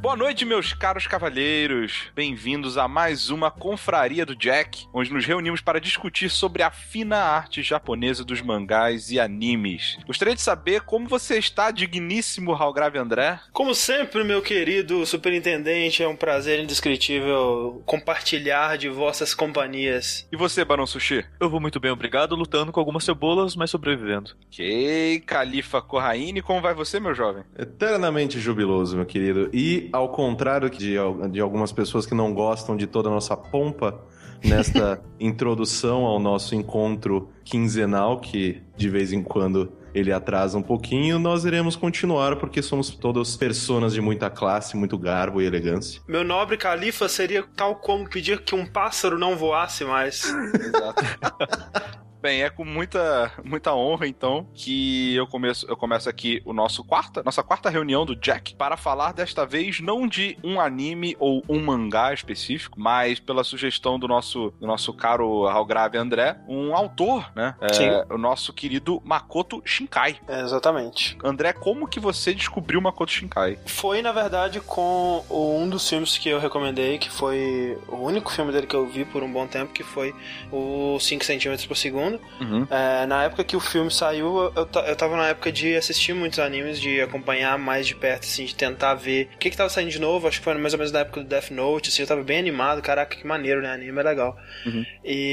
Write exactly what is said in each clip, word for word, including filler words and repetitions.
Boa noite, meus caros cavalheiros. Bem-vindos a mais uma Confraria do Jack, onde nos reunimos para discutir sobre a fina arte japonesa dos mangás e animes. Gostaria de saber como você está, digníssimo Halgrave André. Como sempre, meu querido superintendente, é um prazer indescritível compartilhar de vossas companhias. E você, Barão Sushi? Eu vou muito bem, obrigado, lutando com algumas cebolas, mas sobrevivendo. Ok, Califa Corraine, como vai você, meu jovem? Eternamente jubiloso, meu querido. E, ao contrário de, de algumas pessoas que não gostam de toda a nossa pompa, nesta introdução ao nosso encontro quinzenal, que de vez em quando ele atrasa um pouquinho, nós iremos continuar, porque somos todos personas de muita classe, muito garbo e elegância. Meu nobre califa seria tal como pedir que um pássaro não voasse mais. Exato. Bem, é com muita, muita honra, então, que eu começo, eu começo aqui o nosso quarta, nossa quarta reunião do Jack para falar desta vez não de um anime ou um mangá específico, mas pela sugestão do nosso, do nosso caro Halgrave André, um autor, né? Sim. É, o nosso querido Makoto Shinkai. É, exatamente. André, como que você descobriu Makoto Shinkai? Foi, na verdade, com um dos filmes que eu recomendei, que foi o único filme dele que eu vi por um bom tempo, que foi o cinco centímetros por segundo. Uhum. É, na época que o filme saiu, eu, eu tava na época de assistir muitos animes, de acompanhar mais de perto, assim, de tentar ver o que que tava saindo de novo. Acho que foi mais ou menos na época do Death Note, assim, eu tava bem animado. Caraca, que maneiro, né? Anime é legal. Uhum.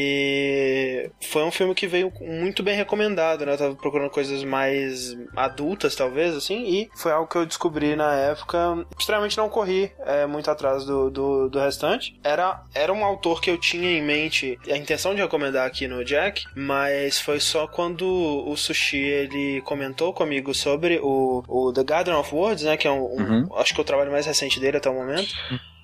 E foi um filme que veio muito bem recomendado, né? Eu tava procurando coisas mais adultas, talvez, assim, e foi algo que eu descobri na época. Extremamente não corri é, muito atrás do, do, do restante. Era, era um autor que eu tinha em mente a intenção de recomendar aqui no Jack, mas foi só quando o Sushi ele comentou comigo sobre o, o The Garden of Words, né, que é um, um Uhum. acho que é o trabalho mais recente dele até o momento,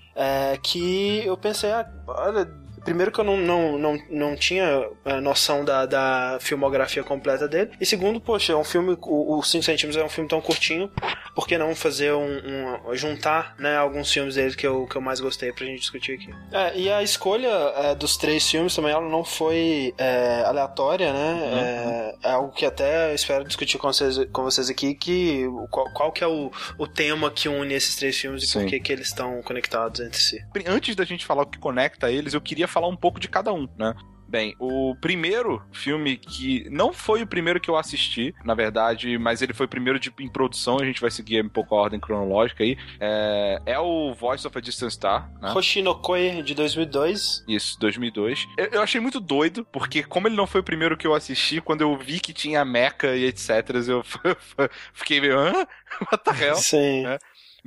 é, que eu pensei, ah, olha, primeiro que eu não, não, não, não tinha a noção da, da filmografia completa dele, e segundo, poxa, é um filme, o, o cinco centímetros é um filme tão curtinho, por que não fazer um, um juntar, né, alguns filmes dele que eu, que eu mais gostei pra gente discutir aqui. É, e a escolha é, dos três filmes também, ela não foi é, aleatória, né, Uhum. é, é algo que até eu espero discutir com vocês, com vocês aqui, que qual, qual que é o, o tema que une esses três filmes e Sim. por que que eles estão conectados entre si. Antes da gente falar o que conecta eles, eu queria falar um pouco de cada um, né? Bem, o primeiro filme que não foi o primeiro que eu assisti, na verdade, mas ele foi o primeiro de, em produção, a gente vai seguir um pouco a ordem cronológica aí, é, é o Voice of a Distant Star, né? Hoshinokoi, de dois mil e dois. Isso, dois mil e dois. Eu, eu achei muito doido, porque como ele não foi o primeiro que eu assisti, quando eu vi que tinha mecha e etc, eu fiquei meio, hã? What the hell? Sim. É.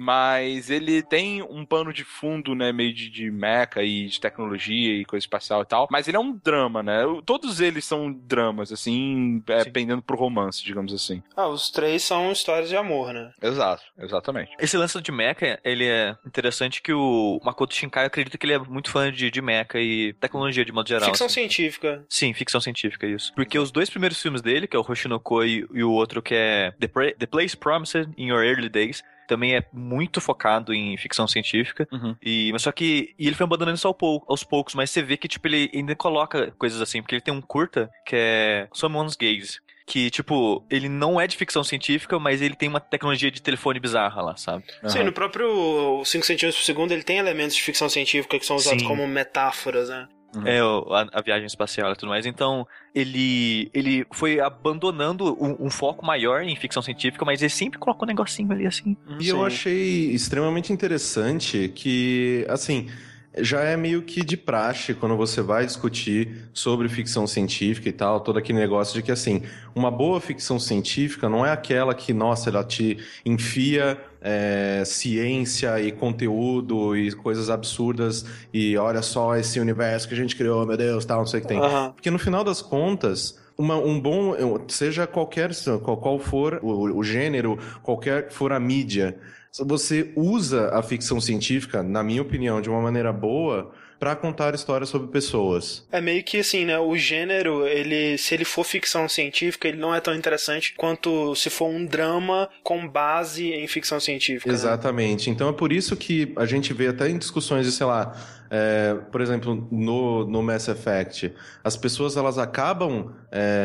Mas ele tem um pano de fundo, né, meio de, de mecha e de tecnologia e coisa espacial e tal, mas ele é um drama, né, todos eles são dramas, assim, é, pendendo pro romance, digamos assim. Ah, os três são histórias de amor, né? Exato, exatamente. Esse lance de mecha, ele é interessante que o Makoto Shinkai, eu acredito que ele é muito fã de, de mecha e tecnologia de modo geral. Ficção assim. científica. Sim, ficção científica, isso. Porque os dois primeiros filmes dele, que é o Hoshinokoi e o outro que é The, Pra- The Place Promised in Your Early Days, também é muito focado em ficção científica. Uhum. E, mas só que e ele foi abandonando isso ao pou- aos poucos, mas você vê que tipo, ele ainda coloca coisas assim, porque ele tem um curta que é Someone's Gaze. Que, tipo, ele não é de ficção científica, mas ele tem uma tecnologia de telefone bizarra lá, sabe? Sim, Uhum. no próprio cinco centímetros por segundo ele tem elementos de ficção científica que são usados Sim. como metáforas, né? Uhum. É, o- a, a viagem espacial e tudo mais. Então, ele, ele foi abandonando um, um foco maior em ficção científica, mas ele sempre colocou um negocinho ali, assim. E Sim. eu achei extremamente interessante que, assim, já é meio que de praxe quando você vai discutir sobre ficção científica e tal, todo aquele negócio de que, assim, uma boa ficção científica não é aquela que, nossa, ela te enfia é, ciência e conteúdo e coisas absurdas e olha só esse universo que a gente criou, meu Deus, tal, não sei o que tem. Aham. Porque no final das contas, uma, um bom, seja qualquer, qual, qual for o, o gênero, qualquer que for a mídia, se você usa a ficção científica, na minha opinião, de uma maneira boa, pra contar histórias sobre pessoas. É meio que assim, né? O gênero, ele, se ele for ficção científica, ele não é tão interessante quanto se for um drama com base em ficção científica. Exatamente. Né? Então é por isso que a gente vê até em discussões de, sei lá, é, por exemplo, no, no Mass Effect, as pessoas elas acabam.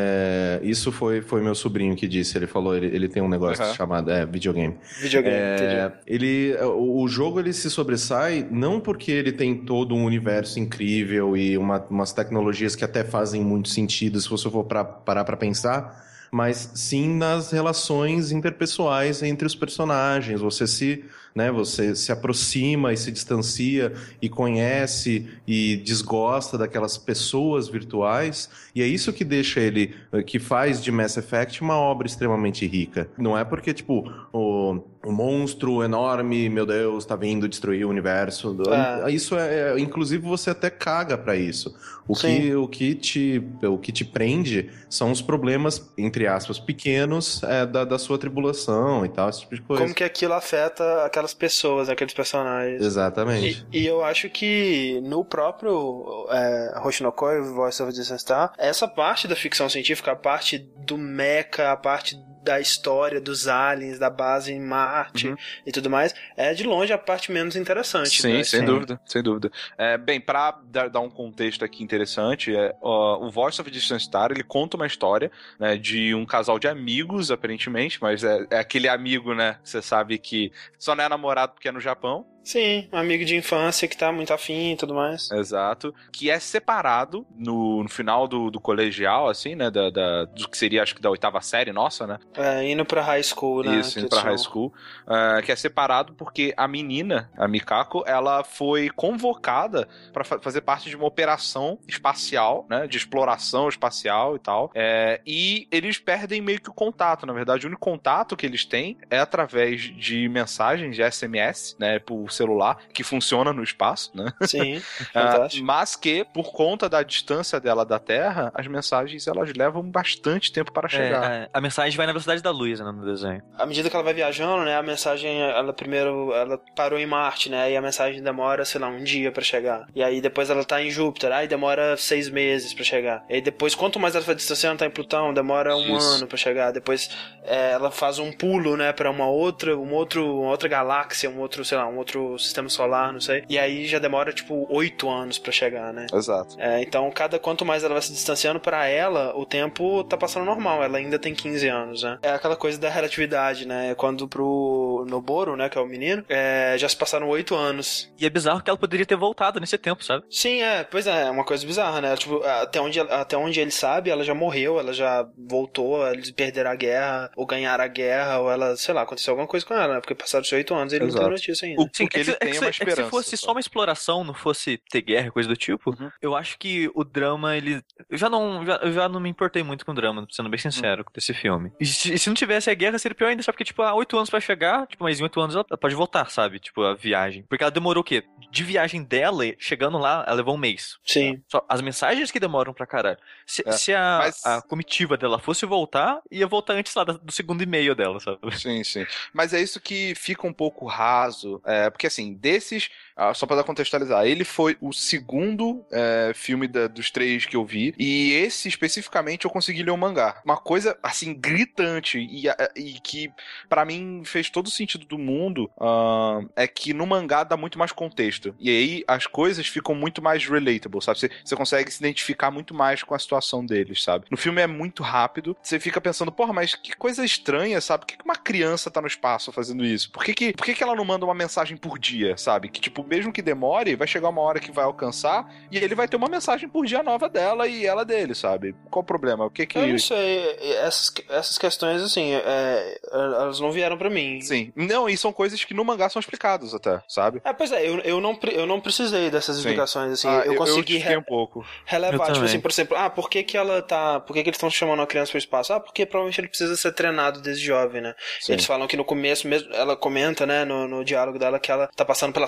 É, isso foi, foi meu sobrinho que disse. Ele falou, ele, ele tem um negócio Uhum. chamado é, videogame. Videogame, é, ele, o, o jogo ele se sobressai não porque ele tem todo um universo incrível e uma, umas tecnologias que até fazem muito sentido se você for pra, parar para pensar, mas sim nas relações interpessoais entre os personagens. Você se, né, você se aproxima e se distancia e conhece e desgosta daquelas pessoas virtuais, e é isso que deixa ele, que faz de Mass Effect uma obra extremamente rica. Não é porque, tipo, o, o monstro enorme, meu Deus, tá vindo destruir o universo. É. Isso é, é, inclusive você até caga pra isso. O que, o, que te, o que te prende são os problemas, entre aspas, pequenos é, da, da sua tribulação e tal, esse tipo de coisa. Como que aquilo afeta aquelas pessoas, aqueles personagens. Exatamente. E, e eu acho que no próprio é, Hoshinokoi, Voice of the Distant Star, essa parte da ficção científica, a parte do mecha, a parte da história dos aliens, da base em Marte, uhum, e tudo mais, é de longe a parte menos interessante. Sim, né? sem Sim. dúvida, sem dúvida. É, bem, pra dar, dar um contexto aqui interessante, é, ó, o Voice of Distant Star, ele conta uma história, né, de um casal de amigos, aparentemente, mas é, é aquele amigo, né, você sabe que só não é namorado porque é no Japão. Sim, um amigo de infância que tá muito afim e tudo mais. Exato. Que é separado no, no final do, do colegial, assim, né? Da, da, do que seria, acho que da oitava série nossa, né? É, indo pra high school, né? Isso, indo pra high school. Uh, que é separado porque a menina, a Mikako, ela foi convocada pra fa- fazer parte de uma operação espacial, né? De exploração espacial e tal. É, e eles perdem meio que o contato. Na verdade, o único contato que eles têm é através de mensagens de S M S, né? Por celular, que funciona no espaço, né? Sim, fantástico. uh, mas que, por conta da distância dela da Terra, as mensagens, elas levam bastante tempo para chegar. É, é, a mensagem vai na velocidade da luz, né, no desenho. À medida que ela vai viajando, né, a mensagem, ela primeiro, ela parou em Marte, né, e a mensagem demora, sei lá, um dia pra chegar. E aí depois ela tá em Júpiter, aí demora seis meses pra chegar. E aí depois, quanto mais ela vai distanciando, tá em Plutão, demora um Isso. ano pra chegar. Depois é, ela faz um pulo, né, pra uma outra, um outro, uma outra galáxia, um outro, sei lá, um outro sistema solar, não sei. E aí já demora, tipo, oito anos pra chegar, né? Exato. É, então, cada quanto mais ela vai se distanciando, pra ela, o tempo tá passando normal. Ela ainda tem quinze anos, né? É aquela coisa da relatividade, né? Quando pro Noboro, né, que é o menino, é, já se passaram oito anos. E é bizarro que ela poderia ter voltado nesse tempo, sabe? Sim, é. Pois é, é uma coisa bizarra, né? Tipo, até onde, até onde ele sabe, ela já morreu, ela já voltou, eles perderam a guerra, ou ganharam a guerra, ou ela, sei lá, aconteceu alguma coisa com ela, né? Porque passaram os oito anos e ele Exato. não tem notícia ainda. O, Sim, porque é que, ele é tem que, uma é esperança. que se fosse só uma exploração, não fosse ter guerra, coisa do tipo, uhum. eu acho que o drama, ele... Eu já não, já, eu já não me importei muito com o drama, sendo bem sincero, uhum. desse filme. E se, se não tivesse a guerra, seria pior ainda, só porque, tipo, há oito anos pra chegar, tipo, mas em oito anos ela pode voltar, sabe? Tipo, a viagem. Porque ela demorou o quê? De viagem dela, chegando lá, ela levou um mês. Sim. Só as mensagens que demoram pra caralho. Se, é, se a, mas... a comitiva dela fosse voltar, ia voltar antes lá do segundo e-mail dela, sabe? Sim, sim. Mas é isso que fica um pouco raso, é, porque assim, desses, ah, só pra contextualizar, ele foi o segundo é, filme da, dos três que eu vi, e esse especificamente eu consegui ler o mangá. Uma coisa, assim, gritante, e, e que pra mim fez todo o sentido do mundo, uh, é que no mangá dá muito mais contexto, e aí as coisas ficam muito mais relatable, sabe? Você, você consegue se identificar muito mais com a situação deles, sabe? No filme é muito rápido, você fica pensando, porra, mas que coisa estranha, sabe? Por que uma criança tá no espaço fazendo isso? Por que que, por que que ela não manda uma mensagem por dia, sabe? Que, tipo, mesmo que demore, vai chegar uma hora que vai alcançar e ele vai ter uma mensagem por dia nova dela e ela dele, sabe? Qual o problema? O que que... Eu não sei. Essas, essas questões, assim, é, elas não vieram pra mim. Sim. Não, e são coisas que no mangá são explicadas até, sabe? É, pois é, eu, eu, não, eu não precisei dessas Sim. explicações, assim. Ah, eu consegui eu re- um pouco. relevar. Tipo assim, por exemplo, ah, por que que ela tá... Por que que eles estão chamando a criança pro espaço? Ah, porque provavelmente ele precisa ser treinado desde jovem, né? Sim. Eles falam que no começo mesmo, ela comenta, né, no, no diálogo dela que ela tá passando pelas provas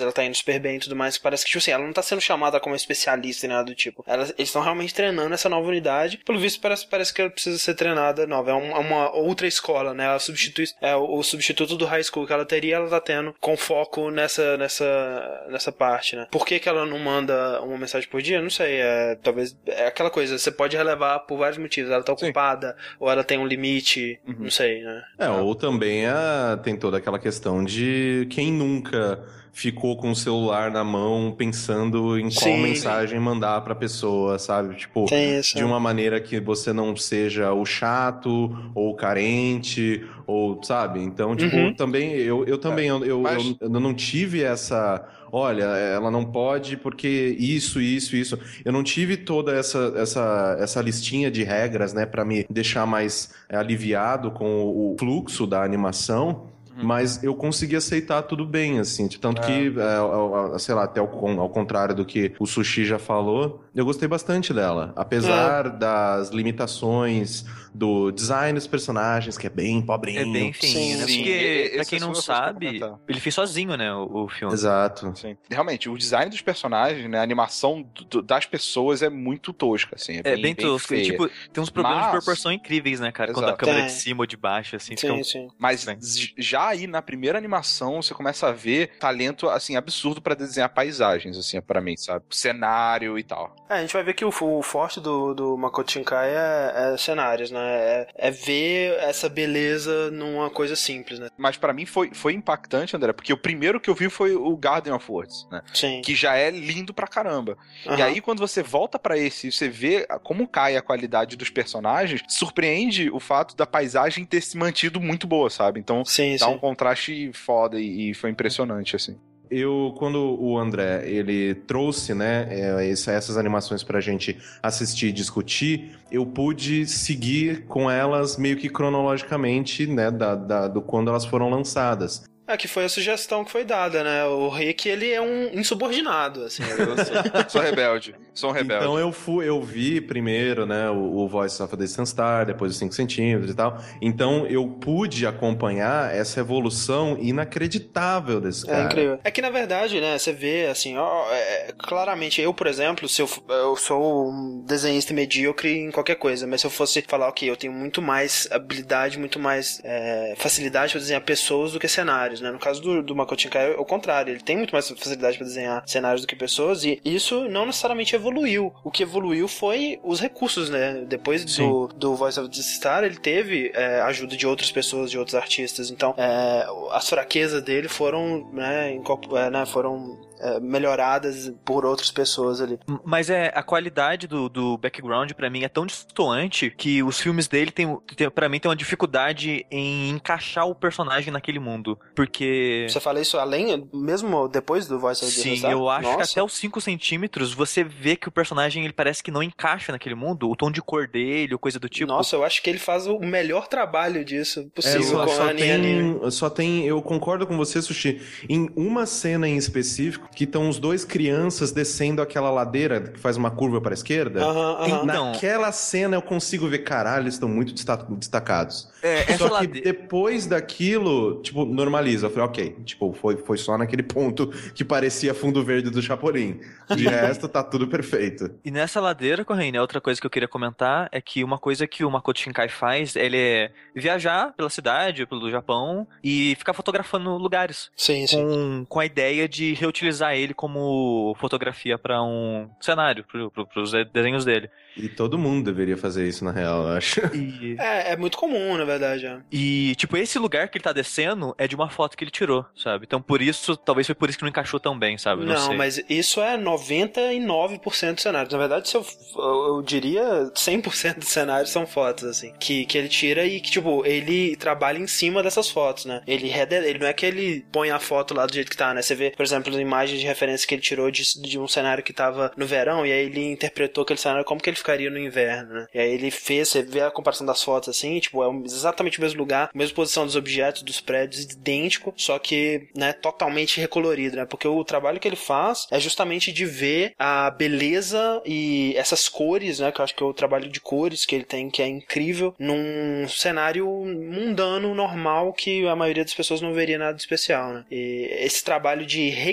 ela tá indo super bem e tudo mais. Parece que, tipo assim, ela não tá sendo chamada como especialista e nada do tipo. Ela, eles estão realmente treinando essa nova unidade. Pelo visto, parece, parece que ela precisa ser treinada nova. É uma, uma outra escola, né? Ela substitui, é o, o substituto do high school que ela teria, ela tá tendo com foco nessa, nessa, nessa parte, né? Por que que ela não manda uma mensagem por dia? Não sei. É, talvez, é aquela coisa, você pode relevar por vários motivos. Ela tá ocupada, Sim. ou ela tem um limite, uhum. não sei, né? É, ou também a, tem toda aquela questão de quem nunca ficou com o celular na mão pensando em qual Sim. mensagem mandar pra pessoa, sabe? Tipo, de uma maneira que você não seja o chato ou o carente, ou, sabe? Então, tipo, uhum. também, eu, eu também, é, eu, eu, mas... eu, eu não tive essa... Olha, ela não pode porque isso, isso, isso. Eu não tive toda essa, essa, essa listinha de regras, né, pra me deixar mais é, aliviado com o fluxo da animação. Mas eu consegui aceitar tudo bem, assim. Tanto é. que, é, sei lá, até ao, ao contrário do que o Sushi já falou, eu gostei bastante dela. Apesar é. das limitações do design dos personagens, que é bem pobrinho. É bem fininho, né? Porque, pra quem não sabe, ele fez sozinho, né, o, o filme. Exato. Sim. Realmente, o design dos personagens, né, a animação do, das pessoas é muito tosca, assim. É, é bem, bem tosco. Bem tipo, tem uns problemas Mas... de proporção incríveis, né, cara? Exato. Quando a câmera é tem. de cima ou de baixo, assim. Sim, fica... sim. Mas já aí, na primeira animação, você começa a ver talento, assim, absurdo pra desenhar paisagens, assim, pra mim, sabe? Cenário e tal. É, a gente vai ver que o, o forte do, do Makoto Shinkai é, é cenários, né? É, é ver essa beleza numa coisa simples, né? Mas pra mim foi, foi impactante, André, porque o primeiro que eu vi foi o Garden of Words, né? Sim. Que já é lindo pra caramba. Uhum. E aí, quando você volta pra esse e você vê como cai a qualidade dos personagens, surpreende o fato da paisagem ter se mantido muito boa, sabe? Então, sim, dá sim. um contraste foda e, e foi impressionante, assim. Eu, quando o André, ele trouxe, né, essas animações pra gente assistir e discutir, eu pude seguir com elas meio que cronologicamente, né, da, da, do quando elas foram lançadas. É, que foi a sugestão que foi dada, né? O Rick, ele é um insubordinado, assim. Eu sou, sou rebelde. Sou um rebelde. Então eu fui, eu vi primeiro, né, o, o Voice of a Distant Star, depois os cinco centímetros e tal. Então eu pude acompanhar essa evolução inacreditável desse cara. É incrível. É que, na verdade, né, você vê, assim, ó, é, claramente, eu, por exemplo, se eu, eu sou um desenhista medíocre em qualquer coisa, mas se eu fosse falar, ok, eu tenho muito mais habilidade, muito mais é, facilidade para desenhar pessoas do que cenários. Né? No caso do, do Makoto Shinkai é o contrário, ele tem muito mais facilidade para desenhar cenários do que pessoas, e isso não necessariamente evoluiu. O que evoluiu foi os recursos, né? Depois do, do Voice of the Star, ele teve é, ajuda de outras pessoas, de outros artistas, então é, as fraquezas dele foram, né, incorpor- é, né, foram É, melhoradas por outras pessoas ali. Mas é a qualidade do, do background pra mim é tão distoante que os filmes dele tem, tem para mim tem uma dificuldade em encaixar o personagem naquele mundo, porque você fala isso além, mesmo depois do Voice of the Sim, Star? eu acho Nossa. que até os cinco centímetros você vê que o personagem ele parece que não encaixa naquele mundo, o tom de cor dele, ou coisa do tipo. Nossa, eu acho que ele faz o melhor trabalho disso possível. É, só, com só, a tem, só tem, eu concordo com você, Sushi, em uma cena em específico que estão os dois crianças descendo aquela ladeira que faz uma curva para a esquerda. Uhum, uhum. Naquela cena eu consigo ver, caralho, eles estão muito destacados. É, só que lade... depois daquilo, tipo, normaliza. Eu falei, ok, tipo, foi, foi só naquele ponto que parecia fundo verde do Chapolin. De resto, tá tudo perfeito. E nessa ladeira, Corrêa, outra coisa que eu queria comentar é que uma coisa que o Makoto Shinkai faz, ele é viajar pela cidade, pelo Japão, e ficar fotografando lugares. Sim, sim. Com, com a ideia de reutilizar ele como fotografia para um cenário, pro, pro, pros desenhos dele. E todo mundo deveria fazer isso, na real, eu acho. E... É, é muito comum, na verdade. É. E, tipo, esse lugar que ele tá descendo é de uma foto que ele tirou, sabe? Então, por isso, talvez foi por isso que não encaixou tão bem, sabe? Não, não sei. Mas isso é noventa e nove por cento dos cenários. Na verdade, se eu, eu, eu diria cem por cento dos cenários são fotos, assim. Que, que ele tira e que, tipo, ele trabalha em cima dessas fotos, né? Ele, ele não é que ele põe a foto lá do jeito que tá, né? Você vê, por exemplo, imagens de referência que ele tirou de, de um cenário que tava no verão, e aí ele interpretou aquele cenário como que ele ficaria no inverno, né? E aí ele fez, você vê a comparação das fotos, assim, tipo, é exatamente o mesmo lugar, a mesma posição dos objetos, dos prédios, idêntico, só que, né, totalmente recolorido, né? Porque o trabalho que ele faz é justamente de ver a beleza e essas cores, né? Que eu acho que é o trabalho de cores que ele tem, que é incrível, num cenário mundano, normal, que a maioria das pessoas não veria nada de especial, né? E esse trabalho de recriar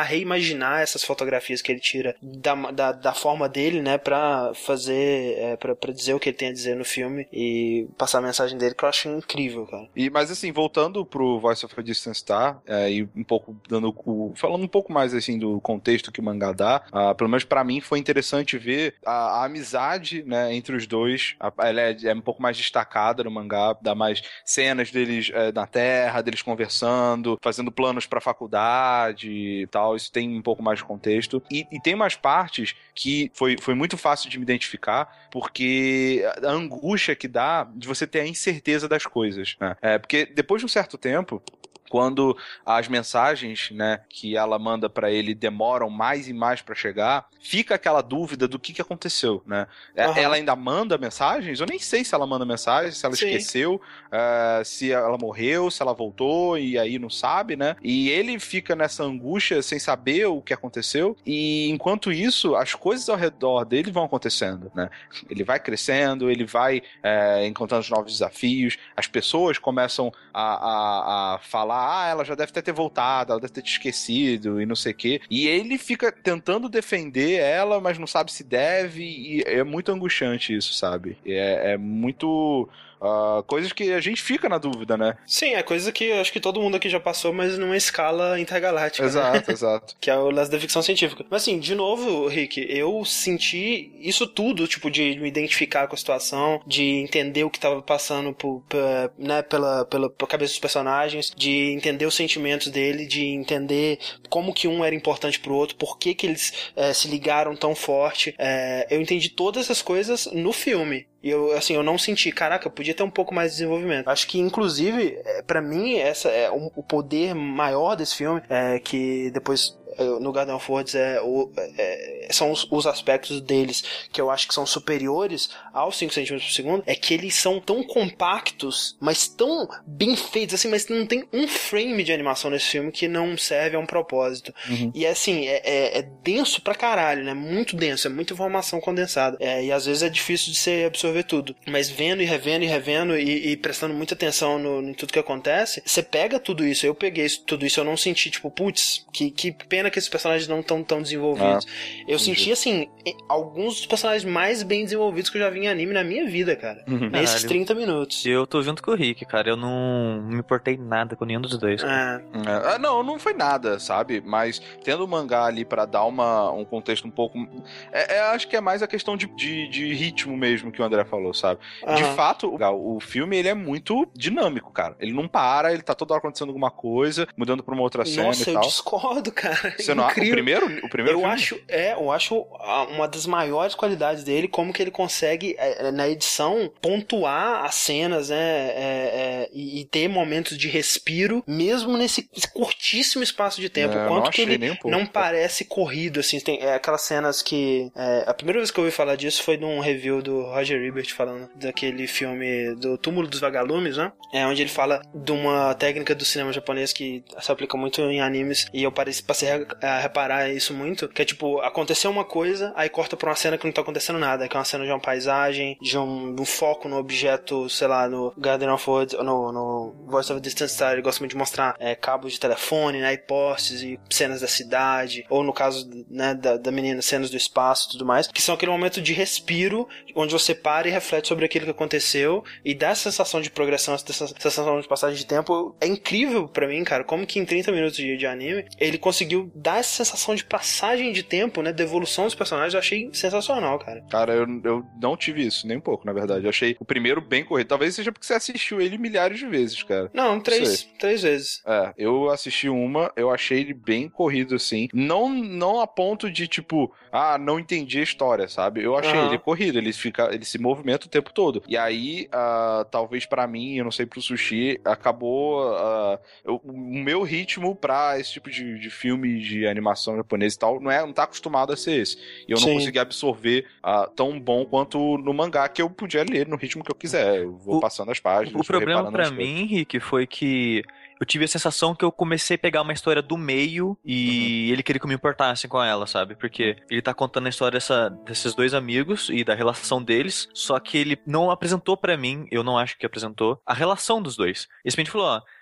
tentar reimaginar essas fotografias que ele tira da, da, da forma dele, né, pra fazer, é, pra, pra dizer o que ele tem a dizer no filme e passar a mensagem dele, que eu acho incrível, cara. E, mas assim, voltando pro Voice of a Distant Star, é, e um pouco dando o, falando um pouco mais assim do contexto que o mangá dá, uh, pelo menos pra mim foi interessante ver a, a amizade, né, entre os dois. A, ela é, é um pouco mais destacada no mangá, dá mais cenas deles é, na Terra, deles conversando, fazendo planos pra faculdade e tal, isso tem um pouco mais de contexto. E, e tem umas partes que foi, foi muito fácil de me identificar, porque a angústia que dá de você ter a incerteza das coisas, né? É, porque depois de um certo tempo, quando as mensagens, né, que ela manda pra ele demoram mais e mais pra chegar, fica aquela dúvida do que que aconteceu, né? Uhum. Ela ainda manda mensagens? Eu nem sei se ela manda mensagens, se ela Sim. esqueceu, uh, se ela morreu, se ela voltou, e aí não sabe, né? E ele fica nessa angústia sem saber o que aconteceu, e enquanto isso, as coisas ao redor dele vão acontecendo, né? Ele vai crescendo, ele vai é, encontrando novos desafios, as pessoas começam a, a, a falar ah, ela já deve ter voltado, ela deve ter te esquecido e não sei o quê. E ele fica tentando defender ela, mas não sabe se deve, e é muito angustiante isso, sabe? É, é muito... Uh, coisas que a gente fica na dúvida, né? Sim, é coisa que eu acho que todo mundo aqui já passou, mas numa escala intergaláctica. Exato, né? exato. Que é o lance da ficção científica. Mas assim, de novo, Rick, eu senti isso tudo, tipo, de me identificar com a situação, de entender o que tava passando por, por, né, pela, pela, pela cabeça dos personagens, de entender os sentimentos dele, de entender como que um era importante pro outro, por que que eles é, se ligaram tão forte. É, eu entendi todas essas coisas no filme. E eu, assim, eu não senti, caraca, podia ter um pouco mais de desenvolvimento. Acho que, inclusive, pra mim, essa é um, o poder maior desse filme, é que depois... no Garden of Words é, o, é, são os, os aspectos deles que eu acho que são superiores aos cinco centímetros por segundo, é que eles são tão compactos, mas tão bem feitos, assim, mas não tem um frame de animação nesse filme que não serve a um propósito. Uhum. E assim, é, é, é denso pra caralho, né? Muito denso, é muita informação condensada. É, e às vezes é difícil de você absorver tudo. Mas vendo e revendo e revendo e, e prestando muita atenção no, em tudo que acontece, você pega tudo isso. Eu peguei isso, tudo isso, eu não senti, tipo, putz, que, que pena que esses personagens não estão tão desenvolvidos. Ah, eu entendi. Senti, assim, alguns dos personagens mais bem desenvolvidos que eu já vi em anime na minha vida, cara. Uhum. Nesses Caralho. trinta minutos. Eu tô junto com o Rick, cara. Eu não me importei nada com nenhum dos dois. É. É, não, não foi nada, sabe? Mas tendo o mangá ali pra dar uma, um contexto um pouco... É, é, acho que é mais a questão de, de, de ritmo mesmo que o André falou, sabe? Uhum. De fato, o, o filme, ele é muito dinâmico, cara. Ele não para, ele tá toda hora acontecendo alguma coisa, mudando pra uma outra cena Nossa, e tal. Nossa, eu discordo, cara. Você não, o primeiro, o primeiro eu filme? acho, é, eu acho uma das maiores qualidades dele, como que ele consegue, é, na edição, pontuar as cenas, né, é, é, e, e ter momentos de respiro, mesmo nesse curtíssimo espaço de tempo. É, quanto que ele um pouco, não parece corrido, assim, tem é, aquelas cenas que... É, a primeira vez que eu ouvi falar disso foi num review do Roger Ebert, falando daquele filme do Túmulo dos Vagalumes, né, é onde ele fala de uma técnica do cinema japonês que se aplica muito em animes, e eu pareci, passei a reparar isso muito, que é tipo, aconteceu uma coisa, aí corta pra uma cena que não tá acontecendo nada, que é uma cena de uma paisagem, de um, de um foco no objeto, sei lá, no Garden of Words, no, no Voice of a Distant Star, ele gosta muito de mostrar é, cabos de telefone, né, e postes, e cenas da cidade, ou no caso, né, da, da menina, cenas do espaço e tudo mais, que são aquele momento de respiro, onde você para e reflete sobre aquilo que aconteceu, e dá essa sensação de progressão, essa sensação de passagem de tempo. É incrível pra mim, cara, como que em trinta minutos de, de anime, ele conseguiu dar essa sensação de passagem de tempo, né, de evolução dos personagens. Eu achei sensacional, cara. Cara, eu, eu não tive isso, nem um pouco, na verdade. Eu achei o primeiro bem corrido. Talvez seja porque você assistiu ele milhares de vezes, cara. Não, três, três vezes. É, eu assisti uma, eu achei ele bem corrido, assim. Não, não a ponto de, tipo, ah, não entendi a história, sabe? Eu achei uhum. ele corrido, ele, fica, ele se movimenta o tempo todo. E aí, uh, talvez pra mim, eu não sei, pro Sushi, acabou uh, eu, o meu ritmo pra esse tipo de, de filme de animação japonesa e tal, não, é, não tá acostumado a ser esse. E eu não Sim. consegui absorver uh, tão bom quanto no mangá, que eu podia ler no ritmo que eu quiser. Eu vou o, passando as páginas. O problema pra mim, Rick, foi que eu tive a sensação que eu comecei a pegar uma história do meio e uhum. ele queria que eu me importasse com ela, sabe? Porque ele tá contando a história dessa, desses dois amigos e da relação deles, só que ele não apresentou pra mim, eu não acho que apresentou, a relação dos dois. Ele simplesmente falou, ó,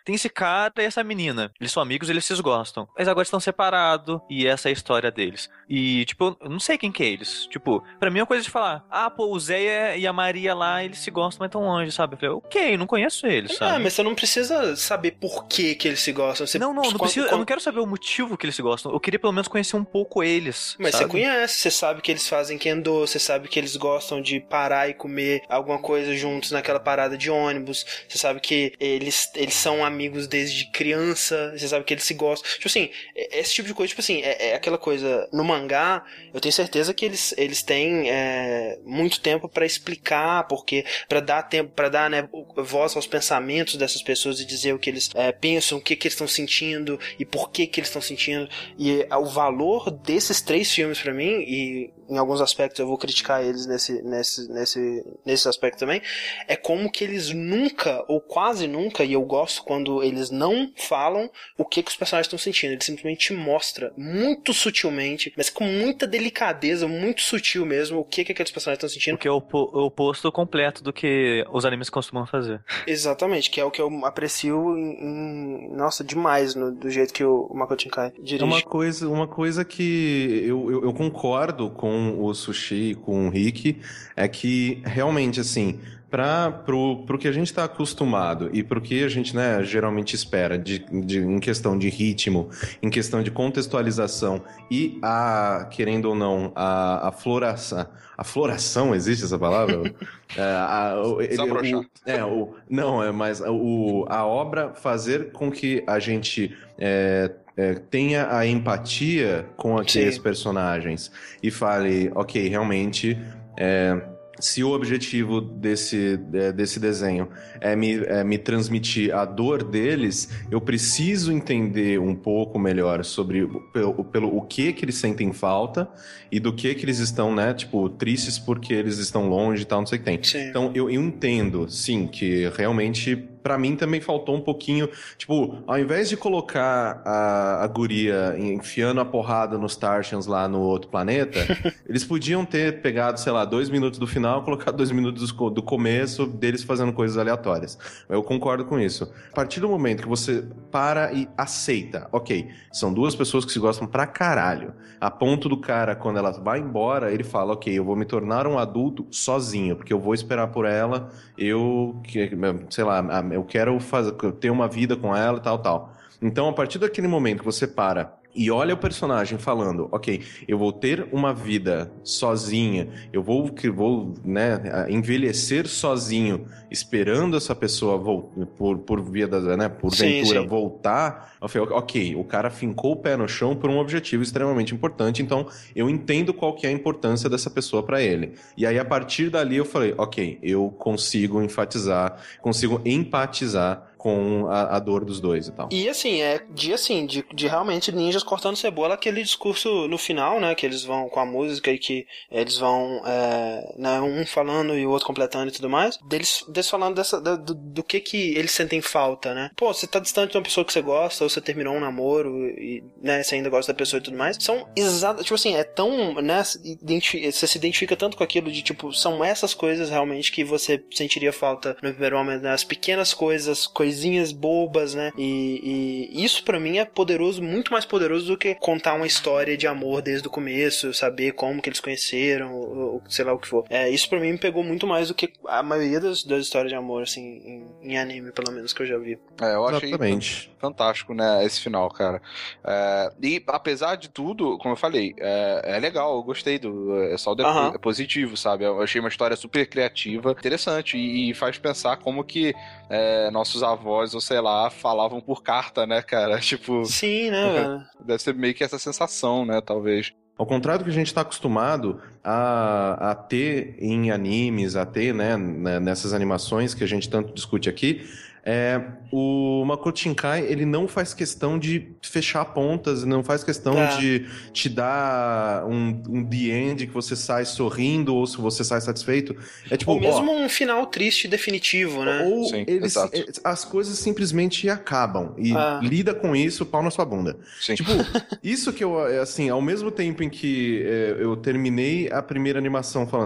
tem esse cara e essa menina. Eles são amigos, eles se gostam. Mas agora estão separados e essa é a história deles. E, tipo, eu não sei quem que é eles. Tipo, pra mim é uma coisa de falar, ah, pô, o Zé e a Maria lá, eles se gostam, mas tão longe, sabe? Eu falei, ok, não conheço eles, sabe? Ah, mas você não precisa saber por que que eles se gostam. Você, não, não, não quando, preciso, quando... eu não quero saber o motivo que eles se gostam. Eu queria pelo menos conhecer um pouco eles, Mas sabe? você conhece, você sabe que eles fazem kendo, você sabe que eles gostam de parar e comer alguma coisa juntos naquela parada de ônibus, você sabe que eles, eles são amigos desde criança, você sabe que eles se gostam. Tipo assim, esse tipo de coisa, tipo assim, é, é aquela coisa, no mangá, eu tenho certeza que eles, eles têm é, muito tempo pra explicar, porque pra dar tempo, pra dar, né, voz aos pensamentos dessas pessoas e dizer o que eles é, pensam, o que que eles estão sentindo e por que que eles estão sentindo. E o valor desses três filmes pra mim, e em alguns aspectos eu vou criticar eles nesse, nesse, nesse, nesse aspecto também, é como que eles nunca, ou quase nunca, e eu gosto quando eles não falam o que que os personagens estão sentindo, eles simplesmente mostram muito sutilmente, mas com muita delicadeza, muito sutil mesmo, o que que aqueles personagens estão sentindo. Porque é o oposto completo do que os animes costumam fazer. Exatamente, que é o que eu aprecio em, em, nossa, demais no, do jeito que o Makoto Shinkai dirige. É uma coisa, uma coisa que eu, eu, eu concordo com o Sushi, com o Rick, é que realmente, assim, para pro, pro que a gente está acostumado e pro que a gente, né, geralmente espera de, de, em questão de ritmo, em questão de contextualização e a, querendo ou não, a, a floração, a floração, existe essa palavra? é, a, o, ele, o, é, o, não, é mais o, a obra fazer com que a gente é, é, tenha a empatia com aqueles Sim. personagens e fale, ok, realmente é, se o objetivo desse, desse desenho é me, é me transmitir a dor deles, eu preciso entender um pouco melhor sobre pelo, pelo o que que eles sentem falta e do que que eles estão, né, tipo, tristes porque eles estão longe e tal, não sei o que tem. Sim. Então, eu, eu entendo, sim, que realmente pra mim também faltou um pouquinho, tipo, ao invés de colocar a, a guria enfiando a porrada nos Tarsians lá no outro planeta, eles podiam ter pegado, sei lá, dois minutos do final, colocado dois minutos do, do começo deles fazendo coisas aleatórias. Eu concordo com isso. A partir do momento que você para e aceita, ok, são duas pessoas que se gostam pra caralho, a ponto do cara, quando ela vai embora, ele fala, ok, eu vou me tornar um adulto sozinho, porque eu vou esperar por ela, eu, sei lá, eu quero fazer, ter uma vida com ela e tal, tal. Então, a partir daquele momento que você para e olha o personagem falando, ok, eu vou ter uma vida sozinha, eu vou, vou né, envelhecer sozinho, esperando essa pessoa vol- por, por via da, né, por sim, ventura sim. voltar, eu falei, ok, o cara fincou o pé no chão por um objetivo extremamente importante, então eu entendo qual que é a importância dessa pessoa para ele. E aí, a partir dali, eu falei, ok, eu consigo enfatizar, consigo empatizar com a, a dor dos dois e tal. E assim, é de assim, de, de realmente ninjas cortando cebola, aquele discurso no final, né, que eles vão com a música e que eles vão, é, né, um falando e o outro completando e tudo mais, deles, deles falando dessa, do, do que que eles sentem falta, né. Pô, você tá distante de uma pessoa que você gosta, ou você terminou um namoro e, né, você ainda gosta da pessoa e tudo mais, são exatas, tipo assim, é tão, né, você se identifica tanto com aquilo de, tipo, são essas coisas realmente que você sentiria falta no primeiro momento, né, as pequenas coisas, coisas coisinhas bobas, né? E, e isso pra mim é poderoso, muito mais poderoso do que contar uma história de amor desde o começo, saber como que eles conheceram, ou, sei lá o que for. É, isso pra mim me pegou muito mais do que a maioria das, das histórias de amor, assim, em, em anime, pelo menos, que eu já vi. É, eu achei Exatamente. fantástico, né, esse final, cara. É, e apesar de tudo, como eu falei, é, é legal, eu gostei do é, saldo Uhum. é positivo, sabe? Eu achei uma história super criativa, interessante, e, e faz pensar como que é, nossos avós, ou sei lá, falavam por carta, né, cara? Tipo... Sim, né, velho? Deve ser meio que essa sensação, né, talvez. Ao contrário do que a gente está acostumado a, a ter em animes, a ter, né, nessas animações que a gente tanto discute aqui, é, o Makoto Shinkai, ele não faz questão de fechar pontas, não faz questão É. de te dar um, um the end que você sai sorrindo ou se você sai satisfeito. É tipo, Ou mesmo ó, um final triste definitivo, né? ou Sim, eles, exato. as coisas simplesmente acabam e Ah. lida com isso, pau na sua bunda. Sim. Tipo, isso que eu, assim, ao mesmo tempo em que é, eu terminei a primeira animação falando,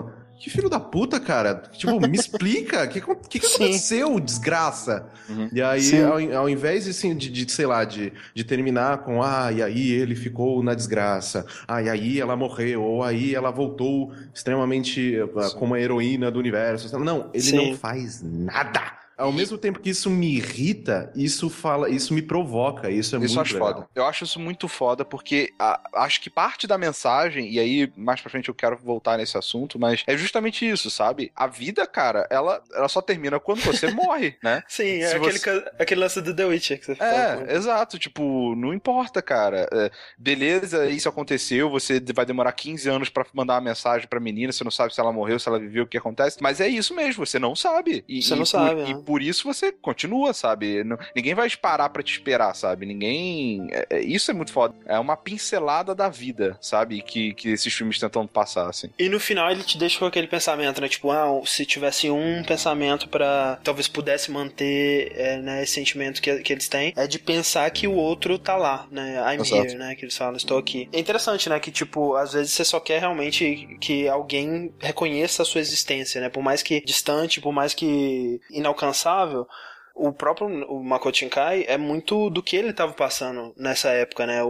que filho da puta, cara. Tipo, me explica. O que, que, que aconteceu, desgraça? Uhum. E aí, ao, ao invés assim, de, de, sei lá, de, de terminar com, ah, e aí ele ficou na desgraça. Ah, e aí ela morreu. Ou aí ela voltou extremamente uh, como a heroína do universo. Não, ele Sim. não faz nada. Ao mesmo tempo que isso me irrita, isso fala, isso me provoca, isso é isso muito acho legal. Foda. Eu acho isso muito foda, porque a, acho que parte da mensagem, e aí mais pra frente eu quero voltar nesse assunto, mas é justamente isso, sabe? A vida, cara, ela, ela só termina quando você morre, né? Sim, é aquele, você... aquele lance do The Witcher que você É, exato, tipo, não importa, cara. É, beleza, isso aconteceu, você vai demorar quinze anos pra mandar uma mensagem pra menina, você não sabe se ela morreu, se ela viveu, o que acontece, mas é isso mesmo, você não sabe. E, você e não por, sabe, e né? por isso você continua, sabe? Não, ninguém vai parar pra te esperar, sabe? Ninguém... É, é, isso é muito foda. É uma pincelada da vida, sabe? Que, que esses filmes tentam passar, assim. E no final ele te deixa com aquele pensamento, né? Tipo, ah, se tivesse um pensamento pra... talvez pudesse manter é, né, esse sentimento que, que eles têm, é de pensar que o outro tá lá, né? I'm Exato. Here, né? Que eles falam, estou aqui. É interessante, né? Que, tipo, às vezes você só quer realmente que alguém reconheça a sua existência, né? Por mais que distante, por mais que inalcançável, o próprio o Makoto Shinkai é muito do que ele estava passando nessa época, né? O,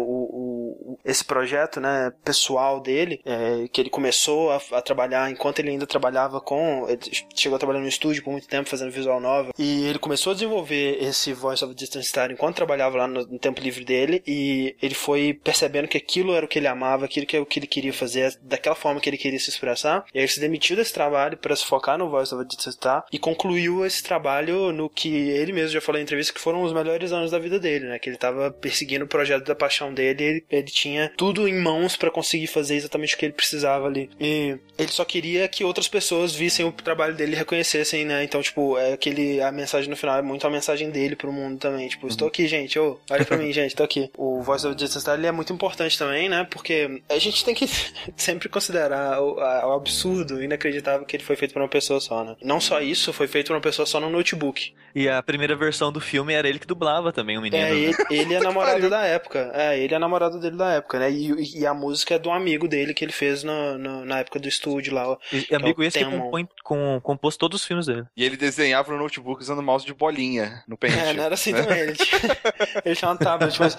o, esse projeto, né, pessoal dele, é, que ele começou a, a trabalhar enquanto ele ainda trabalhava com... Ele chegou a trabalhar no estúdio por muito tempo fazendo visual novel, e ele começou a desenvolver esse Voice of Distance Star enquanto trabalhava lá no, no tempo livre dele, e ele foi percebendo que aquilo era o que ele amava, aquilo que é o que ele queria fazer, daquela forma que ele queria se expressar, e aí ele se demitiu desse trabalho para se focar no Voice of Distance Star e concluiu esse trabalho no que ele mesmo já falou em entrevista que foram os melhores anos da vida dele, né? Que ele tava perseguindo o projeto da paixão dele e ele, ele tinha tudo em mãos pra conseguir fazer exatamente o que ele precisava ali. E ele só queria que outras pessoas vissem o trabalho dele e reconhecessem, né? Então, tipo, é aquele, a mensagem no final é muito a mensagem dele pro mundo também. Tipo, estou aqui, gente. Ô, olha pra mim, gente. Tô aqui. O Voice of Distance Star, ele é muito importante também, né? Porque a gente tem que sempre considerar o, a, o absurdo, o inacreditável que ele foi feito por uma pessoa só, né? Não só isso, foi feito por uma pessoa só no notebook. E a primeira versão do filme era ele que dublava também, o menino. É, ele, ele é namorado da época. É, ele é namorado dele da época, né? E, e a música é do amigo dele que ele fez no, no, na época do estúdio lá. E, e amigo é esse Temon. que compõe, com, compôs todos os filmes dele. E ele desenhava no notebook usando mouse de bolinha no Paint. É, não era assim também. Ele tinha, ele tinha uma tablet, mas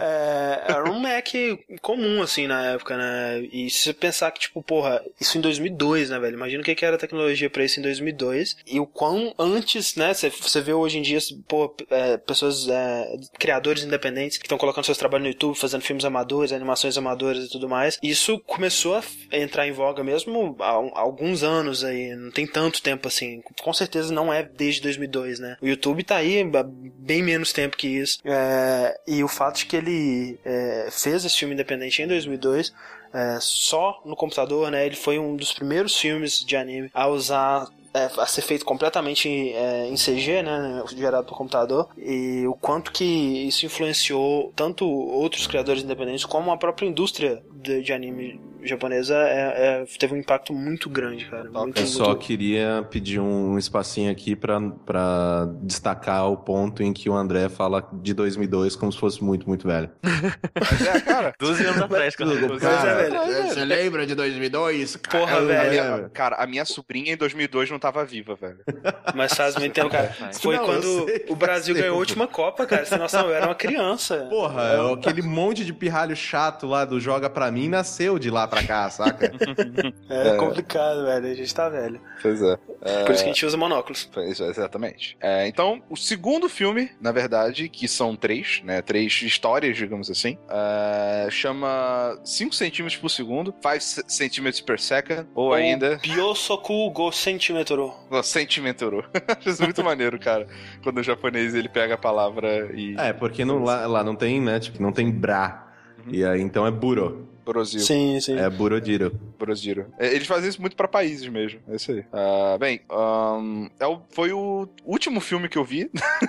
é, era um Mac comum, assim, na época, né? E se você pensar que, tipo, porra, isso em dois mil e dois, né, velho? Imagina o que era a tecnologia pra isso em dois mil e dois. E o quão antes, né? Você, você vê hoje em dia, pô, é, pessoas, é, criadores independentes que estão colocando seus trabalhos no YouTube, fazendo filmes amadores, animações amadoras e tudo mais. Isso começou a entrar em voga mesmo há, há alguns anos aí, não tem tanto tempo assim. Com certeza não é desde dois mil e dois, né? O YouTube tá aí há bem menos tempo que isso. É, e o fato de que ele é, fez esse filme independente em dois mil e dois, é, só no computador, né? Ele foi um dos primeiros filmes de anime a usar É, a ser feito completamente é, em C G, né, gerado por computador, e o quanto que isso influenciou tanto outros criadores independentes como a própria indústria de, de anime japonesa é, é, teve um impacto muito grande, cara. Muito, Eu só muito... queria pedir um espacinho aqui pra, pra destacar o ponto em que o André fala de dois mil e dois como se fosse muito, muito velho. Mas é, cara, doze anos atrás, cara. Cara, é, velho. Você lembra de dois mil e dois? Porra, Caramba, velho. né? Cara, a minha sobrinha em dois mil e dois não tava viva, velho. Mas faz muito tempo, cara. Foi Não, quando eu sei, o Brasil faz ganhou a tempo. última Copa, cara. Você tem noção, eu era uma criança. Porra, eu... aquele monte de pirralho chato lá do Joga Pra Mim nasceu de lá pra cá, saca? É, é complicado, velho. A gente tá velho. Pois é. é... Por isso que a gente usa monóculos. Pois é, exatamente. É, então, o segundo filme, na verdade, que são três, né? Três histórias, digamos assim, é, chama cinco centímetros por segundo, cinco centímetros per second, ou, ou ainda... Byosoku go centímetro. Go centímetro. Acho isso muito maneiro, cara. Quando o japonês, ele pega a palavra e... É, porque não, lá, lá não tem, né? Tipo, não tem bra. Uhum. E aí, então é buro. Buroziro. Sim, sim. É Burodiro. Buroziro. Eles fazem isso muito pra países mesmo. É isso aí. Uh, bem, um, é o, foi o último filme que eu vi.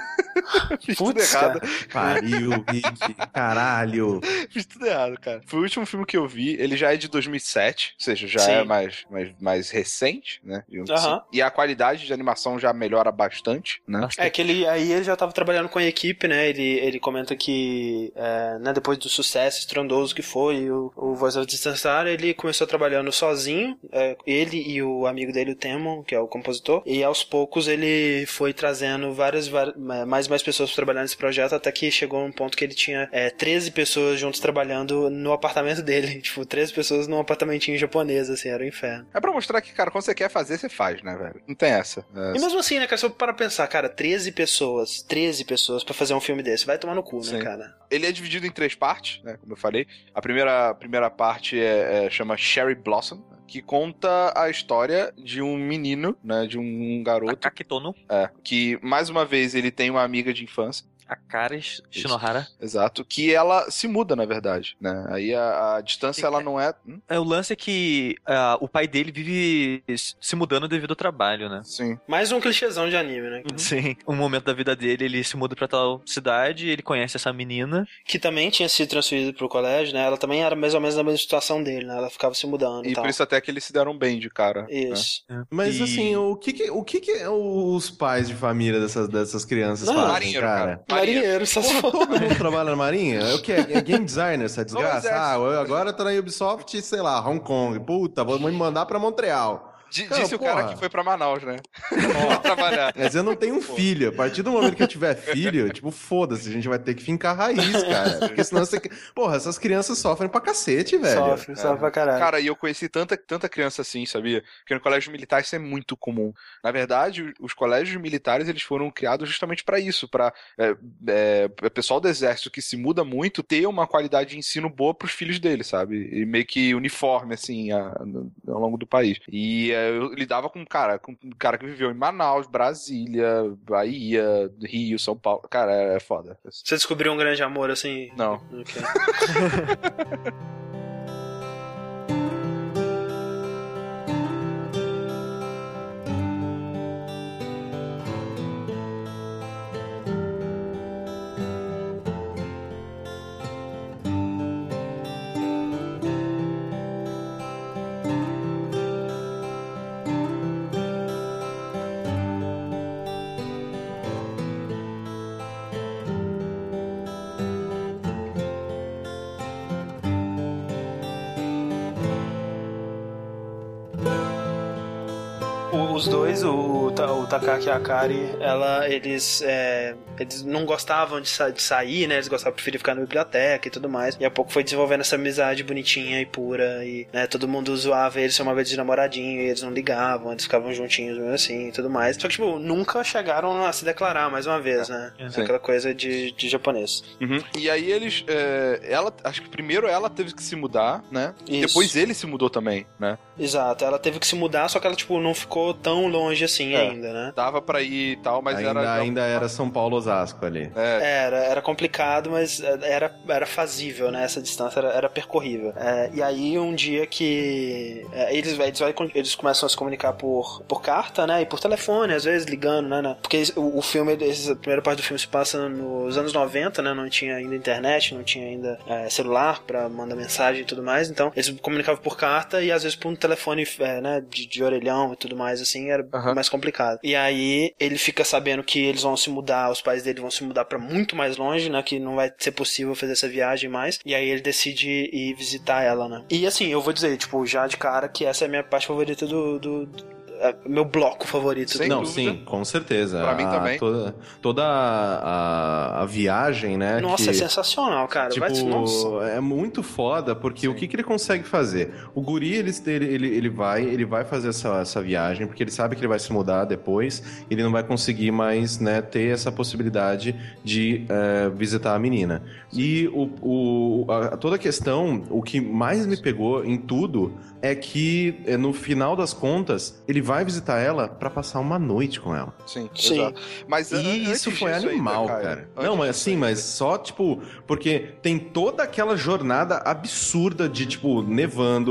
Fiz tudo Putz, errado. Pariu, Rick. Caralho. Fiz tudo errado, cara. Foi o último filme que eu vi. Ele já é de dois mil e sete, ou seja, já Sim. é mais, mais, mais recente, né? digamos Aham. assim. E a qualidade de animação já melhora bastante, né? É que ele, aí ele já tava trabalhando com a equipe, né? Ele, ele comenta que, é, né, depois do sucesso estrondoso que foi o, o Voice of the Distance Star, ele começou trabalhando sozinho, é, ele e o amigo dele, o Temon, que é o compositor, e aos poucos ele foi trazendo várias, várias mais e mais pessoas pra trabalhar nesse projeto, até que chegou um ponto que ele tinha é, treze pessoas juntos trabalhando no apartamento dele. Tipo, treze pessoas num apartamentinho japonês, assim, era um inferno. É pra mostrar que, cara, quando você quer fazer, você faz, né, velho? Não tem essa. É... E mesmo assim, né, cara, só para pensar, cara, treze pessoas, treze pessoas pra fazer um filme desse, vai tomar no cu, Sim. né, cara? Ele é dividido em três partes, né, como eu falei. A primeira, a primeira parte é, é, chama Cherry Blossom, que conta a história de um menino, né, de um garoto, Kakitono, é, que, mais uma vez, ele tem uma amiga de infância. Akari Shinohara. Exato, que ela se muda, na verdade, né? Aí a, a distância, ela não é... Hum? É, o lance é que uh, o pai dele vive se mudando devido ao trabalho, né? Sim. Mais um clichêzão de anime, né? Sim. Um momento da vida dele, ele se muda pra tal cidade, ele conhece essa menina. Que também tinha sido transferida pro colégio, né? Ela também era mais ou menos na mesma situação dele, né? Ela ficava se mudando e, E tal. por isso até que eles se deram bem de cara. Isso. Né? Mas E- assim, o que que, o que que os pais de família dessas, dessas crianças Não, fazem, marinheiro, cara? cara. Marinheiro, só se for. Todo mundo trabalha na Marinha? É o que? É game designer, essa desgraça? exército. Ah, eu agora tô na Ubisoft, sei lá, Hong Kong. Puta, vou me mandar pra Montreal. D- Cara, disse o porra. cara que foi pra Manaus, né? Pra trabalhar. Mas eu não tenho um filho. A partir do momento que eu tiver filho, tipo, foda-se, a gente vai ter que fincar raiz, cara. Porque senão você... Porra, essas crianças sofrem pra cacete, velho. Sofre, sofre pra caralho. Cara, e eu conheci tanta, tanta criança assim, sabia? Porque no colégio militar isso é muito comum. Na verdade, o- os colégios militares, eles foram criados justamente pra isso, pra é, é, pessoal do exército que se muda muito ter uma qualidade de ensino boa pros filhos dele, sabe? E meio que uniforme, assim, a- no- ao longo do país. E é, eu lidava com um cara, com um cara que viveu em Manaus, Brasília, Bahia, Rio, São Paulo. Cara, é foda. Você descobriu um grande amor, assim? Não. Ok. Os dois, o, Ta- o Takaki e a Akari, ela, eles, é, eles não gostavam de, sa- de sair, né? Eles gostavam, preferiam ficar na biblioteca e tudo mais. E a pouco foi desenvolvendo essa amizade bonitinha e pura. E, né, todo mundo zoava eles, chamava eles de namoradinho, e eles não ligavam, eles ficavam juntinhos mesmo assim e tudo mais. Só que, tipo, nunca chegaram a se declarar mais uma vez, né? Sim. Aquela coisa de, de japonês. Uhum. E aí eles. é, ela, acho que primeiro ela teve que se mudar, né? Isso. Depois ele se mudou também, né? Exato, ela teve que se mudar, só que ela, tipo, não ficou tão longe assim É. ainda, né? Dava pra ir e tal, mas ainda, era. ainda era São Paulo Osasco ali. É, Era, era complicado, mas era, era fazível, né? Essa distância era, era percorrível. É, e aí, um dia que é, eles, eles, vai- eles começam a se comunicar por, por carta, né? E por telefone, às vezes ligando, né? né? Porque o, o filme, esse- a primeira parte do filme se passa nos anos noventa, né? Não tinha ainda internet, não tinha ainda é, celular pra mandar mensagem e tudo mais. Então, eles se comunicavam por carta e às vezes por um telefone, é, né? De, de orelhão e tudo mais, assim, era Aham. mais complicado. E aí, ele fica sabendo que eles vão se mudar, os pais dele vão se mudar pra muito mais longe, né? Que não vai ser possível fazer essa viagem mais. E aí ele decide ir visitar ela, né? E assim, eu vou dizer, tipo, já de cara que essa é a minha parte favorita do... do, do é, meu bloco favorito. Sem do... Não, dúvida. sim, com certeza. Pra mim A- também. Toda, toda a, a, a viagem, né? Nossa, que... é sensacional, cara. Tipo, Vai, nossa. é muito foda, porque o que, que ele consegue fazer? O guri, ele, ele, ele, ele vai ele vai fazer essa, essa viagem, porque ele sabe que ele vai se mudar depois, ele não vai conseguir mais, né, ter essa possibilidade de é, visitar a menina. E o, o, a, toda a questão, o que mais me pegou em tudo é que, é, no final das contas, ele vai visitar ela pra passar uma noite com ela. sim, Sim. exato. Mas an- E antes isso foi disso animal, ainda, cara. Antes Não, mas disso assim, ainda. mas só, tipo, porque tem toda aquela jornada absurda de, tipo, nevando,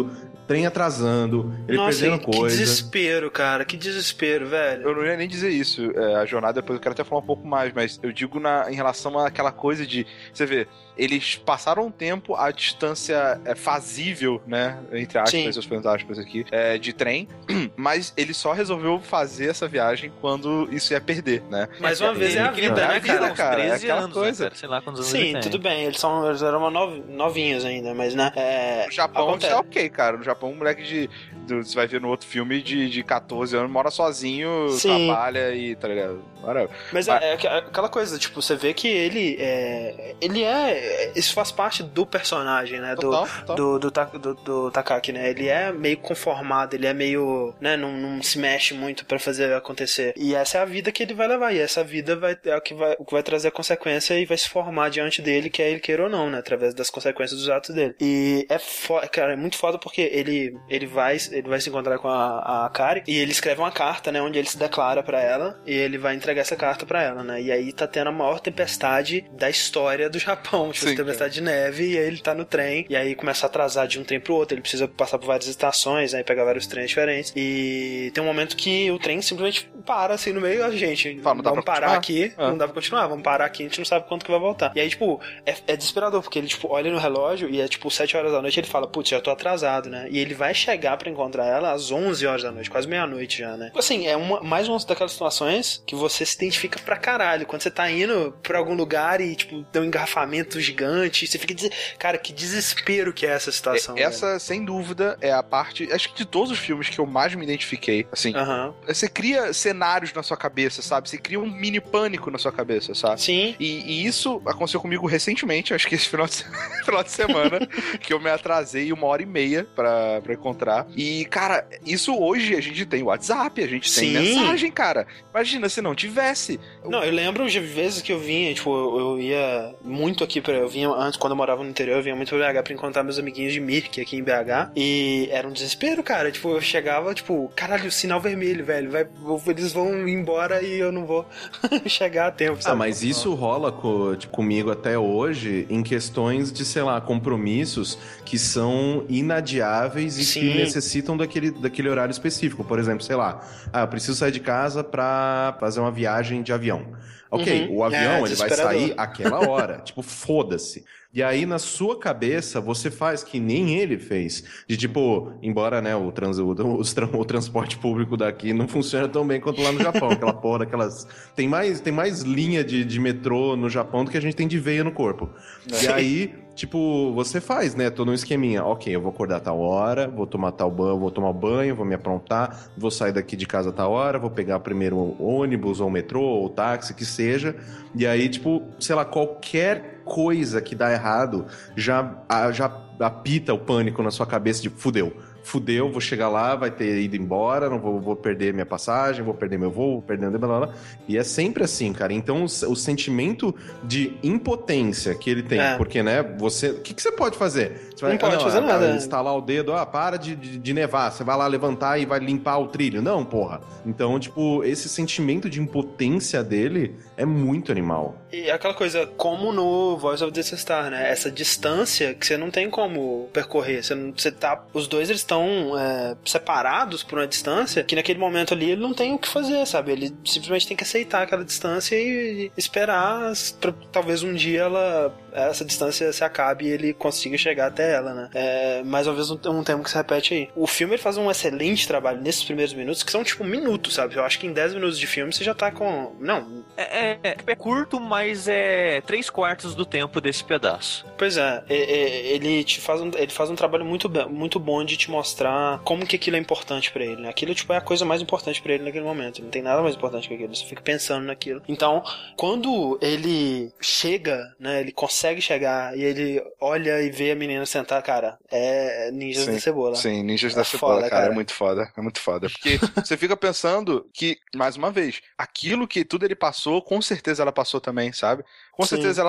trem atrasando, ele Nossa, perdendo que coisa. desespero, cara, que desespero, velho. Eu não ia nem dizer isso, é, a jornada, depois eu quero até falar um pouco mais, mas eu digo na, em relação àquela coisa de, você vê, eles passaram um tempo a distância é, fazível, né, entre aspas, seus aspas aqui, é, de trem, mas ele só resolveu fazer essa viagem quando isso ia perder, né? Mais uma vez é a vida, é a né, vida, cara? cara, é aquela anos, coisa. Né, cara? Sei lá quantos anos Sim, ele tem. tudo bem, eles, são, eles eram nov, novinhos ainda, mas, né, é, No Japão acontece. isso é ok, cara. No Japão, um moleque de. do- você vai ver no outro filme de, de catorze anos, mora sozinho, Sim. trabalha e tá ligado? Maravilha. Mas Mas- é, é aquela coisa, tipo, você vê que ele é. Ele é. Isso faz parte do personagem, né? Do, Total, total. do, do, Ta- do, do Takaki, né? Ele é meio conformado, ele é meio. Né? Não, não se mexe muito pra fazer acontecer. E essa é a vida que ele vai levar. E essa vida vai, é o que vai, o que vai trazer a consequência e vai se formar diante dele, quer ele queira ou não, né? Através das consequências dos atos dele. E é foda, cara, é muito foda porque ele, ele, vai, ele vai se encontrar com a, a Kari e ele escreve uma carta, né? Onde ele se declara pra ela e ele vai entregar essa carta pra ela, né? E aí tá tendo a maior tempestade da história do Japão, tipo, Sim, tempestade de neve, e aí ele tá no trem, e aí começa a atrasar de um trem pro outro, ele precisa passar por várias estações, aí pegar vários trens diferentes, e tem um momento que o trem simplesmente para, assim, no meio, a gente, Fala, não dá vamos pra parar continuar? aqui, É. não dá pra continuar, vamos parar aqui, a gente não sabe quanto que vai voltar. E aí, tipo, é, é desesperador, porque ele, tipo, olha no relógio e é, tipo, sete horas da noite, ele fala, putz, já tô atrasado, né? E ele vai chegar pra encontrar ela às onze horas da noite, quase meia-noite já, né? Assim, é uma, mais uma daquelas situações que você se identifica pra caralho, quando você tá indo pra algum lugar e, tipo, tem um engarrafamento gigante, você fica dizendo, cara, que desespero que é essa situação. É- Essa, sem dúvida, é a parte. Acho que de todos os filmes que eu mais me identifiquei. Assim, velho. Aham. você cria cenários na sua cabeça, sabe? Você cria um mini pânico na sua cabeça, sabe? Sim. E, e isso aconteceu comigo recentemente, acho que esse final de, se- final de semana, que eu me atrasei uma hora e meia pra, pra encontrar. E, cara, isso hoje a gente tem WhatsApp, a gente tem Sim. mensagem, cara. Imagina se não tivesse. Não, eu lembro de vezes que eu vinha, tipo, eu, eu ia muito aqui pra. Eu vinha antes, quando eu morava no interior, eu vinha muito pra B H pra encontrar meus amiguinhos de Mirk aqui em B H. E era um desespero, cara. Tipo, eu chegava, tipo, caralho, sinal vermelho, velho. Vai, eles vão embora e eu não vou chegar a tempo, Ah, sabe? mas isso rola co- tipo, comigo até hoje em questões de, sei lá, compromissos que são inadiáveis e Sim. que necessitam daquele, daquele horário específico. Por exemplo, sei lá, ah, eu preciso sair de casa pra fazer uma viagem de avião. Ok, Uhum. o avião É, ele vai desesperador. sair aquela hora. Tipo, foda-se. E aí, na sua cabeça, você faz que nem ele fez. De tipo, embora, né, o, trans, o, os tran- o transporte público daqui não funciona tão bem quanto lá no Japão. Aquela porra daquelas... Tem mais, tem mais linha de, de metrô no Japão do que a gente tem de veia no corpo. E aí, tipo, você faz, né, todo um esqueminha. Ok, eu vou acordar tal hora, vou tomar tal banho, vou tomar banho, vou me aprontar, vou sair daqui de casa tal hora, vou pegar primeiro o ônibus, ou o metrô, ou o táxi, que seja. E aí, tipo, sei lá, qualquer coisa que dá errado já, a- já apita o pânico na sua cabeça de fudeu. Fudeu, vou chegar lá, vai ter ido embora, não vou, vou perder minha passagem, vou perder meu voo, vou perder... Blá, blá, blá. E é sempre assim, cara. Então, o, o sentimento de impotência que ele tem, É. porque, né, você... O que, que você pode fazer? Você vai, Não pode ah, fazer ah, nada. Instalar o dedo, ah, para de, de, de nevar. Você vai lá levantar e vai limpar o trilho. Não, porra. Então, tipo, esse sentimento de impotência dele é muito animal. E aquela coisa, como no Voice of the Star, né? Essa distância que você não tem como percorrer. Você, não, você tá. Os dois eles estão é, separados por uma distância que naquele momento ali ele não tem o que fazer, sabe? Ele simplesmente tem que aceitar aquela distância e esperar pra, talvez um dia ela. Essa distância se acabe e ele consiga chegar até ela, né? É, mais uma vez um, um tema que se repete aí. O filme ele faz um excelente trabalho nesses primeiros minutos, que são tipo minutos, sabe? Eu acho que em dez minutos de filme você já tá com. Não. É, é, é curto, mas é três quartos do tempo desse pedaço. Pois é, é, é, ele te faz um, ele faz um trabalho muito, be- muito bom de te mostrar como que aquilo é importante pra ele, né? Aquilo tipo, é a coisa mais importante pra ele naquele momento. Não tem nada mais importante que aquilo. Você fica pensando naquilo. Então, quando ele chega, né? Ele consegue chegar e ele olha e vê a menina sentar, cara, é Ninjas Sim, da Cebola. Sim, Ninjas É da Cebola, foda, cara, cara. é muito foda, é muito foda. Porque você fica pensando que, mais uma vez, aquilo que tudo ele passou, com certeza ela passou também, sabe? Com Sim. certeza ela tava olhando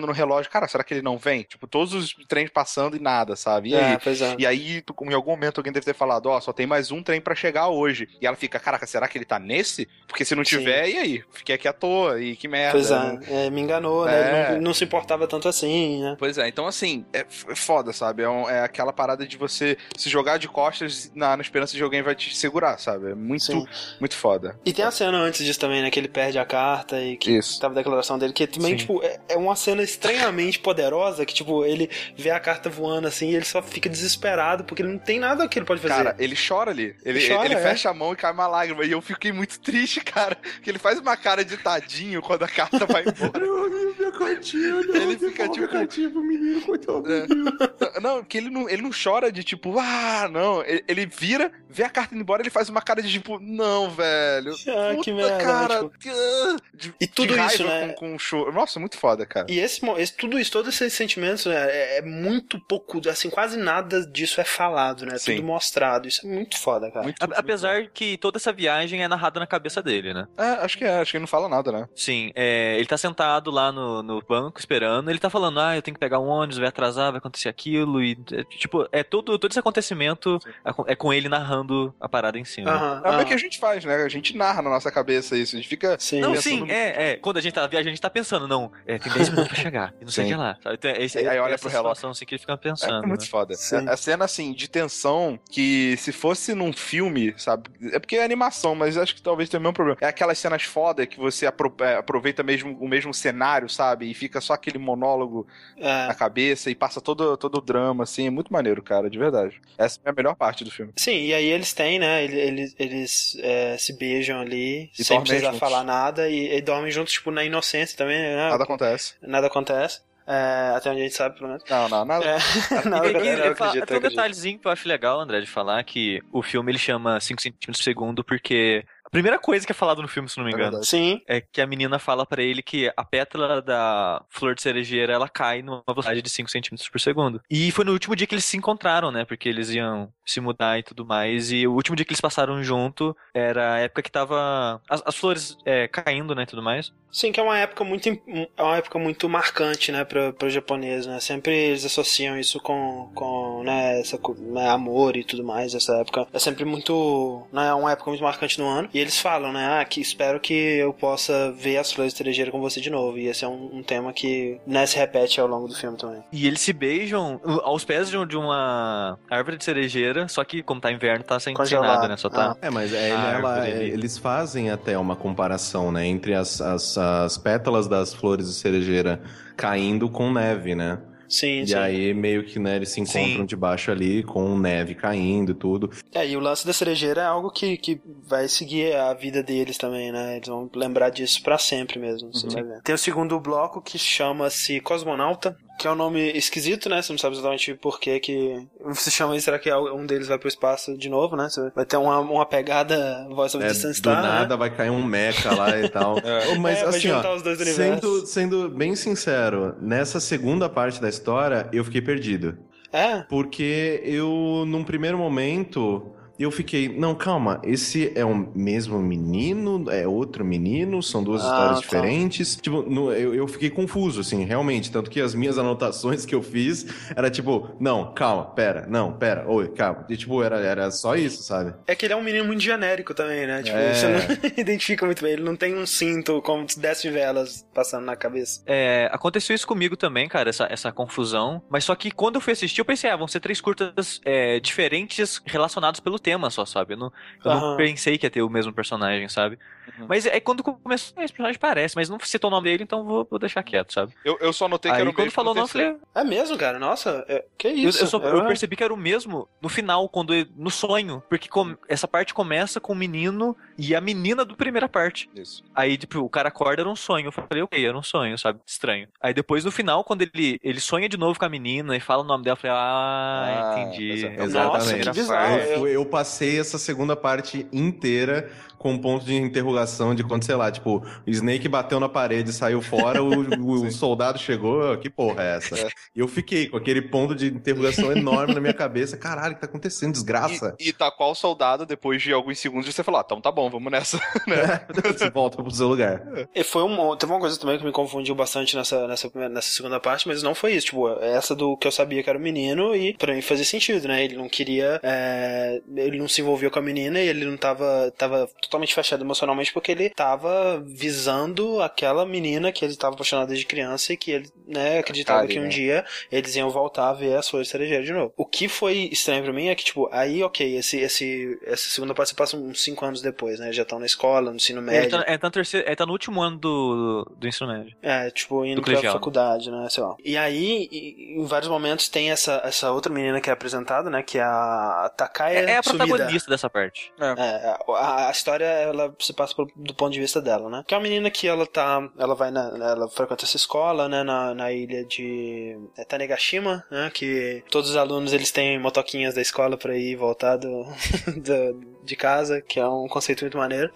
olhando no relógio, cara, será que ele não vem? Tipo, todos os trens passando e nada, sabe? E É, aí, pois é. e aí tu- em algum momento alguém deve ter falado, ó, só tem mais um trem pra chegar hoje. E ela fica, caraca, será que ele tá nesse? Porque se não Sim. tiver, e aí? Fiquei aqui à toa, e que merda. Pois né? é, é, me enganou, né? É. Ele não, não se importava tanto assim, né? Pois é, então assim, é f- é foda, sabe? É, um- é aquela parada de você se jogar de costas na, na esperança de alguém vai te segurar, sabe? É muito, Sim. muito foda. E tem a cena antes disso também, né? Que ele perde a carta e que Isso. tava a declaração dele, que também, Sim. tipo, é, é uma cena estranhamente poderosa, que, tipo, ele vê a carta voando assim e ele só fica desesperado, porque ele não tem nada que ele pode fazer. Cara, ele chora ali. Ele, Ele chora, ele é. fecha a mão e cai uma lágrima. E eu fiquei muito triste, cara. Que ele faz uma cara de tadinho quando a carta vai embora. Minha cartinha, não, Ele fica, devolve tipo, a cartinha pro menino, coitado. É. Não, que ele não, ele não chora de tipo, ah, não. Ele, ele vira, vê a carta indo embora, ele faz uma cara de tipo, não, velho. Ah, Puta, que merda, cara. né, ah, de- E tudo de raiva isso, né? Com, com choro. Nossa, muito foda, cara. E esse, mo- esse- tudo isso, todos esses sentimentos, né, é, é muito pouco, assim, quase nada disso é falado, né? Sim. Tudo mostrado. Isso é muito foda, cara. Muito, A- Apesar que toda essa viagem é narrada na cabeça dele, né? É, acho que é, acho que ele não fala nada, né? Sim, é, ele tá sentado lá no, no banco esperando, ele tá falando, ah, eu tenho que pegar um ônibus, vai atrasar, vai acontecer aquilo, e é, tipo, é todo, todo esse acontecimento é, é com ele narrando a parada em cima. Aham, É o aham. que a gente faz, né? A gente narra na nossa cabeça isso. A gente fica. Sim. Não, pensando- sim, é, é. Quando a gente tá viajando, a gente tá pensando, não, é, tem dez minutos pra chegar, e não sei o Sim. que lá. Sabe? Então, é, esse, Aí é olha essa pro relógio. situação assim que ele fica É pensando. muito né? foda. Sim. É a cena, assim, de tensão que se fosse num filme, sabe? É porque é animação, mas acho que talvez tenha o mesmo problema. É aquelas cenas foda que você apro- é, aproveita mesmo o mesmo cenário, sabe? E fica só aquele monólogo É. na cabeça e passa todo, todo o drama, assim. É muito maneiro, cara, de verdade. Essa é a melhor parte do filme. Sim, e aí eles têm, né? Eles, eles, eles é, se beijam ali, E sem dormem precisar juntos. falar nada, e, e dormem juntos, tipo, na inocência também, né? Nada acontece. Nada acontece. É, até onde a gente sabe, pelo menos. Não, não, nada. É, nada E- e- acontece, e- eu eu falo- acredito, tem eu um acredito. detalhezinho que eu acho legal, André, de falar que o filme ele chama cinco centímetros por segundo porque a primeira coisa que é falado no filme, se não me É engano, verdade. Sim, é que a menina fala pra ele que a pétala da flor de cerejeira ela cai numa velocidade de cinco centímetros por segundo. E foi no último dia que eles se encontraram, né? Porque eles iam se mudar e tudo mais. E o último dia que eles passaram junto era a época que tava as, as flores é, caindo, né? E tudo mais. sim, que é uma época muito, im- é uma época muito marcante, né, para o japonês, né? Sempre eles associam isso com, com né, essa, co- né, amor e tudo mais. Essa época é sempre muito, né, uma época muito marcante no ano. E eles falam, né, ah, que espero que eu possa ver as flores de cerejeira com você de novo. E esse é um, um tema que, né, se repete ao longo do filme também. E eles se beijam uh, aos pés de um- de uma árvore de cerejeira, só que como tá inverno, tá sem, sem Congelado. nada, né? Só tá. É, mas é, ele- a ela- árvore é, ali. eles fazem até uma comparação, né, entre as, as, as pétalas das flores de cerejeira caindo com neve, né? Sim, E sim. aí meio que, né, eles se encontram Sim. debaixo ali com neve caindo e tudo. É, e o lance da cerejeira é algo que, que vai seguir a vida deles também, né? Eles vão lembrar disso pra sempre mesmo, você vai ver. Tem o segundo bloco que chama-se Cosmonauta, que é um nome esquisito, né? Você não sabe exatamente por que que se chama isso. Será que um deles vai pro espaço de novo, né? Você vai ter uma, uma pegada Voice of É, Distance do Star, nada né? vai cair um mecha lá e tal. Oh, mas É, vai assim, juntar ó, os dois universos. sendo, sendo bem sincero, nessa segunda parte da história eu fiquei perdido. É? Porque eu, num primeiro momento, eu fiquei, não, calma, esse é o mesmo menino, é outro menino, são duas Ah, histórias tá. diferentes. Tipo, no- eu, eu fiquei confuso, assim, realmente. Tanto que as minhas anotações que eu fiz era tipo, não, calma, pera, não, pera, oi, calma. E tipo, era, era só isso, sabe? É que ele é um menino muito genérico também, né? Tipo, É. você não identifica muito bem. Ele não tem um cinto como se dez velas passando na cabeça. É, aconteceu isso comigo também, cara, essa, essa confusão. Mas só que quando eu fui assistir, eu pensei, ah, vão ser três curtas é, diferentes relacionados pelo tema só, sabe? Eu não, eu não Aham. pensei que ia ter o mesmo personagem, sabe? Uhum. Mas é quando começou, esse personagem parece, mas não citou o nome dele, então vou, vou deixar quieto, sabe? Eu, eu só notei que Aí era o quando mesmo falou o no nome, eu falei, terceiro. É mesmo, cara? Nossa, é- que eu, isso? eu, só, eu É- percebi que era o mesmo no final, quando ele- no sonho. Porque com- essa parte começa com o menino e a menina do primeira parte. Isso. Aí, tipo, o cara acorda, era um sonho. Eu falei, ok, era um sonho, sabe? Estranho. Aí depois, no final, quando ele, ele sonha de novo com a menina e fala o nome dela, eu falei, ah, Ah, entendi. pois é. É o Exatamente. primeira que bizarro. parte. Eu, fui- eu passei essa segunda parte inteira com um ponto de interrogação de quando, sei lá, tipo, o Snake bateu na parede e saiu fora, o, o soldado chegou, que porra é essa? É. E eu fiquei com aquele ponto de interrogação enorme na minha cabeça, caralho, o que tá acontecendo? Desgraça. E, e tá qual soldado, depois de alguns segundos, você falou, ah, então tá bom, vamos nessa, né? Você volta pro seu lugar. E foi um, teve uma coisa também que me confundiu bastante nessa, nessa, nessa segunda parte, mas não foi isso, tipo, essa do que eu sabia que era o menino, e pra mim fazia sentido, né? Ele não queria, é, ele não se envolvia com a menina e ele não tava, tava totalmente fechado emocionalmente porque ele tava visando aquela menina que ele tava apaixonado desde criança e que ele, né, acreditava Cari, que um né? dia eles iam voltar a ver as flores cerejeiras de novo. O que foi estranho pra mim é que, tipo, aí, ok, esse, esse, essa segunda parte você passa uns cinco anos depois, né? Já estão na escola, no ensino médio. Ele tá, é, tá, no, terceiro, é, tá no último ano do, do ensino médio. É, tipo, indo pra faculdade, né? Sei lá. E aí, em vários momentos, tem essa, essa outra menina que é apresentada, né? Que é a Takaya É, é a Sumida. protagonista dessa parte. É. É, a, a história, ela se passa do ponto de vista dela, né? Que é uma menina que ela tá... Ela vai na... Ela frequenta essa escola, né? Na, na ilha de é, Tanegashima, né? Que todos os alunos, eles têm motoquinhas da escola pra ir e voltar do, do, de casa, que é um conceito muito maneiro.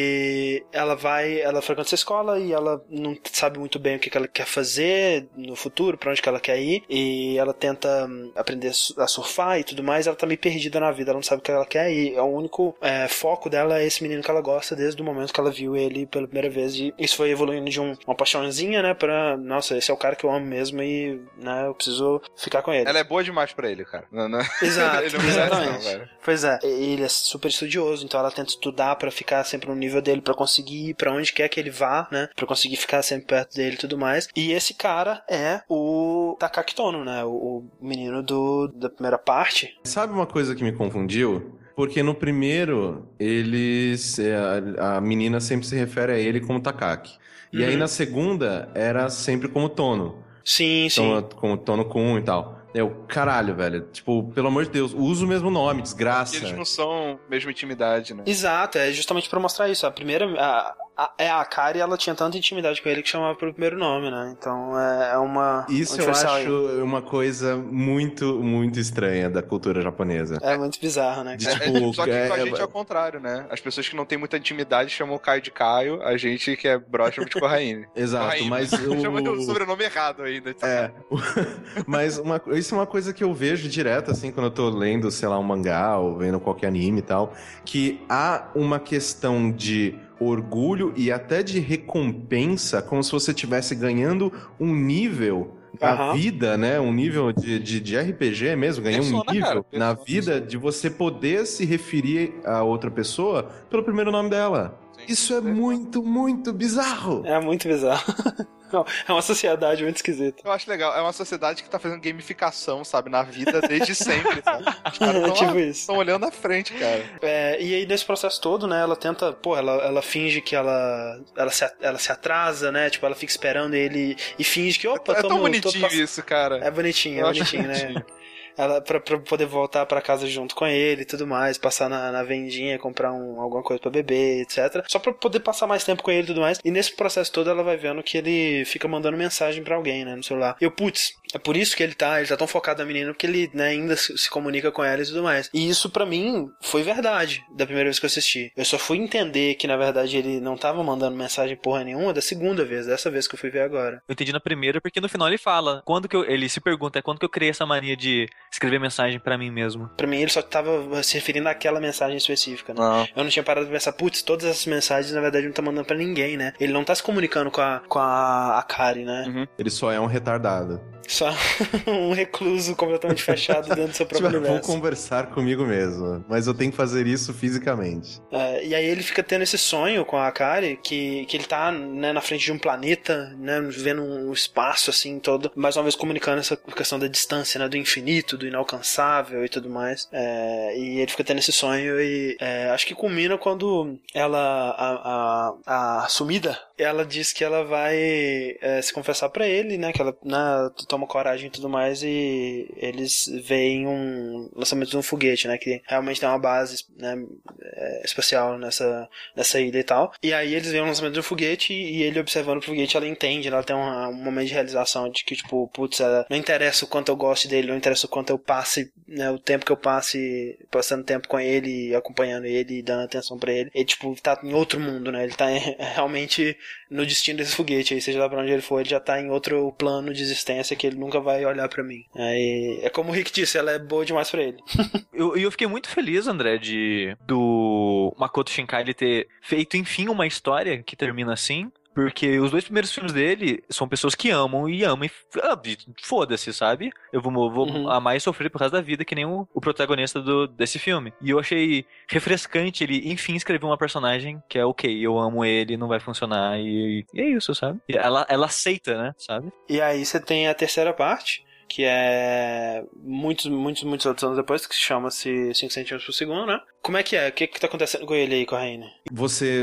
E ela vai... Ela frequenta essa escola e ela não sabe muito bem o que, que ela quer fazer no futuro, pra onde que ela quer ir. E ela tenta aprender a surfar e tudo mais. Ela tá meio perdida na vida, ela não sabe o que ela quer. E é o único é, foco dela é esse menino que ela gosta desde o momento que ela viu ele pela primeira vez. E isso foi evoluindo de um, uma paixãozinha, né? Pra, nossa, esse é o cara que eu amo mesmo e, né, eu preciso ficar com ele. Ela é boa demais pra ele, cara. Não, não... Exato, ele não exatamente. Não, velho. Pois é, ele é super estudioso, então ela tenta estudar pra ficar sempre no nível dele, pra conseguir ir pra onde quer que ele vá, né? Pra conseguir ficar sempre perto dele e tudo mais. E esse cara é o Takaki Tono, né? O, o menino do, da primeira parte. Sabe uma coisa que me confundiu? Porque no primeiro, eles a, a menina sempre se refere a ele como Takaki. E uhum. aí na segunda, era sempre como Tono. Sim, então, sim. Como Tono Kun e tal. É o caralho, velho. Tipo, pelo amor de Deus, usa o mesmo nome, desgraça. Eles não são mesma intimidade, né? Exato, é justamente pra mostrar isso. A primeira... A... A, é, a Kari, ela tinha tanta intimidade com ele que chamava pelo primeiro nome, né? Então é, é uma... Isso eu acho aí. uma coisa muito, muito estranha da cultura japonesa. É muito bizarro, né? De, tipo, é, só que é, com a gente é, é o contrário, né? As pessoas que não têm muita intimidade chamam o Caio de Caio, a gente que é bro chama de Corraine. Exato, Corraine. Mas o... Chama o sobrenome errado ainda. É, mas uma, isso é uma coisa que eu vejo direto, assim, quando eu tô lendo, sei lá, um mangá ou vendo qualquer anime e tal, que há uma questão de orgulho e até de recompensa, como se você estivesse ganhando um nível na uhum. vida, né? Um nível de, de, de R P G mesmo, ganhar um nível cara, na vida persona. De você poder se referir a outra pessoa pelo primeiro nome dela. Sim. Isso é muito, muito bizarro. É muito bizarro. É uma sociedade muito esquisita. Eu acho legal. É uma sociedade que tá fazendo gamificação, sabe? Na vida desde sempre, sabe? Os caras é, tipo lá, isso. Estão olhando na frente, cara. É, e aí, nesse processo todo, né? Ela tenta... Pô, ela, ela finge que ela... Ela se, ela se atrasa, né? Tipo, ela fica esperando ele e finge que... Opa, é tô tão no, bonitinho tô... isso, cara. É bonitinho, é Eu bonitinho, né? Bonitinho. Ela, pra, pra poder voltar pra casa junto com ele e tudo mais, passar na, na vendinha, comprar um, alguma coisa pra beber, etcétera. Só pra poder passar mais tempo com ele e tudo mais. E nesse processo todo ela vai vendo que ele fica mandando mensagem pra alguém, né, no celular. E eu, putz, é por isso que ele tá, ele tá tão focado na menina, porque ele, né, ainda se, se comunica com ela e tudo mais. E isso pra mim foi verdade da primeira vez que eu assisti. Eu só fui entender que na verdade ele não tava mandando mensagem porra nenhuma da segunda vez, dessa vez que eu fui ver agora. Eu entendi na primeira porque no final ele fala, quando que eu, ele se pergunta, é quando que eu criei essa mania de escrever mensagem pra mim mesmo. Pra mim ele só tava se referindo àquela mensagem específica, né? Não. Eu não tinha parado de pensar, putz, todas essas mensagens na verdade não tá mandando pra ninguém, né? Ele não tá se comunicando com a, com a, a Kari, né? Uhum. Ele só é um retardado. Só um recluso completamente fechado dentro do seu próprio tipo, universo. Vou conversar comigo mesmo, mas eu tenho que fazer isso fisicamente. É, e aí ele fica tendo esse sonho com a Akari, que, que ele tá, né, na frente de um planeta, né, vendo um espaço assim todo, mais uma vez comunicando essa questão da distância, né, do infinito, do inalcançável e tudo mais. É, e ele fica tendo esse sonho e é, acho que culmina quando ela, a, a, a Sumida, ela diz que ela vai é, se confessar pra ele, né? Que ela né, toma coragem e tudo mais, e eles veem um lançamento de um foguete, né? Que realmente tem uma base, né, é, espacial nessa, nessa ilha e tal. E aí eles veem o lançamento de um foguete e ele observando o foguete, ela entende, ela tem uma, um momento de realização de que, tipo, putz, ela, não interessa o quanto eu goste dele, não interessa o quanto eu passe, né, o tempo que eu passe passando tempo com ele, acompanhando ele, dando atenção pra ele. Ele, tipo, tá em outro mundo, né? Ele tá realmente no destino desse foguete aí, seja lá pra onde ele for, ele já tá em outro plano de existência que ele nunca vai olhar pra mim. Aí, é como o Rick disse, ela é boa demais pra ele. eu, eu fiquei muito feliz, André, de do Makoto Shinkai ele ter feito, enfim, uma história que termina assim. Porque os dois primeiros filmes dele são pessoas que amam e amam e ah, foda-se, sabe? Eu vou, vou uhum. amar e sofrer pro resto da vida, que nem o, o protagonista do, desse filme. E eu achei refrescante ele, enfim, escrever uma personagem que é ok, eu amo ele, não vai funcionar e, e é isso, sabe? E ela, ela aceita, né, sabe? E aí você tem a terceira parte, que é muitos, muitos, muitos outros anos depois, que chama-se cinco centímetros por segundo, né? Como é que é? O que que tá acontecendo com ele aí, com a Raine? Você,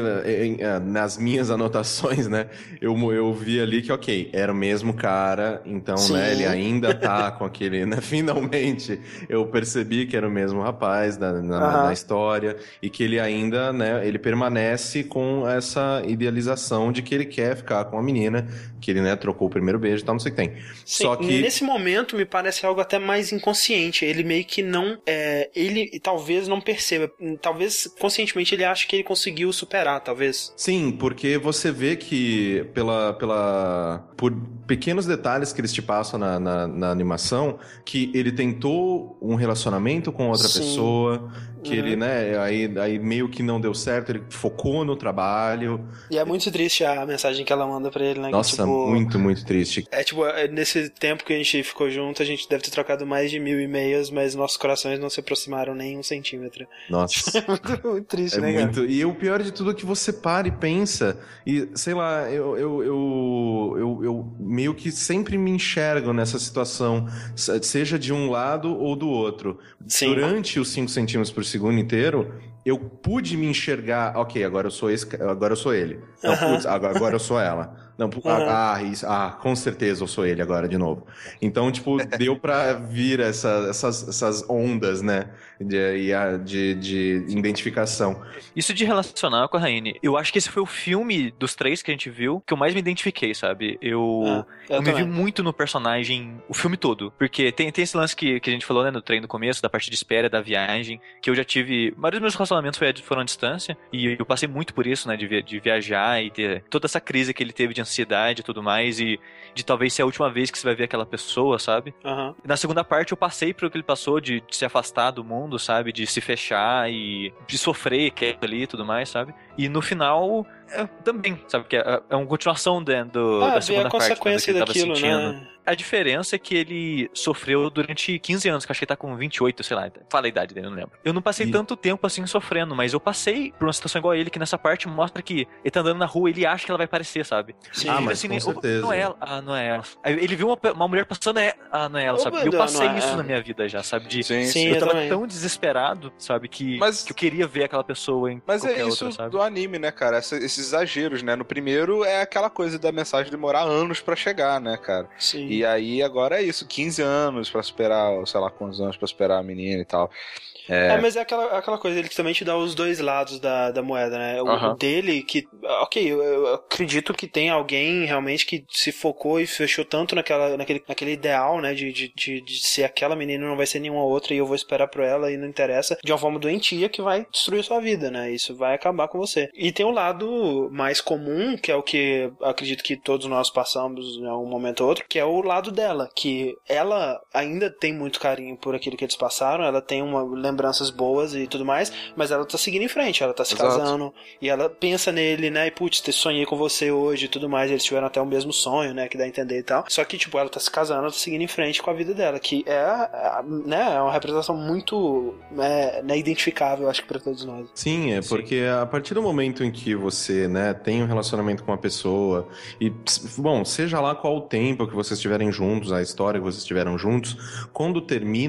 nas minhas anotações, né, eu, eu vi ali que, ok, era o mesmo cara, então, Sim. né, ele ainda tá com aquele, né, finalmente eu percebi que era o mesmo rapaz da, na, uhum. na história, e que ele ainda, né, ele permanece com essa idealização de que ele quer ficar com a menina, que ele, né, trocou o primeiro beijo e tal, não sei o que tem. Sim, Só que... nesse momento me parece algo até mais inconsciente, ele meio que não, é, ele talvez não perceba, talvez conscientemente ele ache que ele conseguiu superar, talvez. Sim, porque você vê que pela, pela, por pequenos detalhes que eles te passam na, na, na animação, que ele tentou um relacionamento com outra Sim. pessoa, que uhum. ele, né, aí, aí meio que não deu certo, ele focou no trabalho. E é muito triste a mensagem que ela manda pra ele, né? Nossa, que, tipo, muito, muito triste. É tipo, nesse tempo que a gente ficou junto, a gente deve ter trocado mais de mil e-mails, mas nossos corações não se aproximaram nem um centímetro. Nossa. É muito, muito triste, é né, muito... cara? E o pior de tudo é que você para e pensa, e sei lá, eu, eu, eu, eu, eu meio que sempre me enxergo nessa situação, seja de um lado ou do outro. Sim. Durante os cinco centímetros por segundo inteiro, eu pude me enxergar, ok, agora eu sou esse, agora eu sou ele. Não, uh-huh. putz, agora, agora eu sou ela. Não, uhum. ah, isso, ah, com certeza eu sou ele agora de novo. Então, tipo, deu pra vir essa, essas, essas ondas, né, de, de, de identificação. Isso de relacionar com a Raine, eu acho que esse foi o filme dos três que a gente viu que eu mais me identifiquei, sabe? Eu, ah, eu, eu me vi muito no personagem o filme todo, porque tem, tem esse lance que, que a gente falou, né, no trem do começo, da parte de espera, da viagem, que eu já tive, a maioria dos meus relacionamentos foi, foram à distância, e eu passei muito por isso, né, de, de viajar e ter toda essa crise que ele teve de ansiedade e tudo mais, e de talvez ser a última vez que você vai ver aquela pessoa, sabe? Uhum. Na segunda parte eu passei por o que ele passou de, de se afastar do mundo, sabe? De se fechar e de sofrer quieto ali e tudo mais, sabe? E no final, é, também, sabe? Que é, é uma continuação de, do, ah, da segunda a parte. Consequência né, do que ele daquilo, tava sentindo. Né? A diferença é que ele sofreu durante quinze anos, que eu acho que ele tá com vinte e oito, sei lá, fala a idade dele, não lembro. Eu não passei e... tanto tempo assim sofrendo, mas eu passei por uma situação igual a ele, que nessa parte mostra que ele tá andando na rua e ele acha que ela vai aparecer, sabe? Sim. Ah, mas assim, com nem, certeza. Não é ela, ah, não é ela. Aí ele viu uma, uma mulher passando, é, ah, não é ela, Ô, sabe? E eu passei é, isso é. na minha vida já, sabe? De, sim, sim, eu eu tava também. tão desesperado, sabe? Que, mas... que eu queria ver aquela pessoa em mas qualquer é isso outra, sabe? do anime, né, cara? Essa, esses exageros, né? No primeiro é aquela coisa da mensagem demorar anos pra chegar, né, cara? Sim. E aí agora é isso, quinze anos pra superar, sei lá quantos anos pra superar a menina e tal. É, é mas é aquela, aquela coisa, ele também te dá os dois lados da, da moeda, né? O uhum. dele, que, ok, eu, eu acredito que tem alguém realmente que se focou e fechou tanto naquela, naquele, naquele ideal, né? De, de, de, de ser aquela menina, não vai ser nenhuma outra e eu vou esperar por ela e não interessa, de uma forma doentia que vai destruir sua vida, né? Isso vai acabar com você. E tem o lado mais comum, que é o que eu acredito que todos nós passamos em algum momento ou outro, que é o lado dela, que ela ainda tem muito carinho por aquilo que eles passaram, ela tem uma lembranças boas e tudo mais, mas ela tá seguindo em frente, ela tá se Exato. casando e ela pensa nele, né, e putz, sonhei com você hoje e tudo mais, eles tiveram até o mesmo sonho, né, que dá a entender e tal, só que tipo, ela tá se casando, ela tá seguindo em frente com a vida dela, que é, né, é uma representação muito é, né, identificável, acho que pra todos nós. Sim, é porque Sim. a partir do momento em que você, né, tem um relacionamento com uma pessoa e, bom, seja lá qual o tempo que vocês estiverem juntos, a história que vocês estiveram juntos, quando termina,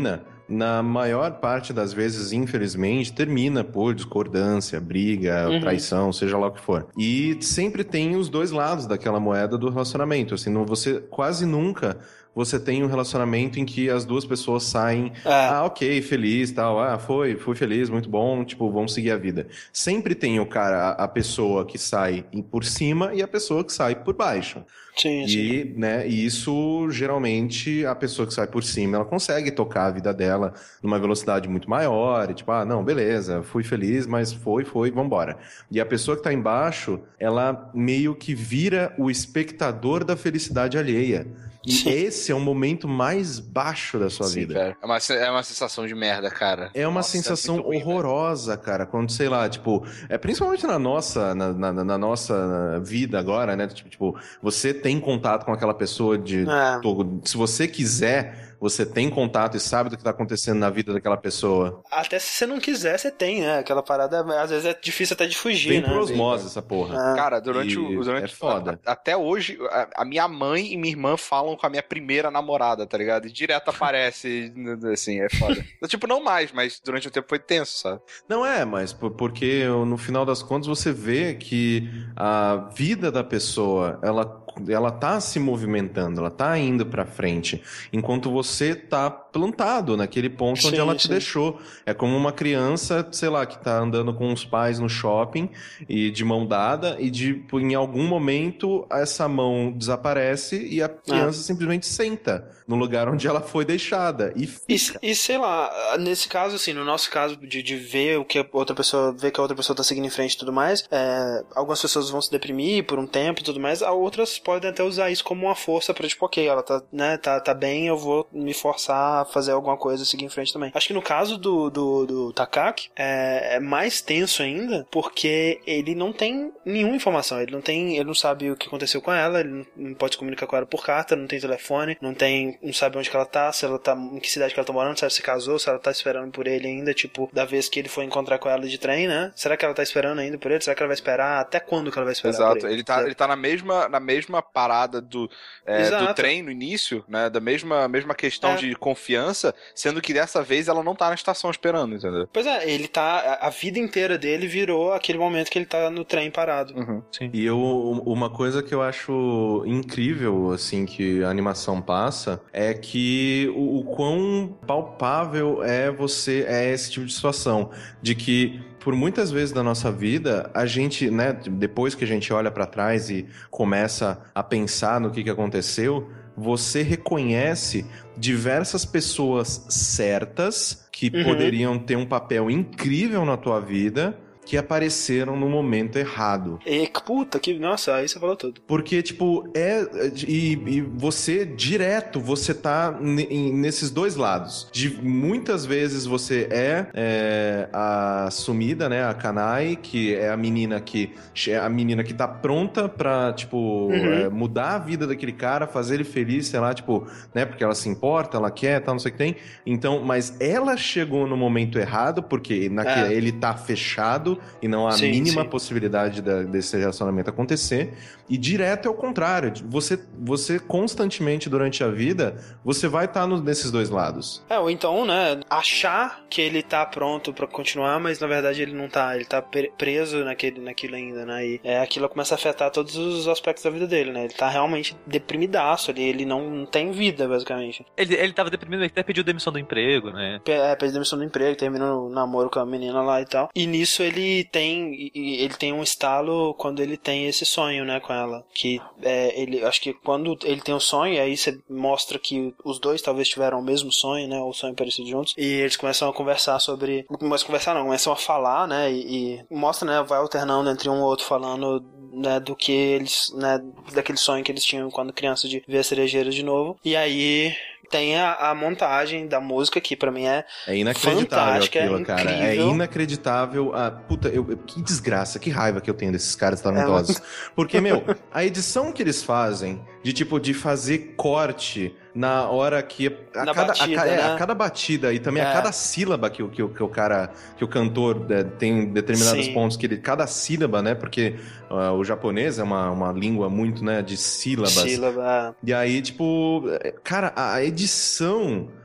na maior parte das vezes, infelizmente, termina por discordância, briga, Uhum. traição, seja lá o que for. E sempre tem os dois lados daquela moeda do relacionamento. Assim, não, você quase nunca você tem um relacionamento em que as duas pessoas saem, É. ah, ok, feliz, tal, ah, foi, fui feliz, muito bom, tipo, vamos seguir a vida. Sempre tem o cara, a, a pessoa que sai por cima e a pessoa que sai por baixo. Sim, sim. E, né, e isso, geralmente, a pessoa que sai por cima, ela consegue tocar a vida dela numa velocidade muito maior, e tipo, ah, não, beleza, fui feliz, mas foi, foi, vambora. E a pessoa que tá embaixo, ela meio que vira o espectador da felicidade alheia. E Sim. esse é o momento mais baixo da sua Sim, vida. velho. É uma, é uma sensação de merda, cara. É uma Nossa, sensação é muito ruim, horrorosa, cara, quando, sei lá, tipo, é principalmente na nossa, na, na, na nossa vida agora, né? Tipo, tipo, você tem contato com aquela pessoa de. É. to- Se você quiser, você tem contato e sabe do que tá acontecendo na vida daquela pessoa. Até se você não quiser, você tem, né? Aquela parada, às vezes é difícil até de fugir, Vem né? por osmose essa porra. É. Cara, durante E o. Durante, é foda. a- até hoje, a, a minha mãe e minha irmã falam com a minha primeira namorada, tá ligado? E direto aparece, assim, é foda. Tipo, não mais, mas durante o tempo foi tenso, sabe? Não é, mas por- porque no final das contas você vê que a vida da pessoa, ela, ela tá se movimentando, ela tá indo pra frente, enquanto você tá plantado naquele ponto onde Sim, ela te sim. deixou. É como uma criança, sei lá, que tá andando com os pais no shopping e de mão dada e de, em algum momento essa mão desaparece e a criança simplesmente senta no lugar onde ela foi deixada e E, fica. e sei lá, nesse caso, assim, no nosso caso de, de ver o que a outra pessoa, ver que a outra pessoa tá seguindo em frente e tudo mais, é, algumas pessoas vão se deprimir por um tempo e tudo mais, a outras podem até usar isso como uma força pra, tipo, ok, ela tá, né, tá, tá bem, eu vou me forçar a fazer alguma coisa e seguir em frente também. Acho que no caso do, do, do Takaki, é, é mais tenso ainda, porque ele não tem nenhuma informação, ele não tem, ele não sabe o que aconteceu com ela, ele não, não pode se comunicar com ela por carta, não tem telefone, não tem, não sabe onde que ela tá, se ela tá, em que cidade que ela tá morando, se ela se casou, se ela tá esperando por ele ainda, tipo, da vez que ele foi encontrar com ela de trem, né? Será que ela tá esperando ainda por ele? Será que ela vai esperar? Até quando que ela vai esperar Exato, por ele? ele tá, ele tá na, mesma, na mesma parada do, é, Exato. do trem no início, né? Da mesma, mesma questão É. de confiança, sendo que dessa vez ela não tá na estação esperando, entendeu? Pois é, ele tá, a, a vida inteira dele virou aquele momento que ele tá no trem parado. Uhum. Sim. E eu, uma coisa que eu acho incrível, assim, que a animação passa, é que o, o quão palpável é você, é esse tipo de situação, de que por muitas vezes da nossa vida, a gente, né, depois que a gente olha pra trás e começa a pensar no que, que aconteceu, você reconhece diversas pessoas certas que Uhum. poderiam ter um papel incrível na tua vida, que apareceram no momento errado. E, puta, que, nossa, aí você falou tudo. Porque, tipo, é. E, e você, direto, você tá ne- em- nesses dois lados. De muitas vezes você é, é a sumida, né? A Kanai, que é a menina que. É a menina que tá pronta pra, tipo, Uhum. é, mudar a vida daquele cara, fazer ele feliz, sei lá, tipo, né? Porque ela se importa, ela quer, tal, não sei o que tem. Então, mas ela chegou no momento errado, porque naque- É. ele tá fechado e não há a Sim, mínima sim. possibilidade da- desse relacionamento acontecer. E direto é o contrário. Você, você constantemente durante a vida, você vai estar nesses dois lados. É, ou então, né, achar que ele tá pronto pra continuar, mas na verdade ele não tá, ele tá pre- preso naquele, naquilo ainda, né, e é, aquilo começa a afetar todos os aspectos da vida dele, né, ele tá realmente deprimidaço ali, ele não, não tem vida, basicamente. Ele, ele tava deprimido, ele até pediu demissão do emprego, né? Pe- É, pede demissão do emprego, termina o namoro com a menina lá e tal, e nisso ele tem, e- e ele tem um estalo quando ele tem esse sonho, né, com ela, que é, ele, acho que quando ele tem o sonho, aí você mostra que os dois talvez tiveram o mesmo sonho, né, o sonho parecido juntos, e eles começam a conversar sobre, começam a conversar não, começam a falar, né, e, e mostra, né, vai alternando entre um e outro falando, né, do que eles, né, daquele sonho que eles tinham quando criança de ver as cerejeiras de novo, e aí tem a, a montagem da música que pra mim é É inacreditável fantástica, aquilo, é cara. É incrível. inacreditável. Ah, puta, eu, eu- que desgraça, que raiva que eu tenho desses caras talentosos. Porque, meu, a edição que eles fazem, de tipo, de fazer corte na hora que a, Na cada, batida, a, ca- é, né? a cada batida e também É. a cada sílaba que, o- que, o- que o cara, que o cantor é, tem determinados Sim. pontos que ele, cada sílaba, né? Porque ah, o japonês é uma, uma língua muito, né, de sílabas. sílaba. E aí, tipo, é, cara, a a edição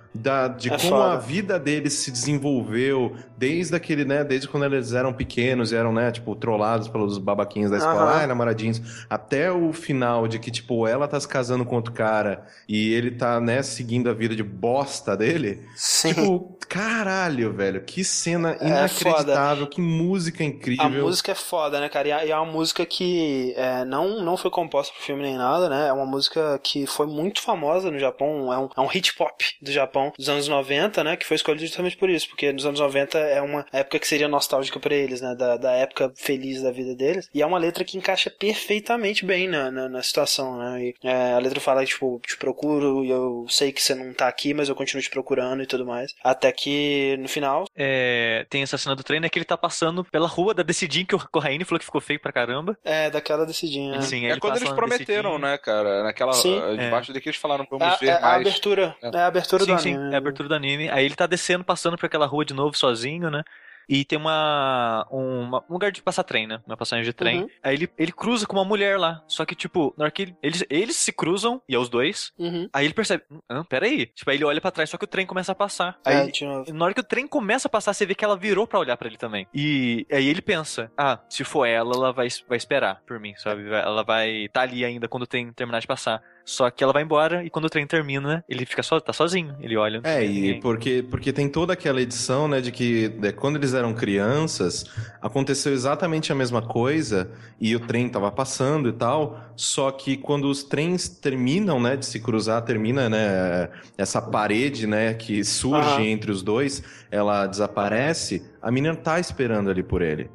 da, de É como foda. a vida deles se desenvolveu desde aquele, né, desde quando eles eram pequenos e eram, né, tipo, trollados pelos babaquinhos da escola, Aham. ai, namoradinhos, até o final de que, tipo, ela tá se casando com outro cara e ele tá, né, seguindo a vida de bosta dele. Sim. Tipo, caralho, velho, que cena É inacreditável, que música A incrível. música é foda, né, cara? E é e é uma música que é, não, não foi composta pro filme nem nada, né? É uma música que foi muito famosa no Japão. É um, é um hit pop do Japão dos anos noventa, né? Que foi escolhido justamente por isso. Porque nos anos noventa é uma época que seria nostálgica pra eles, né? Da, da época feliz da vida deles. E é uma letra que encaixa perfeitamente bem na, na, na situação, né? E, é, a letra fala, tipo, te procuro e eu sei que você não tá aqui, mas eu continuo te procurando e tudo mais. Até que no final... É, tem essa cena do trem, né, que ele tá passando pela rua da Decidin, que o Corraine falou que ficou feio pra caramba. É, daquela decidinha, né? Sim, aí É ele quando passa eles lá na prometeram, Decidin. né, cara? Naquela. Sim. uh, Debaixo daqui eles falaram, vamos É, ver é a mais. abertura. É. É a abertura Sim, do sim, anime. é a abertura do anime. Aí ele tá descendo, passando por aquela rua de novo, sozinho, né? E tem uma, uma- um lugar de passar trem, né? Uma passagem de trem. Uhum. Aí ele, ele cruza com uma mulher lá. Só que, tipo, na hora que ele- eles, eles se cruzam, e é os dois. Uhum. Aí ele percebe, ah, peraí. Tipo, aí ele olha pra trás, só que o trem começa a passar. É, Aí, de novo. na hora que o trem começa a passar, você vê que ela virou pra olhar pra ele também. E aí ele pensa, ah, se for ela, ela vai, vai esperar por mim, sabe? Vai- Ela vai estar ali ainda quando o trem terminar de passar. Só que ela vai embora e quando o trem termina, ele fica só, tá sozinho. Ele olha. não É, tem e ninguém. porque, porque tem toda aquela edição, né, de que né, quando eles eram crianças, aconteceu exatamente a mesma coisa e o trem tava passando e tal, só que quando os trens terminam, né, de se cruzar, termina, né, essa parede, né, que surge Aham. entre os dois, ela desaparece, a menina tá esperando ali por ele.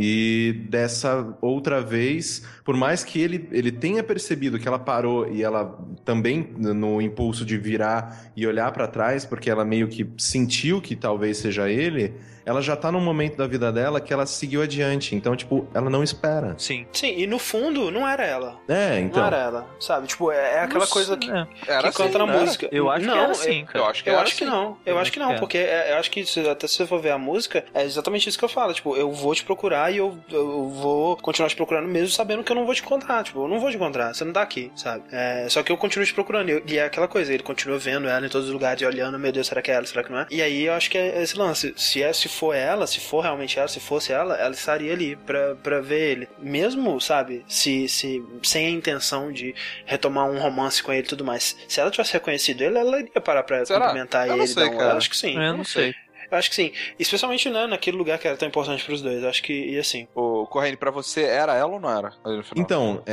E dessa outra vez, por mais que ele, ele tenha percebido que ela parou e ela também no impulso de virar e olhar pra trás, porque ela meio que sentiu que talvez seja ele, ela já tá num momento da vida dela que ela seguiu adiante. Então, tipo, ela não espera. Sim. Sim, e no fundo não era ela. É, Não então. era ela, sabe? Tipo, é, é aquela Nossa, coisa que, é. Era que canta assim, na né? música. Eu acho não, que era assim, cara. Eu acho que Eu era acho que assim. não. Eu, Eu acho acho que que não, é. porque é- eu acho que se- até se você for ver a música, é exatamente isso que eu falo. Tipo, eu vou te procurar e eu, eu vou continuar te procurando mesmo sabendo que eu não vou te encontrar. Tipo, eu não vou te encontrar, você não tá aqui, sabe? É, só que eu continuo te procurando. E, eu- e é aquela coisa, ele continua vendo ela em todos os lugares e olhando, meu Deus, será que é ela? Será que não é? E aí eu acho que é esse lance. Se, é, se for ela, se for realmente ela, se fosse ela, ela estaria ali pra, pra ver ele. Mesmo, sabe, se, se sem a intenção de retomar um romance com ele e tudo mais. Se ela tivesse reconhecido ele, ela iria parar pra Será? cumprimentar Eu ele. não sei, dar um- cara. Eu acho que sim. Eu não sei. Eu acho que sim. Especialmente, né, naquele lugar que era tão importante pros dois. Eu acho que ia sim. O Corrêne, pra você, era ela ou não era? Ali no final. Então,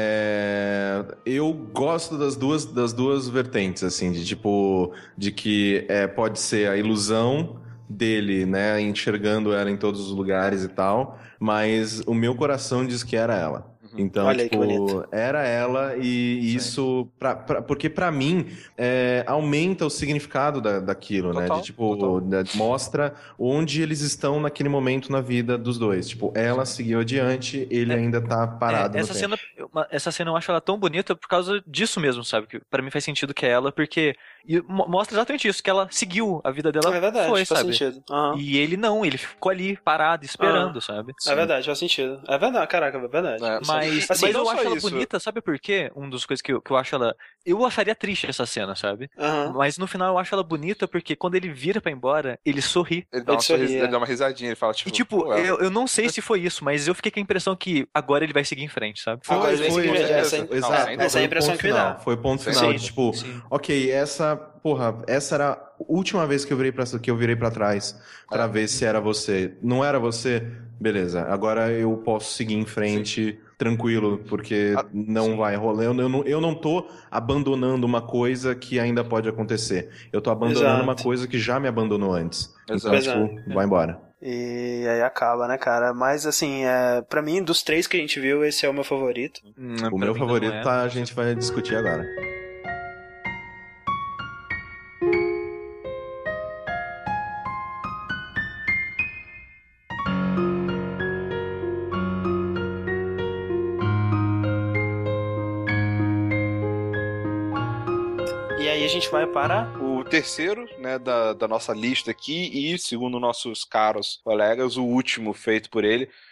é, eu gosto das duas, das duas vertentes, assim, de tipo, de que é, pode ser a ilusão dele, né, enxergando ela em todos os lugares e tal, mas o meu coração diz que era ela. Então, Olha aí que tipo, bonito. era ela e isso, pra, pra- porque pra mim, é, aumenta o significado da, daquilo, né? Total, De, tipo, total. né, mostra onde eles estão naquele momento na vida dos dois. Tipo, ela seguiu adiante, ele É, ainda tá parado É, no essa tempo. cena, uma- essa cena eu acho ela tão bonita por causa disso mesmo, sabe? Que pra mim faz sentido que é ela, porque e mo- mostra exatamente isso, que ela seguiu, a vida dela É verdade, foi, faz sabe? sentido. Aham. E ele não, ele ficou ali parado, esperando, sabe? É verdade, faz sentido. É verdade, caraca, é verdade. É, Mas, Assim, mas não eu só acho ela isso. bonita, sabe por quê? Uma das coisas que eu, que eu acho ela. Eu acharia triste essa cena, sabe? Aham. Mas no final eu acho ela bonita porque quando ele vira pra ir embora, ele sorri. Ele dá, uma Ele sorria. sorris- ele dá uma risadinha, ele fala, tipo... E tipo, "Pô, eu, eu não sei se foi isso, mas eu fiquei com a impressão que agora ele vai seguir em frente, sabe? Agora Foi, ele vai foi, seguir é, essa- Não, exato, sem essa é a foi o impressão ponto que me final, dá. Foi o ponto Sim. final, Sim, de tipo, sim. ok, essa, porra, essa era a última vez que eu virei pra, que eu virei pra trás pra É. ver se era você. Não era você? Beleza, agora eu posso seguir em frente tranquilo, porque Ah, não sim. vai rolar. Eu, eu, não, eu não tô abandonando uma coisa que ainda pode acontecer. Eu tô abandonando Exato. uma coisa que já me abandonou antes. Exato. Então, tipo, vai embora. E aí acaba, né, cara? Mas assim, é, pra mim, dos três que a gente viu, esse é o meu favorito. Hum, O pra meu mim favorito, não é. tá, a gente vai discutir agora. E aí a gente vai para. O terceiro, né, da, da nossa lista aqui, e segundo nossos caros colegas, o último feito por ele,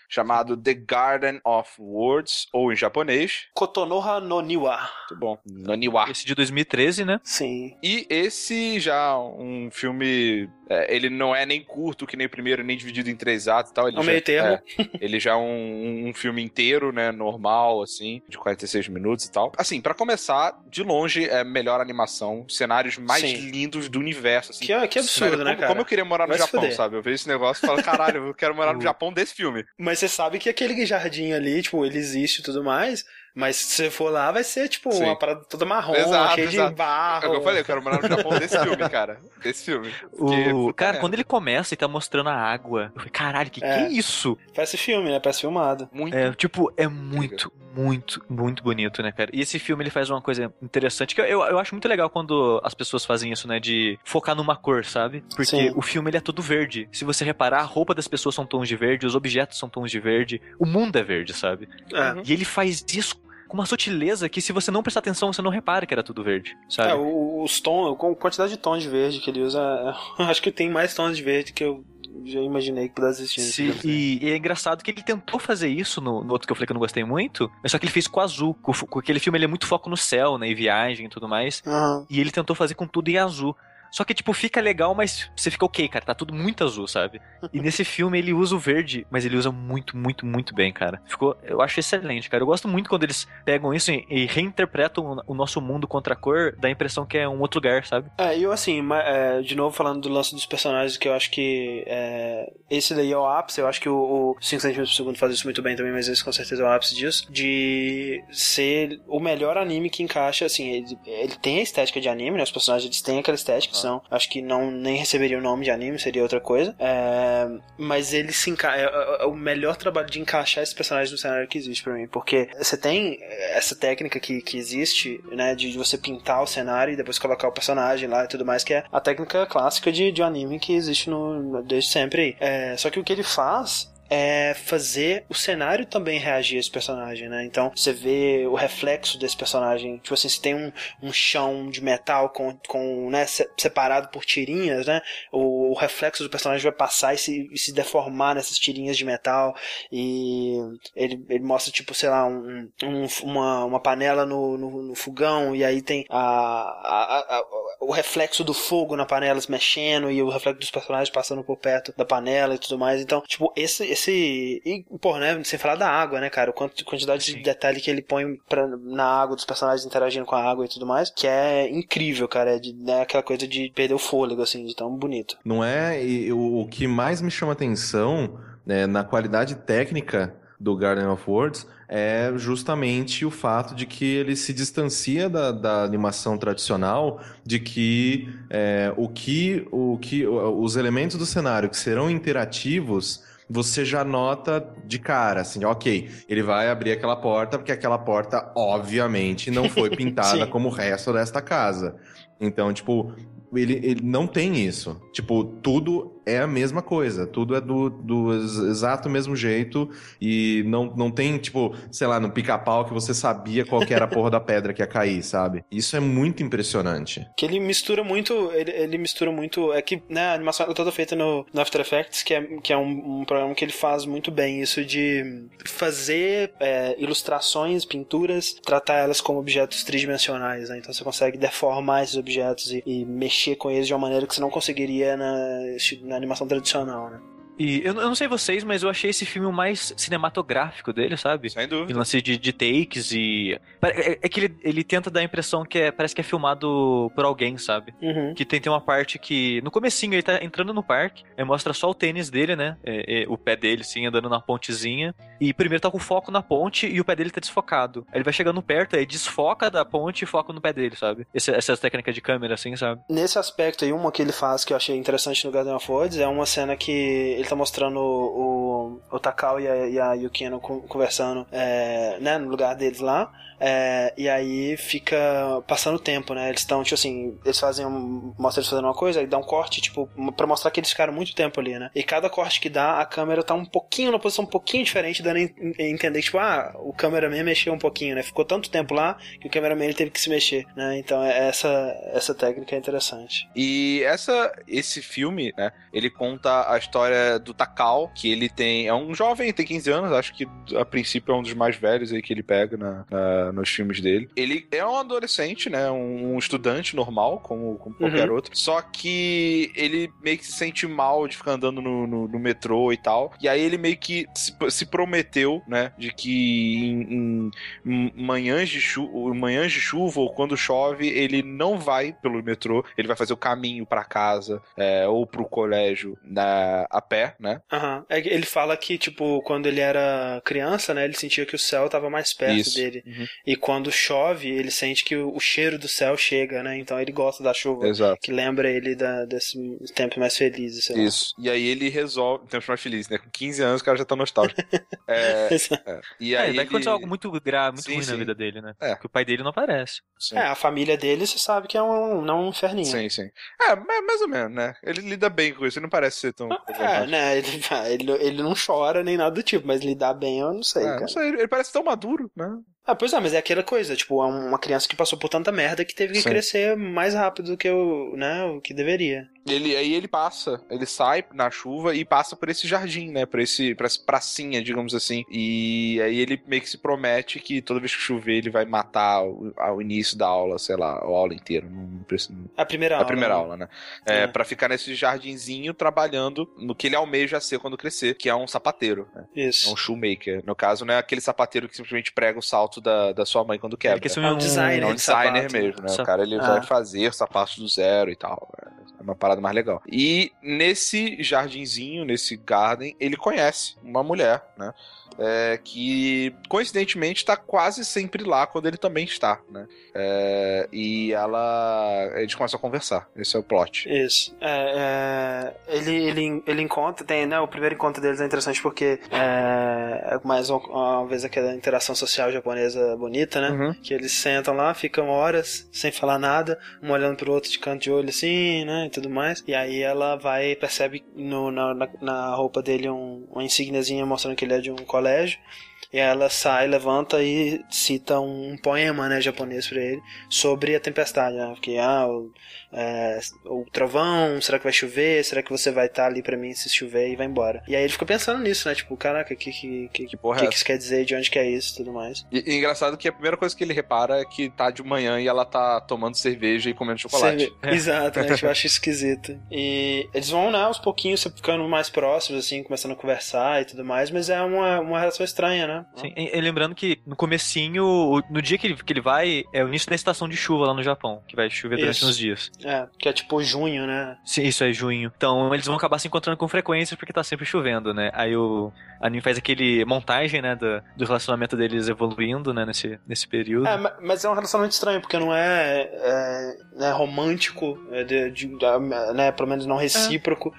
chamado The Garden of Words, ou em japonês... Kotonoha no Niwa. Muito bom. No Niwa. Esse de dois mil e treze, né? Sim. E esse já um filme... É, ele não é nem curto, que nem o primeiro, nem dividido em três atos e tal. Ele É um já, meio termo. É, ele já é um, um filme inteiro, né? Normal, assim, de quarenta e seis minutos e tal. Assim, pra começar, de longe, é a melhor animação. Cenários mais Sim. lindos do universo. Assim. Que, é- que absurdo, Cenário, né, como, cara? como eu queria morar no Vai se Japão, fuder. sabe? Eu vejo esse negócio e falo, caralho, eu quero morar no Japão desse filme. Mas você sabe que aquele jardim ali, tipo, ele existe e tudo mais, mas se você for lá, vai ser, tipo, Sim. uma parada toda marrom, Exato, cheia exato. de barro. É o que eu falei, eu quero morar no Japão desse filme, cara. Desse filme. Porque, O... puta Cara, merda. quando ele começa e tá mostrando a água, eu falei, caralho, que que É. é isso? Parece filme, né? Parece filmado. Muito. É, tipo, é muito, muito, muito bonito, né, cara? E esse filme, ele faz uma coisa interessante, que eu, eu, eu acho muito legal quando as pessoas fazem isso, né, de focar numa cor, sabe? Porque Sim. o filme, ele é todo verde. Se você reparar, a roupa das pessoas são tons de verde, os objetos são tons de verde, o mundo é verde, sabe? É. Uhum. E ele faz isso com uma sutileza que, se você não prestar atenção, você não repara que era tudo verde, sabe? É, o- os tons, com a quantidade de tons de verde que ele usa, é, acho que tem mais tons de verde que eu já imaginei que pudesse existir. nesse Sim, filme. e, e é engraçado que ele tentou fazer isso no, no outro que eu falei que eu não gostei muito, mas só que ele fez com azul. Com, com aquele filme ele é muito foco no céu, né, e viagem e tudo mais. Aham. E ele tentou fazer com tudo em azul. Só que, tipo, fica legal, mas você fica ok, cara. Tá tudo muito azul, sabe? E nesse filme ele usa o verde, mas ele usa muito, muito, muito bem, cara. Ficou, eu acho excelente, cara. Eu gosto muito quando eles pegam isso e, e reinterpretam o nosso mundo contra a cor, dá a impressão que é um outro lugar, sabe? É, e eu assim, ma- é, de novo falando do lance dos personagens, que eu acho que é, esse daí é o ápice, eu acho que o, o cinco centímetros por segundo faz isso muito bem também, mas esse com certeza é o ápice disso, de ser o melhor anime que encaixa, assim, ele, ele tem a estética de anime, né, os personagens eles têm aquela estética, são, acho que não nem receberia o nome de anime, seria outra coisa, é, mas ele se encaixa, é, é, é o melhor trabalho de encaixar esses personagens no cenário que existe pra mim, porque você tem essa técnica que, que existe, né, de você pintar o cenário e depois colocar o personagem lá e tudo mais, que é a técnica clássica de, de anime que existe no, desde sempre aí. É, só que o que ele faz é fazer o cenário também reagir a esse personagem, né? Então, você vê o reflexo desse personagem. Tipo assim, se tem um, um chão de metal com, com, né, se- separado por tirinhas, né? O, o reflexo do personagem vai passar e se, e se deformar nessas tirinhas de metal. E ele, ele mostra, tipo, sei lá, um, um- uma, uma panela no, no, no fogão, e aí tem a, a, a, a- o reflexo do fogo na panela se mexendo, e o reflexo dos personagens passando por perto da panela e tudo mais. Então, tipo, esse, esse e, pô, né, sem falar da água, né, cara, o quanto, quantidade Sim. de detalhe que ele põe pra, na água, dos personagens interagindo com a água e tudo mais, que é incrível, cara, é de, né, aquela coisa de perder o fôlego, assim, de tão bonito. Não é? E o, o que mais me chama atenção, né, na qualidade técnica do Garden of Words é justamente o fato de que ele se distancia da, da animação tradicional, de que, é, o que, o que os elementos do cenário que serão interativos você já nota de cara, assim, ok, ele vai abrir aquela porta, porque aquela porta, obviamente, não foi pintada Sim. como o resto desta casa. Então, tipo, ele, ele não tem isso. Tipo, tudo é a mesma coisa, tudo é do, do ex- exato mesmo jeito, e não, não tem, tipo, sei lá, no pica-pau que você sabia qual que era a porra da pedra que ia cair, sabe? Isso é muito impressionante. Que ele mistura muito, ele, ele mistura muito, é que, né, a animação é toda feita no, no After Effects, que é, que é um, um programa que ele faz muito bem, isso de fazer é, ilustrações, pinturas, tratar elas como objetos tridimensionais, né, então você consegue deformar esses objetos e, e mexer com eles de uma maneira que você não conseguiria na, na animação tradicional, né. E eu, eu não sei vocês, mas eu achei esse filme o mais cinematográfico dele, sabe? Sem E dúvida. lance de, de takes e... É, é que ele, ele tenta dar a impressão que é, parece que é filmado por alguém, sabe? Uhum. Que tem, tem uma parte que... No comecinho ele tá entrando no parque, aí mostra só o tênis dele, né? É, é, o pé dele, assim, andando na pontezinha. E primeiro tá com foco na ponte e o pé dele tá desfocado. Aí ele vai chegando perto, aí desfoca da ponte e foca no pé dele, sabe? Esse, essa técnica de câmera, assim, sabe? Nesse aspecto aí, uma que ele faz que eu achei interessante no Garden of Words é uma cena que ele tá mostrando o, o, o Takao e a, e a Yukino con- conversando, é, né, no lugar deles lá, é, e aí fica passando o tempo, né, eles estão, tipo assim, eles fazem um, mostra eles fazendo uma coisa, aí dá um corte, tipo, pra mostrar que eles ficaram muito tempo ali, né, e cada corte que dá, a câmera tá um pouquinho, numa posição um pouquinho diferente, dando a en- a entender que, tipo, ah, o cameraman mexeu um pouquinho, né, ficou tanto tempo lá que o cameraman ele teve que se mexer, né, então é- essa, essa técnica é interessante. E essa, esse filme, né, ele conta a história é, do Takao, que ele tem... É um jovem, tem quinze anos, acho que a princípio é um dos mais velhos aí que ele pega na, na, nos filmes dele. Ele é um adolescente, né? Um, um estudante normal, como, como qualquer Uhum. outro. Só que ele meio que se sente mal de ficar andando no, no, no metrô e tal. E aí ele meio que se, se prometeu, né? De que em, em manhãs, de chu- manhãs de chuva ou quando chove, ele não vai pelo metrô. Ele vai fazer o caminho pra casa é, ou pro colégio na, a pé, né? Aham. É que ele fala que, tipo, quando ele era criança, né, ele sentia que o céu tava mais perto Isso. dele. Uhum. E quando chove, ele sente que o, o cheiro do céu chega, né? Então ele gosta da chuva. Exato. Que lembra ele da, desse tempo mais feliz, sei lá. Isso. E aí ele resolve. Tempos mais felizes, né? Com quinze anos o cara já tá nostálgico. é, é. E É, aí vai ele... acontecer algo muito grave, muito Sim, ruim sim. na vida dele, né? É. Porque o pai dele não aparece. Sim. É, a família dele, você sabe que é um, não um inferninho. Sim, sim. É, mas mais ou menos, né? Ele lida bem com isso, ele não parece ser tão É, problemático. né? Ele, ele, ele não chora nem nada do tipo, mas lidar bem eu não sei, É, cara. não sei, ele, ele parece tão maduro, né? Ah, pois é, mas é aquela coisa, tipo, é uma criança que passou por tanta merda que teve que Sim. crescer mais rápido do que o, né, o que deveria. Ele, aí ele passa, ele sai na chuva e passa por esse jardim, né? Por esse, por essa pracinha, digamos assim. E aí ele meio que se promete que toda vez que chover ele vai matar o, ao início da aula, sei lá, a aula inteira. Não precisa. A primeira A aula. primeira né? aula, né? É, É. Pra ficar nesse jardinzinho trabalhando no que ele almeja ser quando crescer, que é um sapateiro, né? É Isso. um shoemaker. No caso, não é aquele sapateiro que simplesmente prega o salto da, da sua mãe quando quebra. Ele quer ser É um designer. É um de designer sapato, né? mesmo, né? Sa- O cara ele Ah. vai fazer sapatos do zero e tal. É uma parada mais legal. E nesse jardinzinho, nesse garden, ele conhece uma mulher, né? É, que coincidentemente está quase sempre lá quando ele também está, né? É, e ela. Eles começam a conversar. Esse é o plot. Isso. É, é, ele, ele, ele encontra, tem, né? O primeiro encontro deles é interessante porque é, é mais uma, uma vez aquela interação social japonesa bonita, né? Uhum. Que eles sentam lá, ficam horas sem falar nada, um olhando pro outro de canto de olho assim, né? E tudo mais. E aí ela vai, percebe no, na, na, na roupa dele um, uma insígniazinha mostrando que ele é de um colégio. E ela sai, levanta e cita um poema, né, japonês pra ele sobre a tempestade, né? Porque, ah, o, é, o trovão, será que vai chover? Será que você vai estar ali pra mim se chover? E vai embora. E aí ele fica pensando nisso, né? Tipo, caraca, o que que, que, Que porra que, é que isso quer dizer? De onde que é isso e tudo mais. E, e engraçado que a primeira coisa que ele repara é que tá de manhã e ela tá tomando cerveja e comendo chocolate. Cerve- Exato, né? Eu acho esquisito. E eles vão, né, aos pouquinhos ficando mais próximos, assim, começando a conversar e tudo mais, mas é uma, uma relação estranha, né? Sim, e, e lembrando que no comecinho, o- no dia que ele, que ele vai, é o início da estação de chuva lá no Japão, que vai chover durante Isso. uns dias. É, que é tipo junho, né? Sim, isso é junho. Então eles vão acabar se encontrando com frequência porque tá sempre chovendo, né? Aí o anime faz aquele montagem, né, do, do relacionamento deles evoluindo, né, nesse, nesse período. É, ma- mas é um relacionamento estranho, porque não é, é, né, romântico, é de, de- da- né, pelo menos não recíproco.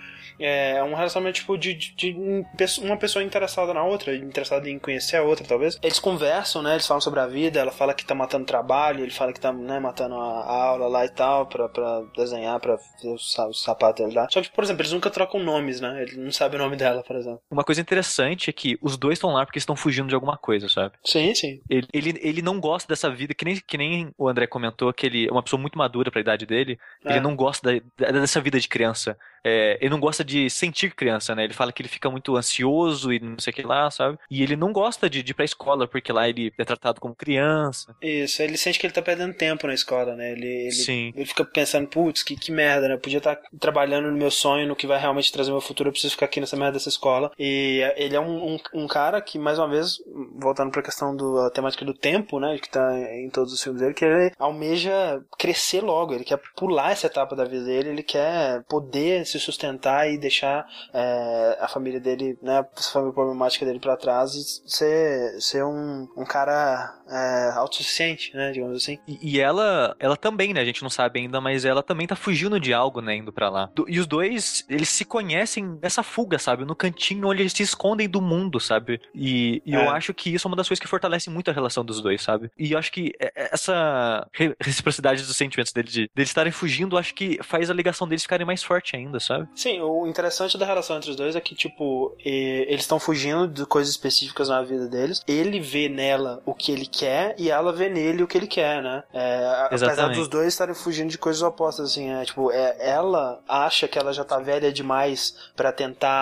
É um relacionamento tipo de, de, de um pesso- uma pessoa interessada na outra, interessada em conhecer a outra, talvez. Eles conversam, né? Eles falam sobre a vida, ela fala que tá matando trabalho, ele fala que tá, né, matando a, a aula lá e tal, pra, pra desenhar, pra fazer os, sa- os sapatos dele lá. Só que, por exemplo, eles nunca trocam nomes, né? Ele não sabe o nome dela, por exemplo. Uma coisa interessante é que os dois estão lá porque estão fugindo de alguma coisa, sabe? Sim, sim. Ele, ele, ele não gosta dessa vida, que nem, que nem o André comentou, que ele é uma pessoa muito madura pra idade dele. É. Ele não gosta da- da- dessa vida de criança. É, ele não gosta de sentir criança, né? Ele fala que ele fica muito ansioso e não sei o que lá, sabe? E ele não gosta de, de ir pra escola, porque lá ele é tratado como criança. Isso, ele sente que ele tá perdendo tempo na escola, né? Ele, ele, Sim. ele fica pensando, putz, que, que merda, né? Eu podia estar trabalhando no meu sonho, no que vai realmente trazer meu futuro, eu preciso ficar aqui nessa merda dessa escola. E ele é um, um, um cara que, mais uma vez, voltando pra questão da temática do tempo, né? Que tá em todos os filmes dele, que ele almeja crescer logo, ele quer pular essa etapa da vida dele, ele quer poder se sustentar e deixar é, a família dele, né? A família problemática dele pra trás e ser, ser um, um cara é, autossuficiente, né? Digamos assim. E, e ela, ela também, né? A gente não sabe ainda, mas ela também tá fugindo de algo, né? Indo pra lá. Do- e os dois, eles se conhecem nessa fuga, sabe? No cantinho onde eles se escondem do mundo, sabe? E, e É. eu acho que isso é uma das coisas que fortalece muito a relação dos dois, sabe? E eu acho que é- é- essa re- reciprocidade dos sentimentos deles, de, deles estarem fugindo, eu acho que faz a ligação deles ficarem mais forte ainda, sabe? Sim, o interessante da relação entre os dois é que, tipo, e- eles estão fugindo de coisas específicas na vida deles. Ele vê nela o que ele quer e ela vê nele o que ele quer, né? É, apesar Exatamente. dos dois estarem fugindo de coisas opostas, assim, é, tipo, é, ela acha que ela já tá velha demais pra tentar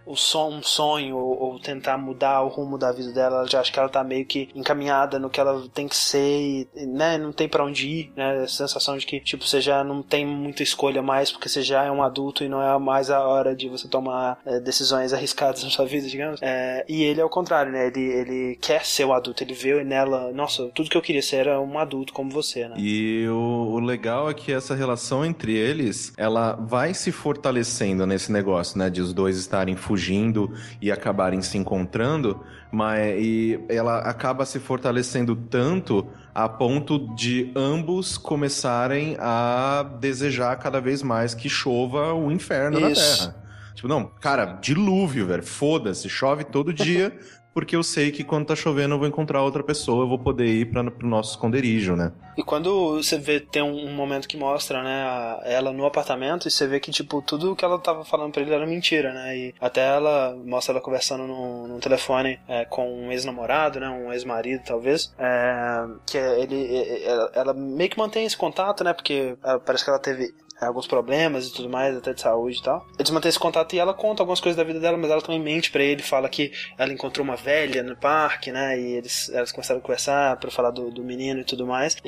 o son, um sonho ou, ou tentar mudar o rumo da vida dela. Ela já acha que ela tá meio que encaminhada no que ela tem que ser e, né, não tem pra onde ir, né? A sensação de que, tipo, você já não tem muita escolha mais porque você já é um adulto e não é mais a hora de você tomar é, decisões arriscadas na sua vida, digamos. É, e ele é o contrário, né? Ele, ele quer ser o adulto, ele vê nela, nossa, tudo que eu queria ser era um adulto como você, né? E o, o legal é que essa relação entre eles, ela vai se fortalecendo nesse negócio, né? De os dois estarem fugindo e acabarem se encontrando, mas e ela acaba se fortalecendo tanto a ponto de ambos começarem a desejar cada vez mais que chova o inferno na Isso. Terra. Tipo, não, cara, dilúvio, velho, foda-se, chove todo dia, porque eu sei que quando tá chovendo eu vou encontrar outra pessoa, eu vou poder ir pra, pro nosso esconderijo, né? E quando você vê, tem um, um momento que mostra, né, a- ela no apartamento, e você vê que, tipo, tudo que ela tava falando pra ele era mentira, né, e até ela, mostra ela conversando no, no telefone é, com um ex-namorado, né, um ex-marido, talvez, é, que é- ele, é- é- ela, ela meio que mantém esse contato, né, porque ela- parece que ela teve alguns problemas e tudo mais, até de saúde e tal. Eles mantêm esse contato e ela conta algumas coisas da vida dela, mas ela também mente pra ele, fala que ela encontrou uma velha no parque, né, e eles, elas começaram a conversar pra falar do, do menino e tudo mais,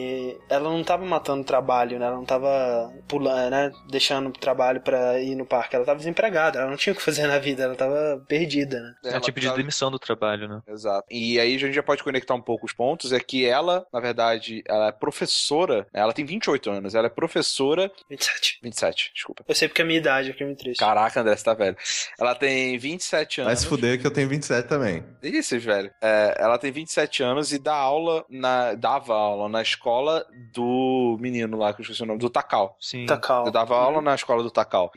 e ela não tava matando o trabalho, né, ela não tava pulando, né, deixando o trabalho pra ir no parque, ela tava desempregada, ela não tinha o que fazer na vida, ela tava perdida, né. É Ela o tipo de tá- demissão do trabalho, né? Exato. E aí a gente já pode conectar um pouco os pontos, é que ela, na verdade, ela é professora, ela tem vinte e oito anos, ela é professora, vinte e sete. vinte e sete, desculpa. Eu sei porque é a minha idade, eu fiquei muito triste. Caraca, André, você tá velho. Ela tem vinte e sete anos. Vai se fuder que eu tenho vinte e sete também. Isso, velho. É, ela tem vinte e sete anos e dá aula na, dava aula na escola do menino lá, que eu esqueci o nome, do Takao. Sim. Takao. Eu dava aula na escola do Takao.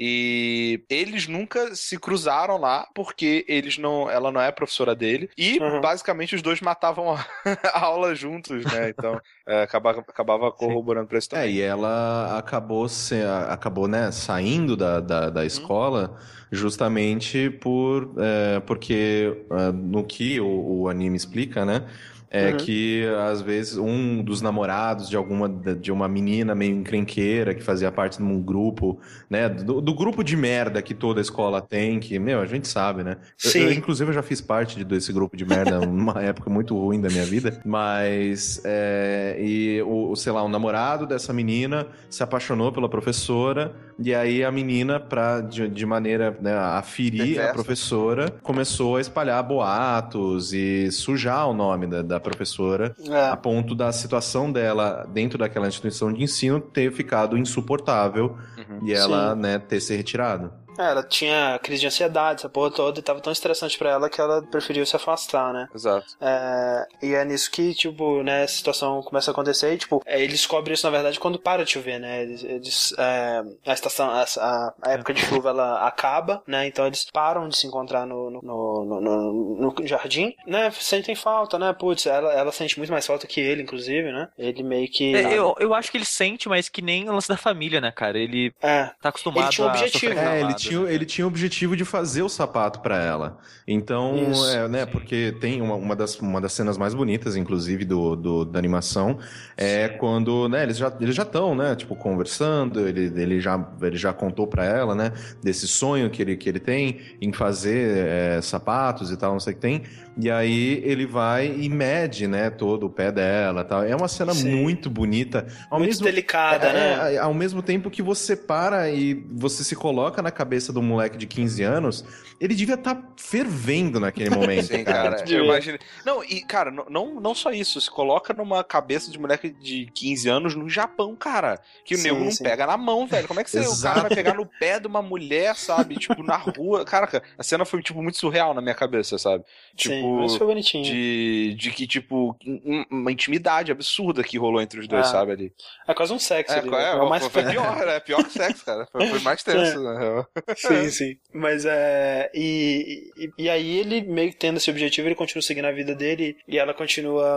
E eles nunca se cruzaram lá, porque eles não, ela não é professora dele. E, Uhum. basicamente, os dois matavam a, a aula juntos, né? Então, é, acabava, acabava corroborando pra isso É, também. e ela acabou, se, acabou né, saindo da, da, da escola justamente por, é, porque é, no que o, o anime explica, né? É Uhum. que, às vezes, um dos namorados de alguma de uma menina meio encrenqueira que fazia parte de um grupo, né? Do, do grupo de merda que toda escola tem, que, meu, a gente sabe, né? Eu, Sim. eu, inclusive, eu já fiz parte de- desse grupo de merda numa época muito ruim da minha vida, mas, é, e o, o, sei lá, o namorado dessa menina se apaixonou pela professora, e aí a menina, pra, de, de maneira né, a ferir Detesta. a professora, começou a espalhar boatos e sujar o nome da, da professora, a É. ponto da situação dela dentro daquela instituição de ensino ter ficado insuportável Uhum. e ela, Sim. né, ter se retirado. É, ela tinha crise de ansiedade, essa porra toda, e tava tão estressante pra ela que ela preferiu se afastar, né? Exato. É, e é nisso que, tipo, né, essa situação começa a acontecer e, tipo, é, eles descobrem isso, na verdade, quando para de chover, né? Eles, eles, é, a estação, a, a, a época de chuva, ela acaba, né? Então eles param de se encontrar no, no, no, no, no jardim, né? Sentem falta, né? Putz, ela, ela sente muito mais falta que ele, inclusive, né? Ele meio que... É, eu, eu acho que ele sente, mas que nem o lance da família, né, cara? Ele É, tá acostumado Ele tinha um a objetivo. sofrer É, ele calado, tinha, né? ele tinha o objetivo de fazer o sapato pra ela. Então, Isso, é, né, sim. porque tem uma, uma, das, uma das cenas mais bonitas, inclusive, do, do- da animação, é quando, né, eles já eles já estão, né, tipo, conversando, ele, ele, já, ele já contou pra ela, né, desse sonho que ele, que ele tem em fazer é, sapatos e tal, não sei o que tem, e aí ele vai e mede, né, todo o pé dela e tal. É uma cena Sim. muito bonita. Ao muito mesmo delicada, é, né? é, ao mesmo tempo que você para e você se coloca na cabeça do moleque de quinze anos, ele devia estar fervendo naquele momento, Sim, cara. cara. Tipo, Eu imagino. Não, e, cara, não- não, não só isso. Se coloca numa cabeça de moleque de quinze anos no Japão, cara. Que o Sim, nego não sim. pega na mão, velho. Como é que você, o Exato. cara vai pegar no pé de uma mulher, sabe? Tipo, na rua. Cara, a cena foi, tipo, muito surreal na minha cabeça, sabe? Sim, Tipo, mas foi bonitinho. de, de que, tipo, um- uma intimidade absurda que rolou entre os dois, Ah. sabe? Ali. É quase um sexo É, ali. qual é? né? É o mais Foi pior, é pior que sexo, cara. Foi, foi mais tenso, na real. Sim, sim. Mas é. E, e, e aí ele, meio que tendo esse objetivo, ele continua seguindo a vida dele e ela continua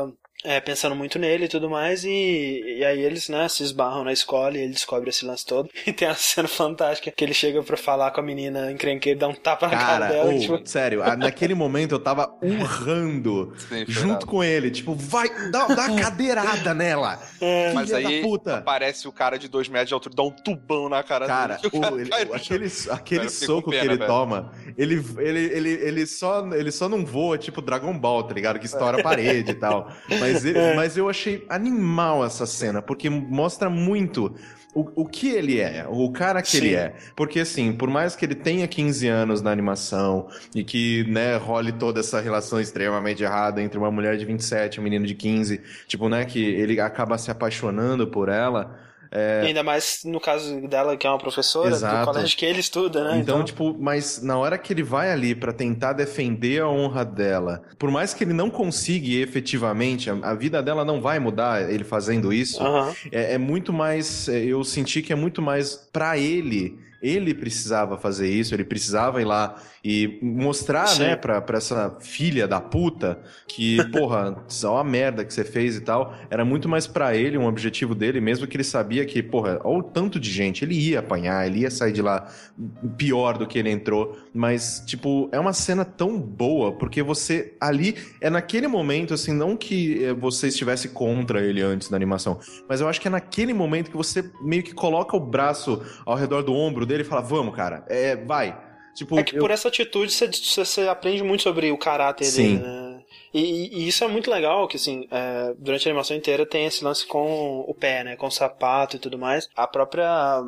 é, pensando muito nele e tudo mais, e, e aí eles, né, se esbarram na escola e ele descobre esse lance todo. E tem uma cena fantástica que ele chega pra falar com a menina encrenqueira, dá um tapa na cara, cara dela. Oh, tipo... Sério, naquele momento eu tava urrando Sim, junto com ele, tipo, vai, dá, dá uma cadeirada nela. É. Mas aí aparece o cara de dois metros de altura, dá um tubão na cara, cara dele. O, cara ele, aquele aquele cara, soco pena, que ele velho. toma, ele, ele, ele, ele, só, ele só não voa tipo Dragon Ball, tá ligado? Que estoura a parede e tal. Mas, ele, é. mas eu achei animal essa cena, porque mostra muito o, o que ele é, o cara que Sim. ele é. Porque assim, por mais que ele tenha quinze anos na animação e que, né, role toda essa relação extremamente errada entre uma mulher de vinte e sete e um menino de quinze, tipo, né, que ele acaba se apaixonando por ela... É... E ainda mais no caso dela, que é uma professora Exato. do colégio que ele estuda, né? Então, então, tipo, mas na hora que ele vai ali pra tentar defender a honra dela, por mais que ele não consiga efetivamente, a, a vida dela não vai mudar ele fazendo isso, uhum. é, é muito mais, eu senti que é muito mais pra ele. Ele precisava fazer isso, ele precisava ir lá e mostrar, Sim. né, pra, pra essa filha da puta que, porra, só a merda que você fez e tal. Era muito mais pra ele, um objetivo dele, mesmo que ele sabia que, porra, olha o tanto de gente, ele ia apanhar, ele ia sair de lá pior do que ele entrou. Mas, tipo, é uma cena tão boa, porque você ali, é naquele momento, assim, não que você estivesse contra ele antes da animação, mas eu acho que é naquele momento que você meio que coloca o braço ao redor do ombro dele e fala, vamos, cara, é, vai. Tipo, é que eu... por essa atitude você, você aprende muito sobre o caráter Sim. dele, né? E, e isso é muito legal, que assim, é, durante a animação inteira tem esse lance com o pé, né, com o sapato e tudo mais. A própria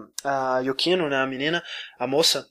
a Yukino, né, a menina, a moça,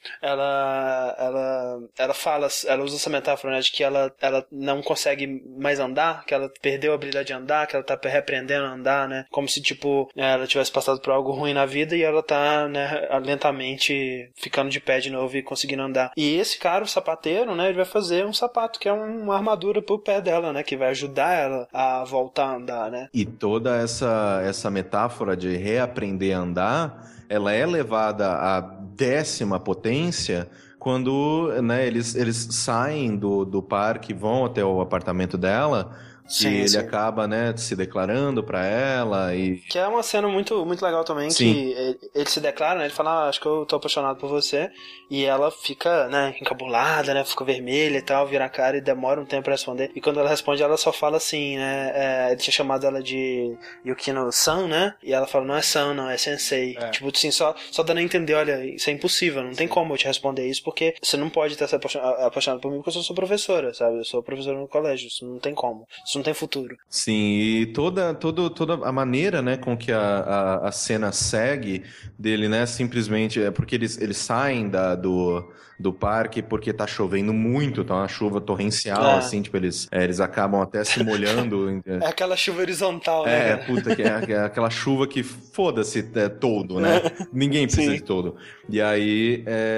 ela ela ela fala, ela usa essa metáfora, né, de que ela, ela não consegue mais andar, que ela perdeu a habilidade de andar, que ela tá reaprendendo a andar, né, como se, tipo, ela tivesse passado por algo ruim na vida e ela tá, né, lentamente ficando de pé de novo e conseguindo andar. E esse cara, o sapateiro, né, ele vai fazer um sapato que é uma armadura pro pé dela, né, que vai ajudar ela a voltar a andar, né. E toda essa, essa metáfora de reaprender a andar, ela é levada à décima potência quando, né, eles, eles saem do, do parque e vão até o apartamento dela. Sim, e ele sim. acaba, né, se declarando pra ela e... Que é uma cena muito, muito legal também, sim. que ele, ele se declara, né, ele fala, ah, acho que eu tô apaixonado por você, e ela fica, né, encabulada, né, fica vermelha e tal, vira a cara e demora um tempo pra responder, e quando ela responde, ela só fala assim, né, é, ele tinha chamado ela de Yukino-san, né, e ela fala, não é san, não, é sensei, é. tipo assim, só, só dando a entender, olha, isso é impossível, não tem como eu te responder isso, porque você não pode ter se apaixonado, apaixonado por mim, porque eu sou professora, sabe, eu sou professora no colégio, isso não tem como, isso não tem futuro. Sim, e toda, toda, toda a maneira, né, com que a, a, a cena segue dele, né, simplesmente é porque eles, eles saem da, do, do parque porque tá chovendo muito, tá uma chuva torrencial, é. assim, tipo, eles, é, eles acabam até se molhando. É aquela chuva horizontal, né? É, puta, que é, é aquela chuva que foda-se é, todo, né? Ninguém precisa Sim. de todo. E aí,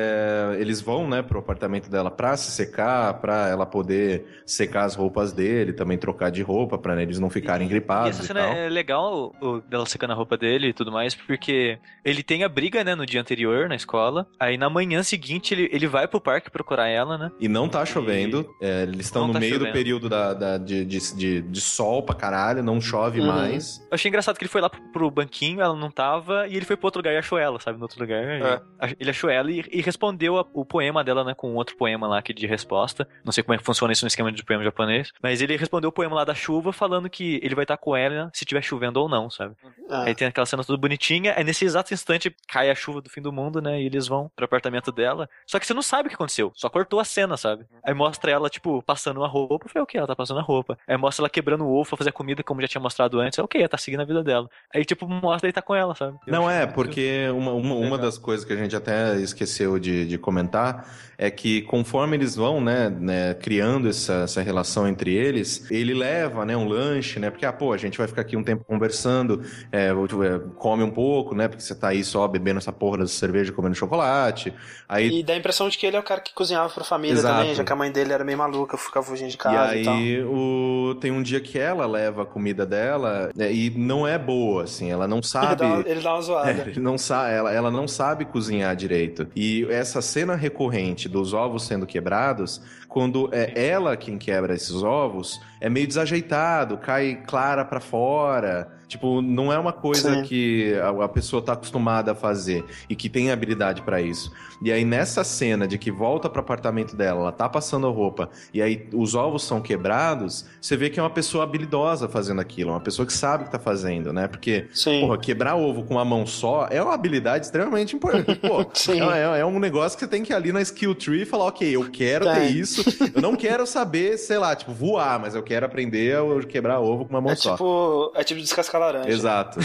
é, eles vão, né, pro apartamento dela pra se secar, pra ela poder secar as roupas dele, também trocar de roupa, pra, né, eles não ficarem gripados. E essa e cena tal. é legal, o, dela secando a roupa dele e tudo mais, porque ele tem a briga, né, no dia anterior, na escola, aí na manhã seguinte ele, ele vai pro parque procurar ela, né? E não tá chovendo, e... é, eles estão no tá meio chovendo. do período da, da, de, de, de, de sol pra caralho, não chove uhum. mais. Eu achei engraçado que ele foi lá pro, pro banquinho, ela não tava, e ele foi pro outro lugar e achou ela, sabe, no outro lugar. É. Ele achou ela e, e respondeu a, o poema dela, né, com outro poema lá que de resposta. Não sei como é que funciona isso no esquema de poema japonês, mas ele respondeu o poema lá da chuva, falando que ele vai estar com ela se tiver chovendo ou não, sabe? Ah. Aí tem aquela cena toda bonitinha, aí nesse exato instante cai a chuva do fim do mundo, né, e eles vão pro apartamento dela, só que você não sabe o que aconteceu, só cortou a cena, sabe? Aí mostra ela, tipo, passando a roupa, eu falei, o que? Ela tá passando a roupa. Aí mostra ela quebrando o ovo pra fazer a comida, como já tinha mostrado antes, é ok, ela tá seguindo a vida dela. Aí, tipo, mostra ele tá com ela, sabe? Eu não é, porque uma, uma, uma das coisas que a gente até esqueceu de, de comentar é que conforme eles vão, né, né criando essa, essa relação entre eles, ele leva, né, um lanche, né, porque, ah, pô, a gente vai ficar aqui um tempo conversando, é, come um pouco, né, porque você tá aí só bebendo essa porra dessa cerveja, comendo chocolate. Aí... E dá a impressão impressão de que ele é o cara que cozinhava pra família Exato. também, já que a mãe dele era meio maluca, ficava fugindo de casa e e, tal. aí o... tem um dia que ela leva a comida dela, né, e não é boa, assim, ela não sabe... Ele dá, uma- ele dá uma zoada. É, ele não sa... ela, ela não sabe cozinhar direito. E essa cena recorrente dos ovos sendo quebrados, quando é ela quem quebra esses ovos, é meio desajeitado, cai clara pra fora. Tipo, não é uma coisa Sim. que a, a pessoa tá acostumada a fazer e que tem habilidade pra isso. E aí nessa cena de que volta pro apartamento dela, ela tá passando a roupa e aí os ovos são quebrados, você vê que é uma pessoa habilidosa fazendo aquilo, uma pessoa que sabe o que tá fazendo, né? Porque, Sim. porra, quebrar ovo com uma mão só é uma habilidade extremamente importante. Pô, Sim. é, é um negócio que você tem que ir ali na skill tree e falar, ok, eu quero Tem. ter isso, eu não quero saber, sei lá, tipo, voar, mas eu quero aprender a quebrar ovo com uma mão É só. tipo, é tipo descascar laranja. Exato.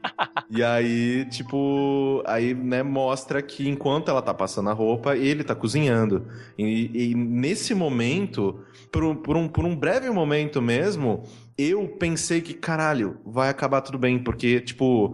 E aí, tipo, aí, né, mostra que enquanto ela tá passando a roupa, ele tá cozinhando. E, e nesse momento, por, um- por, um, por um breve momento mesmo, eu pensei que, caralho, vai acabar tudo bem, porque, tipo,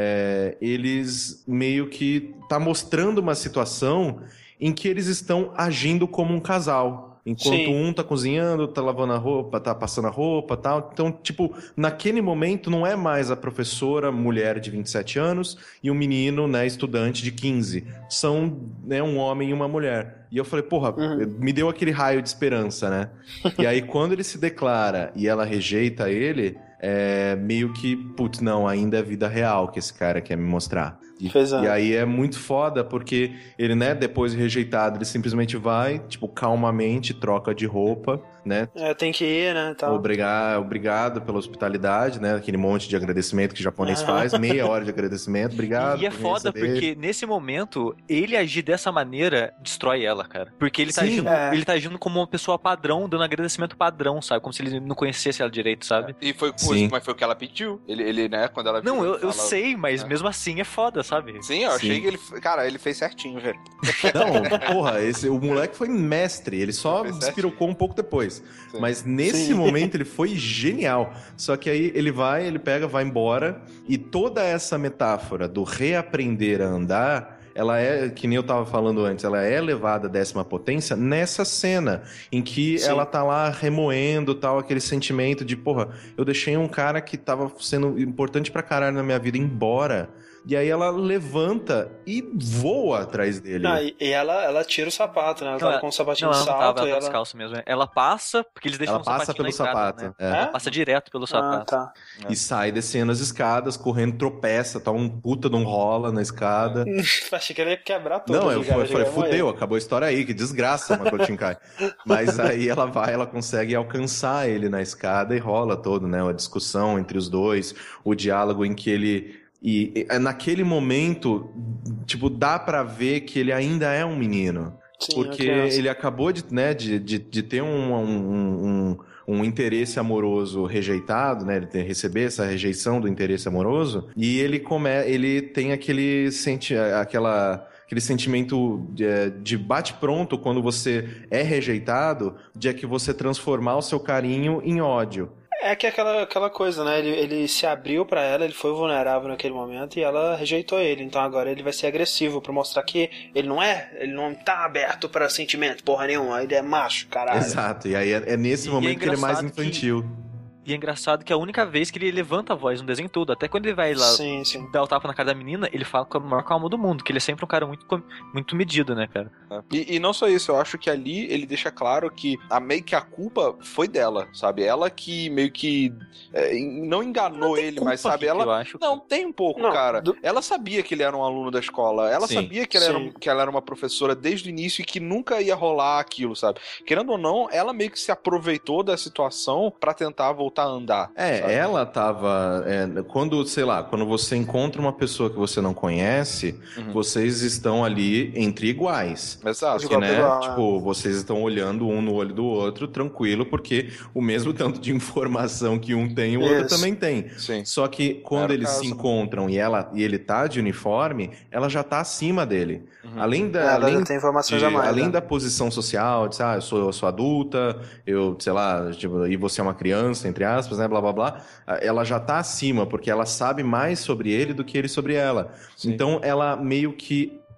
é, eles meio que tá mostrando uma situação em que eles estão agindo como um casal. Enquanto Sim. um tá cozinhando, tá lavando a roupa, tá passando a roupa e tal. Então, tipo, naquele momento não é mais a professora mulher de vinte e sete anos e um menino, né, estudante de quinze. São, né, um homem e uma mulher. E eu falei, porra, Uhum. me deu aquele raio de esperança, né? E aí, quando ele se declara e ela rejeita ele, é meio que, putz, não, ainda é vida real que esse cara quer me mostrar. E, Exato. e aí é muito foda, porque ele, né, depois de rejeitado, ele simplesmente vai, tipo, calmamente troca de roupa, né? É, tem que ir, né, tal. Obrigar, obrigado pela hospitalidade, né? Aquele monte de agradecimento que o japonês Aham. faz, meia hora de agradecimento, obrigado. E é por me foda receber. porque nesse momento, ele agir dessa maneira destrói ela, cara. Porque ele tá, Sim. agindo, É. ele tá agindo como uma pessoa padrão, dando agradecimento padrão, sabe? Como se ele não conhecesse ela direito, sabe? E foi, Sim. mas foi o que ela pediu. Ele, ele né, quando ela Não, virou, eu, ele eu fala- sei, mas É. mesmo assim é foda, sabe? Sim, eu achei Sim. que ele... Cara, ele fez certinho, velho. Não, porra, esse, o moleque foi mestre, ele só Ele fez despirocou um pouco depois. Sim. Mas nesse Sim. momento ele foi genial. Só que aí ele vai, ele pega, vai embora, e toda essa metáfora do reaprender a andar, ela é, que nem eu tava falando antes, ela é elevada à décima potência nessa cena, em que Sim. ela tá lá remoendo tal, aquele sentimento de, porra, eu deixei um cara que tava sendo importante pra caralho na minha vida embora. E aí ela levanta e voa atrás dele. Não, e, e ela, ela tira o sapato, né? Ela tava ela- com um sapatinho Não, de ela não salto tava, ela e tava ela... descalço mesmo. né? Ela passa, porque eles deixam Ela um passa sapatinho pelo na entrada, sapato. né? é. É? Ela passa direto pelo Ah, sapato. tá. E sai descendo as escadas, correndo, tropeça, tá um puta de um rola na escada. Achei que ele ia quebrar tudo. Não, ali, eu cara. falei, falei, Achei que ia fudeu, morrer. acabou a história aí, que desgraça, Makoto Shinkai. Mas aí ela vai, ela consegue alcançar ele na escada e rola todo, né? A discussão entre os dois, o diálogo em que ele... E, e naquele momento, tipo, dá pra ver que ele ainda é um menino. Sim, Porque uma criança. ele acabou de, né, de, de, de ter um, um, um, um interesse amoroso rejeitado, né? Ele tem, receber essa rejeição do interesse amoroso. E ele, come, ele tem aquele, senti, aquela, aquele sentimento de, de bate-pronto quando você é rejeitado, de é que você transformar o seu carinho em ódio. É que é aquela, aquela coisa, né? Ele, ele se abriu pra ela, ele foi vulnerável naquele momento e ela rejeitou ele. Então agora ele vai ser agressivo pra mostrar que ele não é, ele não tá aberto pra sentimento, porra nenhuma. Ele é macho, caralho. Exato, e aí é, é nesse E é momento que ele é mais engraçado que- infantil. E é engraçado que é a única vez que ele levanta a voz no desenho todo, até quando ele vai lá Sim, sim. dar o tapa na cara da menina, ele fala com a maior calma do mundo, que ele é sempre um cara muito, com- muito medido, né, cara? E, e não só isso, eu acho que ali ele deixa claro que a meio que a culpa foi dela, sabe? Ela que meio que é, não enganou ele, mas Culpa sabe? aqui, Ela eu acho. não, tem um pouco, Não, cara. do- Ela sabia que ele era um aluno da escola. Ela Sim, sabia que, ela era, sim. um- que ela era uma professora desde o início e que nunca ia rolar aquilo, sabe? Querendo ou não, ela meio que se aproveitou da situação pra tentar voltar a andar. É, sabe? ela tava. é, quando, sei lá, quando você encontra uma pessoa que você não conhece, Uhum. vocês estão ali entre iguais. Exato. De Que, igual né? pra igual, é. Tipo, vocês estão olhando um no olho do outro, tranquilo, porque o mesmo tanto de informação que um tem, o outro Isso. também tem. Sim. Só que quando Era o eles caso. se encontram e, ela, e ele tá de uniforme, ela já tá acima dele. Uhum. Além da. Ela além já tem informações de- a mais. além né? da posição social, de, ah, eu sou, eu sou adulta, eu, sei lá, tipo, e você é uma criança, entre aspas, né, blá, blá, blá, ela já tá acima, porque ela sabe mais sobre ele do que ele sobre ela. Sim. Então, ela meio que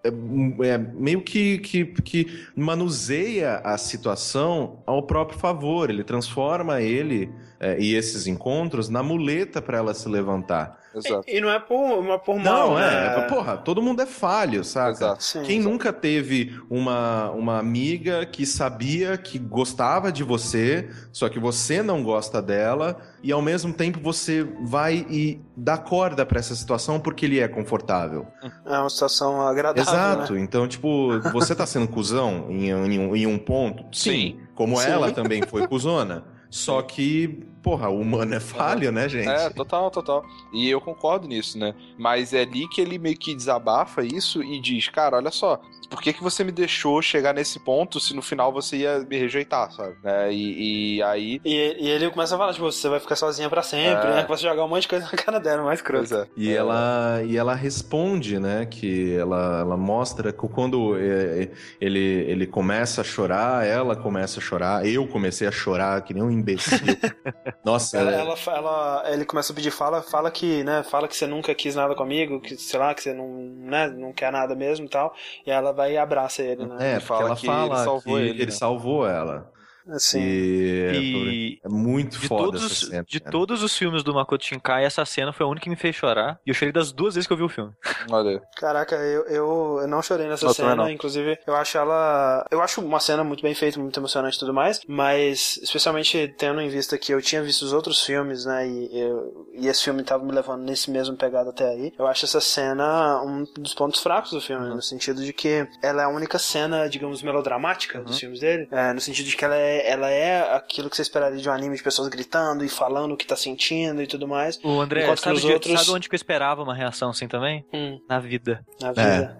é, é, meio que, que, que manuseia a situação ao próprio favor. Ele transforma ele é, e esses encontros na muleta para ela se levantar. Exato. E, e não é por, uma por mal, Não, né? é, porra, todo mundo é falho, saca? Exato. Sim, Quem exato. nunca teve uma, uma amiga que sabia que gostava de você, só que você não gosta dela, e ao mesmo tempo você vai e dá corda pra essa situação porque ele é confortável. É uma situação agradável, Exato, né? então, tipo, você tá sendo cuzão em, em, um, em um ponto? Sim. Como Sim. ela também foi cuzona. Só que, porra, o humano é falho, né, gente? É, total, total. E eu concordo nisso, né? Mas é ali que ele meio que desabafa isso e diz, cara, olha só, por que que você me deixou chegar nesse ponto se no final você ia me rejeitar, sabe? É, e, e aí... E, e ele começa a falar, tipo, você vai ficar sozinha pra sempre, É. né? Começa a jogar um monte de coisa na cara dela, mais Pois croto. é. E, É. ela, e ela responde, né, que ela, ela mostra que quando é, ele, ele começa a chorar, ela começa a chorar, eu comecei a chorar que nem um imbecil. Nossa, Ela, ela, ela, ela- ele começa a pedir, fala, fala que, né, fala que você nunca quis nada comigo, que, sei lá, que você não, né, não quer nada mesmo e tal, e ela vai e abraça ele, né? é, ele porque fala ela que fala ele salvou que ele, ele né? salvou ela. Assim, E, E é muito de, foda todos, essa os- cena. de cara. todos os filmes do Makoto Shinkai, essa cena foi a única que me fez chorar. E eu chorei das duas vezes que eu vi o filme. Olha aí. caraca, eu, eu, eu não chorei nessa Eu também cena, não. inclusive, eu acho ela, eu acho uma cena muito bem feita, muito emocionante e tudo mais, mas, especialmente tendo em vista que eu tinha visto os outros filmes, né, e, eu, e esse filme tava me levando nesse mesmo pegado até aí, eu acho essa cena um dos pontos fracos do filme, Uhum. no sentido de que ela é a única cena, digamos, melodramática dos Uhum. filmes dele, é, no sentido de que ela é, ela é aquilo que você esperaria de um anime de pessoas gritando e falando o que tá sentindo e tudo mais. O André, Enquanto que sabe, nos de- outros- sabe onde que eu esperava uma reação assim também? Hum, Na vida. na vida.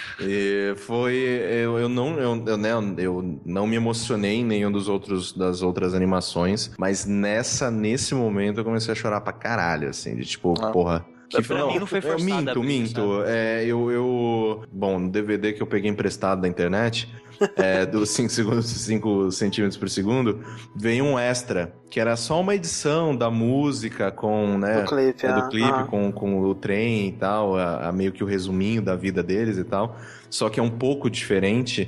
E foi. Eu, eu não eu, eu, né, eu não me emocionei em nenhum dos outros das outras animações, mas nessa nesse momento eu comecei a chorar pra caralho, assim, de tipo, Ah. porra. Que Pra mim não foi eu forçado a minto, abrir, minto. É, eu, eu. Bom, no D V D que eu peguei emprestado da internet, é, dos cinco segundos, cinco centímetros por segundo, veio um extra, que era só uma edição da música com, né? Do clipe, é, do ah, clipe ah. com, com o trem e tal, a, a meio que o resuminho da vida deles e tal. Só que é um pouco diferente.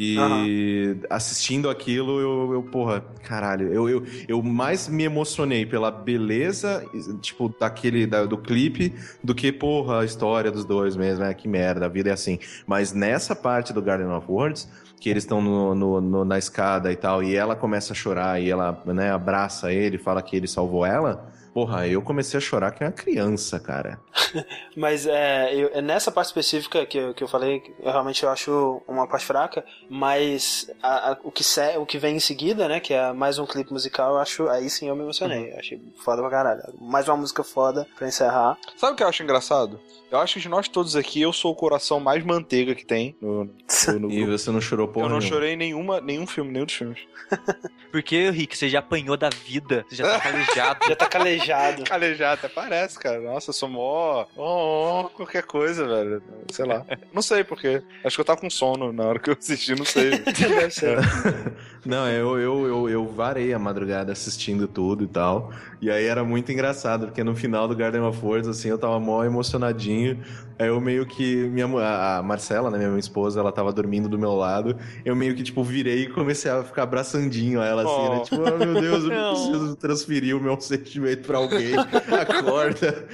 E assistindo aquilo, eu, eu porra, caralho, eu, eu, eu mais me emocionei pela beleza, tipo, daquele, da, do clipe, do que, porra, a história dos dois mesmo, é que merda, a vida é assim. Mas nessa parte do Garden of Words, que eles estão no, no, no- na escada e tal, e ela começa a chorar, e ela, né, abraça ele, fala que ele salvou ela, porra, eu comecei a chorar que é uma criança, cara. Mas é, eu- é nessa parte específica que eu, que eu falei, eu realmente eu acho uma parte fraca, mas a- a- o, que se, o que vem em seguida, né, que é mais um clipe musical, eu acho, aí sim eu me emocionei, eu achei foda pra caralho. Mais uma música foda pra encerrar. Sabe o que eu acho engraçado? Eu acho que de nós todos aqui, eu sou o coração mais manteiga que tem no, no, no E grupo. você não chorou porra Eu não nenhuma. chorei em nenhuma, nenhum filme, nenhum dos filmes. Porque, Rick, você já apanhou da vida, você já tá calejado. Já tá calejado. Calejado, até parece, cara. Nossa, eu sou mó, mó, mó qualquer coisa, velho. Sei lá. Não sei porquê. Acho que eu tava com sono na hora que eu assisti, não sei. Deve ser. Não, eu, eu, eu, eu varei a madrugada assistindo tudo e tal. E aí era muito engraçado, porque no final do Garden of Words, assim, eu tava mó emocionadinho. Aí eu meio que. Minha, mu- a a Marcela, né, minha esposa, ela tava dormindo do meu lado. Eu meio que, tipo, virei e comecei a ficar abraçandinho a ela, assim, Oh. né? Tipo, oh, meu Deus, eu Não. preciso transferir o meu sentimento pra alguém. Acorda.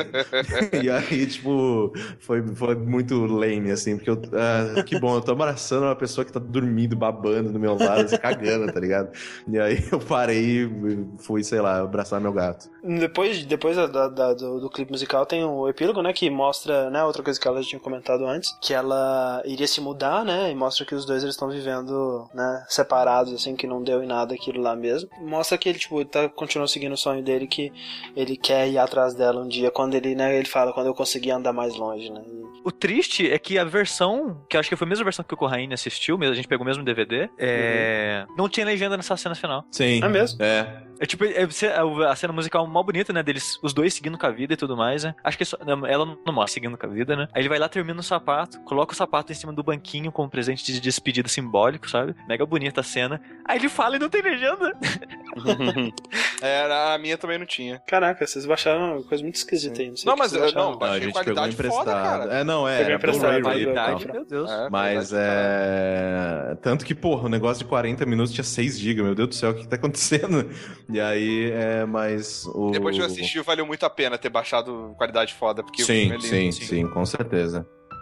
E aí, tipo, foi, foi muito lame, assim, porque eu. Ah, que bom, eu tô abraçando uma pessoa que tá dormindo, babando do meu lado, assim, cagando, tá ligado? E aí eu parei e fui, sei lá, abraçar meu gato. Depois, depois da, da- da- do, do clipe musical tem o epílogo, né, que mostra, né, outra coisa que ela já tinha comentado antes, que ela iria se mudar, né, e mostra que os dois eles estão vivendo, né, separados, assim, que não deu em nada aquilo lá mesmo. Mostra que ele, tipo, tá, continua seguindo o sonho dele, que ele quer ir atrás dela um dia, quando ele, né, ele fala, quando eu conseguir andar mais longe, né. E- O triste é que a versão, que eu acho que foi a mesma versão que o Corraine assistiu, mesmo, a gente pegou o mesmo D V D, é... não tinha legenda nessa cena final. Sim. É mesmo? É. É tipo, é, você- a cena musical mal bonita, né, deles, os dois seguindo com a vida e tudo mais, né. Acho que só, não, ela não mostra seguindo com a vida, né. Aí ele vai lá, termina o sapato, coloca o sapato em cima do banquinho como presente de despedida simbólico, sabe? Mega bonita a cena. Aí ele fala e não tem legenda. É, a minha também não tinha. Caraca, vocês baixaram uma coisa muito esquisita aí. Não, sei Não, que mas vocês eu- baixaram. não, baixei a gente qualidade pegou foda, emprestado. cara. É, não, é. Pegou era emprestado, Blu-ray pagou, e tal. Qualidade, meu Deus. É, Mas qualidade é. Tanto que, porra, o negócio de quarenta minutos tinha seis gigas. Meu Deus do céu, o que tá acontecendo? E aí, é. Mas. O... Depois de eu assistir, valeu muito a pena ter baixado qualidade foda, porque o Sim, filme é lindo. sim, sim, com certeza.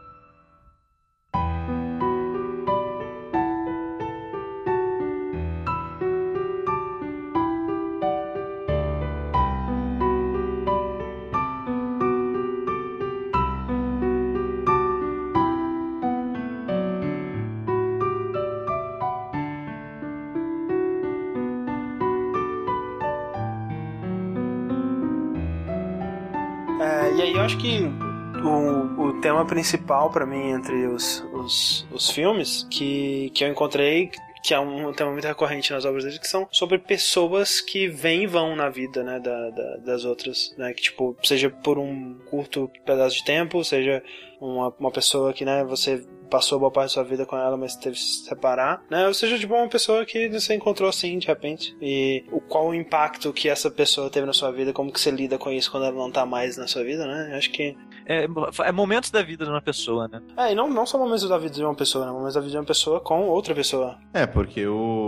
É, e aí eu acho que o, o tema principal pra mim entre os, os, os filmes que, que eu encontrei, que é um tema muito recorrente nas obras dele, que são sobre pessoas que vêm e vão na vida, né, da, da, das outras, né, que tipo, seja por um curto pedaço de tempo, seja uma, uma pessoa que, né, você passou boa parte da sua vida com ela, mas teve que se separar, né, ou seja, tipo, uma pessoa que você encontrou assim, de repente, e o, qual o impacto que essa pessoa teve na sua vida, como que você lida com isso quando ela não tá mais na sua vida, né, acho que É, é momentos da vida de uma pessoa, né? É, e não, não só momentos da vida de uma pessoa, né? Momentos da vida de uma pessoa com outra pessoa. É, porque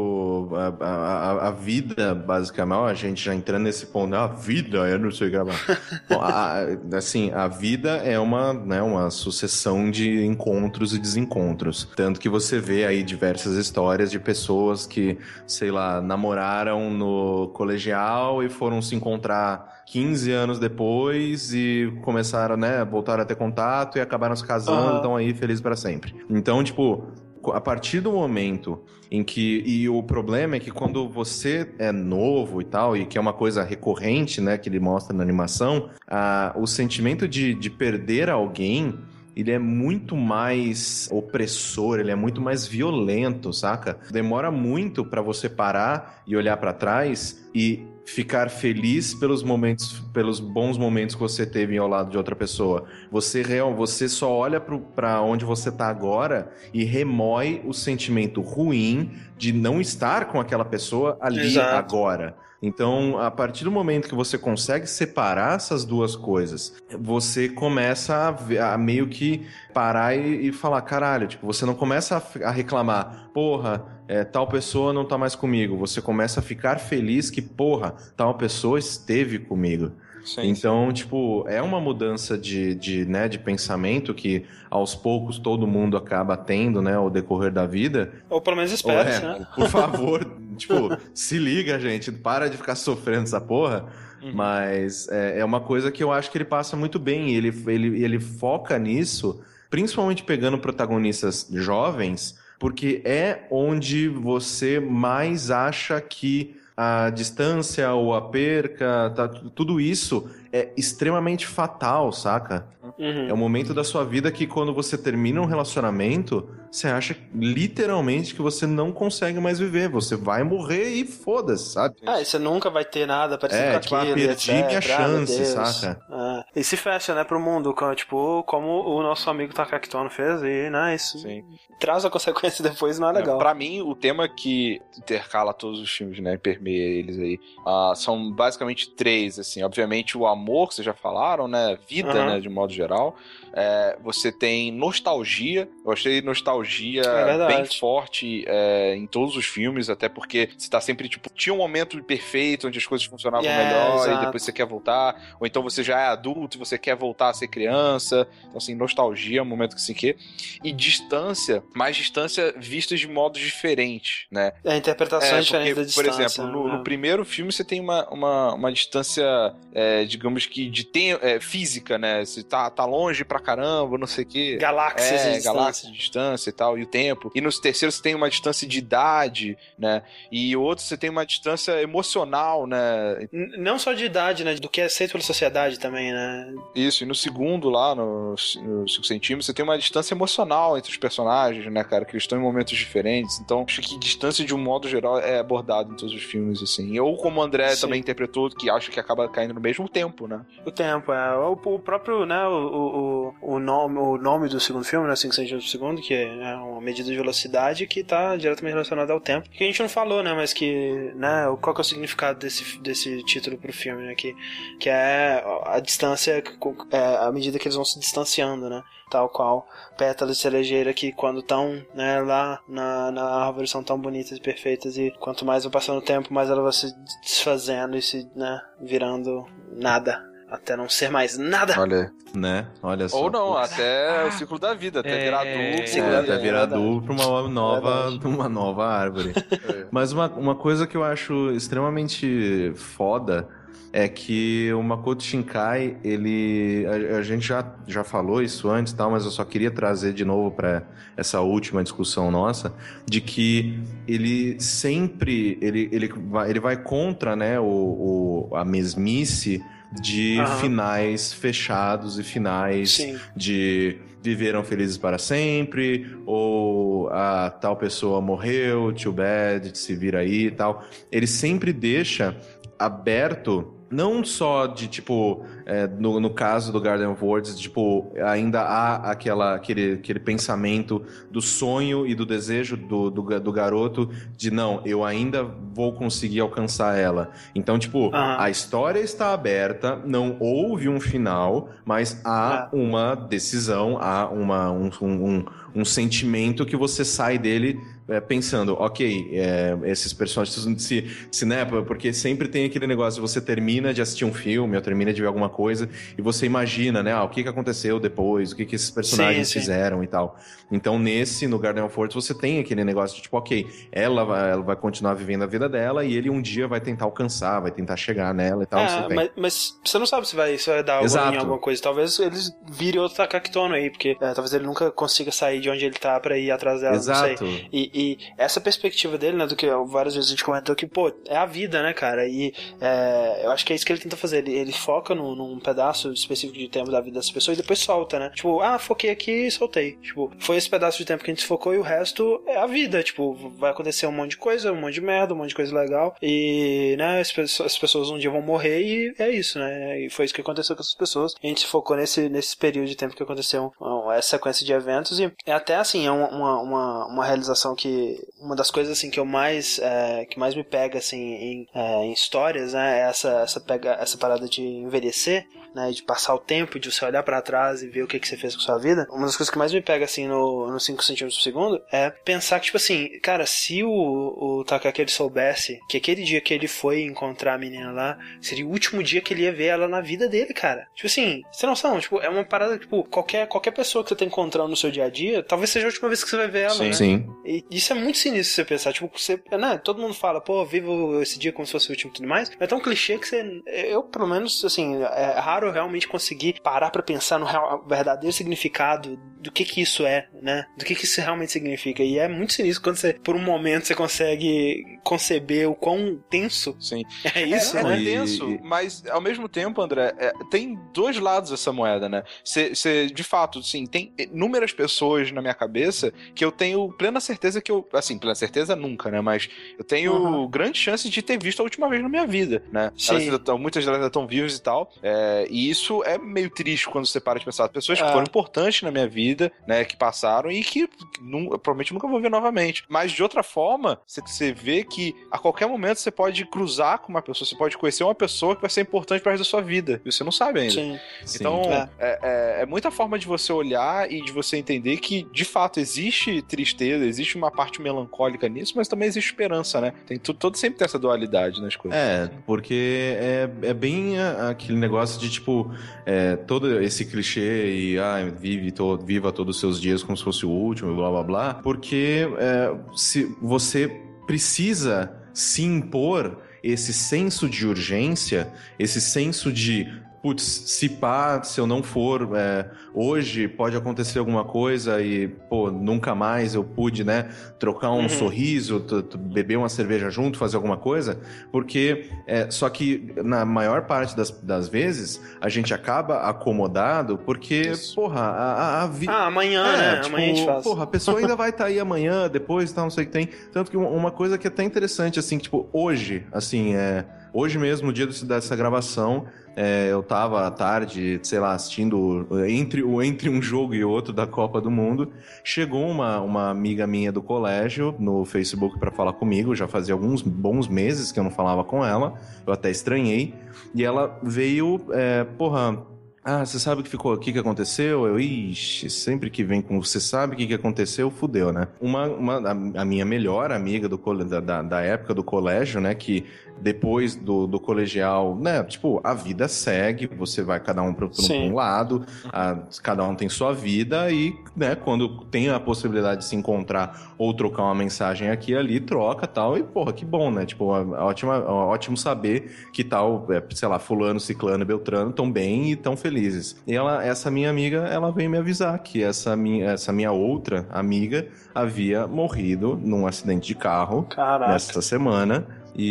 o, a, a, a vida, basicamente, ó, a gente já entrando nesse ponto, a vida, eu não sei gravar. Bom, a, assim, a vida é uma, né, uma sucessão de encontros e desencontros. Tanto que você vê aí diversas histórias de pessoas que, sei lá, namoraram no colegial e foram se encontrar quinze anos depois e começaram, né, voltaram a ter contato e acabaram se casando, Uhum. estão aí felizes para sempre. Então, tipo, a partir do momento em que... E o problema é que quando você é novo e tal, e que é uma coisa recorrente, né, que ele mostra na animação, a, o sentimento de, de perder alguém, ele é muito mais opressor, ele é muito mais violento, saca? Demora muito pra você parar e olhar pra trás e ficar feliz pelos momentos, pelos bons momentos que você teve ao lado de outra pessoa. Você real, você só olha pro, pra onde você tá agora e remói o sentimento ruim de não estar com aquela pessoa ali Exato. agora. Então, a partir do momento que você consegue separar essas duas coisas, você começa a, ver- a meio que parar e, e falar, caralho, tipo, você não começa a, f- a reclamar, porra, é, tal pessoa não tá mais comigo. Você começa a ficar feliz que, porra, tal pessoa esteve comigo. Sim, Então, tipo, é uma mudança de, de, né, de pensamento que aos poucos todo mundo acaba tendo, né, ao decorrer da vida. Ou pelo menos Ou espera, é, né? por favor, tipo, se liga, gente, para de ficar sofrendo essa porra. Uhum. Mas é, é uma coisa que eu acho que ele passa muito bem. Ele, ele, ele foca nisso, principalmente pegando protagonistas jovens, porque é onde você mais acha que a distância ou a perca, tá, tudo isso é extremamente fatal, saca? Uhum. É o momento da sua vida que quando você termina um relacionamento, você acha literalmente que você não consegue mais viver. Você vai morrer e foda-se, sabe? Ah, e você nunca vai ter nada parecido É, com tipo, ah, aquilo, perdi etcétera. minha Ah, chance, meu Deus. saca? Ah, e se fecha, né, pro mundo, como, tipo, como o nosso amigo Takakitono fez, e, né, isso Sim. traz a consequência depois, não é legal. É, pra mim, o tema que intercala todos os filmes, né, permeia eles aí, ah, são basicamente três, assim. Obviamente, o amor, que vocês já falaram, né, vida, Uhum. né, de modo geral. É, você tem nostalgia. Eu achei nostalgia É verdade. bem forte é, em todos os filmes, até porque você tá sempre, tipo, tinha um momento perfeito onde as coisas funcionavam É, melhor exato. e depois você quer voltar, ou então você já é adulto e você quer voltar a ser criança. Então, assim, nostalgia é um momento que se quer. E distância, mais distância vistas de modos diferentes, né? É, a interpretação é, É, diferente porque, da distância. por exemplo, no, né? no primeiro filme você tem uma, uma, uma distância, é, digamos que de tem, é, física, né? Você tá, tá longe pra caramba, não sei o quê. Galáxias É, de distância. galáxias de distância e tal, e o tempo. E no terceiro você tem uma distância de idade, né? E o outro você tem uma distância emocional, né? N- Não só de idade, né? Do que é aceito pela sociedade também, né? Isso, e no segundo lá, no, no cinco centímetros, você tem uma distância emocional entre os personagens, né, cara? Que eles estão em momentos diferentes. Então, acho que distância, de um modo geral, é abordado em todos os filmes, assim. Ou como o André Sim. também interpretou, que acha que acaba caindo no mesmo tempo, né? O tempo, é. O, o próprio, né, o, o, o, nome, o nome do segundo filme, né, cinco centímetros do segundo, que é é uma medida de velocidade que está diretamente relacionada ao tempo. Que a gente não falou, né, mas que, né, qual que é o significado desse, desse título pro filme, né, que, que é a distância, é, à medida que eles vão se distanciando, né, tal qual pétalas de cerejeira que quando estão, né, lá na, na árvore são tão bonitas e perfeitas e quanto mais vai passando o tempo, mais ela vai se desfazendo e se, né, virando nada. Até não ser mais nada. Olha. Né? Olha só. Ou não, pô. até o ciclo da vida, até É... virar adulto. É, até virar é adulto pra uma nova, Verdade. uma nova árvore. É. Mas uma, uma coisa que eu acho extremamente foda é que o Makoto Shinkai, ele... A, a gente já, já falou isso antes, tal, mas eu só queria trazer de novo para essa última discussão nossa, de que ele sempre... Ele, ele, vai, ele vai contra, né, o, o, a mesmice de Aham. finais fechados e finais Sim. de viveram felizes para sempre, ou a tal pessoa morreu, too bad, se vira aí e tal. Ele sempre deixa aberto, não só de, tipo, é, no, no caso do Garden of Words, tipo, ainda há aquela, aquele, aquele pensamento do sonho e do desejo do, do, do garoto de, não, eu ainda vou conseguir alcançar ela. Então, tipo, Aham. a história está aberta, não houve um final, mas há Ah. uma decisão, há uma, um, um, um sentimento que você sai dele é, pensando, ok, é, esses personagens se, se, né, porque sempre tem aquele negócio de você termina de assistir um filme ou termina de ver alguma coisa e você imagina, né, ah, o que, que aconteceu depois, o que, que esses personagens Sim, sim. fizeram e tal. Então nesse, no Garden of Words, você tem aquele negócio de tipo, ok, ela vai, ela vai continuar vivendo a vida dela e ele um dia vai tentar alcançar, vai tentar chegar nela e tal. É, você tem. mas, mas você não sabe se vai, se vai dar alguma, Exato. em alguma coisa. Talvez eles virem outro Takaki Tono aí, porque é, talvez ele nunca consiga sair de onde ele tá pra ir atrás dela, Exato. não sei. E, e essa perspectiva dele, né, do que várias vezes a gente comentou que, pô, é a vida, né, cara? E é, eu acho que é isso que ele tenta fazer. Ele, ele foca no, num pedaço específico de tempo da vida dessa pessoa e depois solta, né? Tipo, ah, foquei aqui e soltei. Tipo, foi esse pedaço de tempo que a gente focou e o resto é a vida. Tipo, vai acontecer um monte de coisa, um monte de merda, um monte de coisa legal. E, né, as pessoas, as pessoas um dia vão morrer e é isso, né? E foi isso que aconteceu com essas pessoas. A gente se focou nesse, nesse período de tempo que aconteceu um, essa sequência de eventos e é até assim, é uma, uma, uma, uma realização que uma das coisas assim que eu mais é, que mais me pega assim em, é, em histórias, né, é essa, essa, pega, essa parada de envelhecer, né, de passar o tempo, de você olhar pra trás e ver o que, que você fez com a sua vida. Uma das coisas que mais me pega assim no, no cinco centímetros por segundo é pensar que, tipo assim, cara, se o, o Takaki ele soubesse que aquele dia que ele foi encontrar a menina lá seria o último dia que ele ia ver ela na vida dele, cara. Tipo assim, você não sabe, tipo, é uma parada, tipo, qualquer, qualquer pessoa que você tá encontrando no seu dia a dia, talvez seja a última vez que você vai ver ela, Sim. né? Sim. E isso é muito sinistro você pensar, tipo, você, né, todo mundo fala, pô, vivo esse dia como se fosse o último e tudo mais, mas é tão clichê que você, eu, pelo menos, assim, é raro realmente conseguir parar pra pensar no real, verdadeiro significado do que que isso é, né, do que que isso realmente significa, e é muito sinistro quando você, por um momento, você consegue conceber o quão tenso Sim. é isso, é, né? É tenso, E- mas ao mesmo tempo, André, é, tem dois lados essa moeda, né? Você, de fato, sim, tem inúmeras pessoas na minha cabeça que eu tenho plena certeza que eu, assim, plena certeza nunca, né? Mas eu tenho Uhum. grande chance de ter visto a última vez na minha vida, né? Sim. Elas ainda tão- muitas delas ainda estão vivas e tal, é, e isso é meio triste quando você para de pensar. Pessoas que É. foram importantes na minha vida, né? Que passaram e que nu- eu provavelmente nunca vou ver novamente. Mas de outra forma, você, você vê que a qualquer momento você pode cruzar com uma pessoa, você pode conhecer uma pessoa que vai ser importante para resto da sua vida, e você não sabe ainda. Sim. Então, Sim. é. É, é muita forma de você olhar e de você entender que, de fato, existe tristeza, existe uma parte melancólica nisso, mas também existe esperança, né? Tem tudo, todo sempre tem essa dualidade nas coisas. É, porque é, é bem a- aquele negócio de, tipo, é, todo esse clichê e, ah, vive to, viva todos os seus dias como se fosse o último, blá, blá, blá, porque é, se você precisa se impor esse senso de urgência, esse senso de, putz, se pá, se eu não for é, hoje, pode acontecer alguma coisa e, pô, nunca mais eu pude, né, trocar um Uhum. sorriso, t- t- beber uma cerveja junto, fazer alguma coisa, porque, é, só que na maior parte das, das vezes, a gente acaba acomodado porque, Isso. porra, a, a, a vida... Ah, amanhã, né? tipo, Amanhã a gente faz. porra, a pessoa ainda vai estar aí amanhã, depois, tal, não sei o que tem. Tanto que uma, uma coisa que é até interessante, assim, que, tipo, hoje, assim, é... Hoje mesmo, no dia dessa gravação, é, eu tava à tarde, sei lá, assistindo entre, entre um jogo e outro da Copa do Mundo. Chegou uma, uma amiga minha do colégio no Facebook pra falar comigo. Já fazia alguns bons meses que eu não falava com ela. Eu até estranhei. E ela veio, é, porra... Ah, você sabe o que ficou aqui, que aconteceu? Eu, ixi, sempre que vem com você sabe o que, que aconteceu, fudeu, né? Uma, uma, a, a minha melhor amiga do, da, da, da época do colégio, né, que depois do, do colegial, né, tipo, a vida segue, você vai cada um para um lado, a, cada um tem sua vida e, né, quando tem a possibilidade de se encontrar ou trocar uma mensagem aqui e ali, troca tal, e porra, que bom, né? Tipo, ótima, ótimo saber que tal, sei lá, fulano, ciclano e beltrano estão bem e estão felizes. E ela, essa minha amiga, ela veio me avisar que essa minha, essa minha outra amiga havia morrido num acidente de carro. Caraca. Nessa semana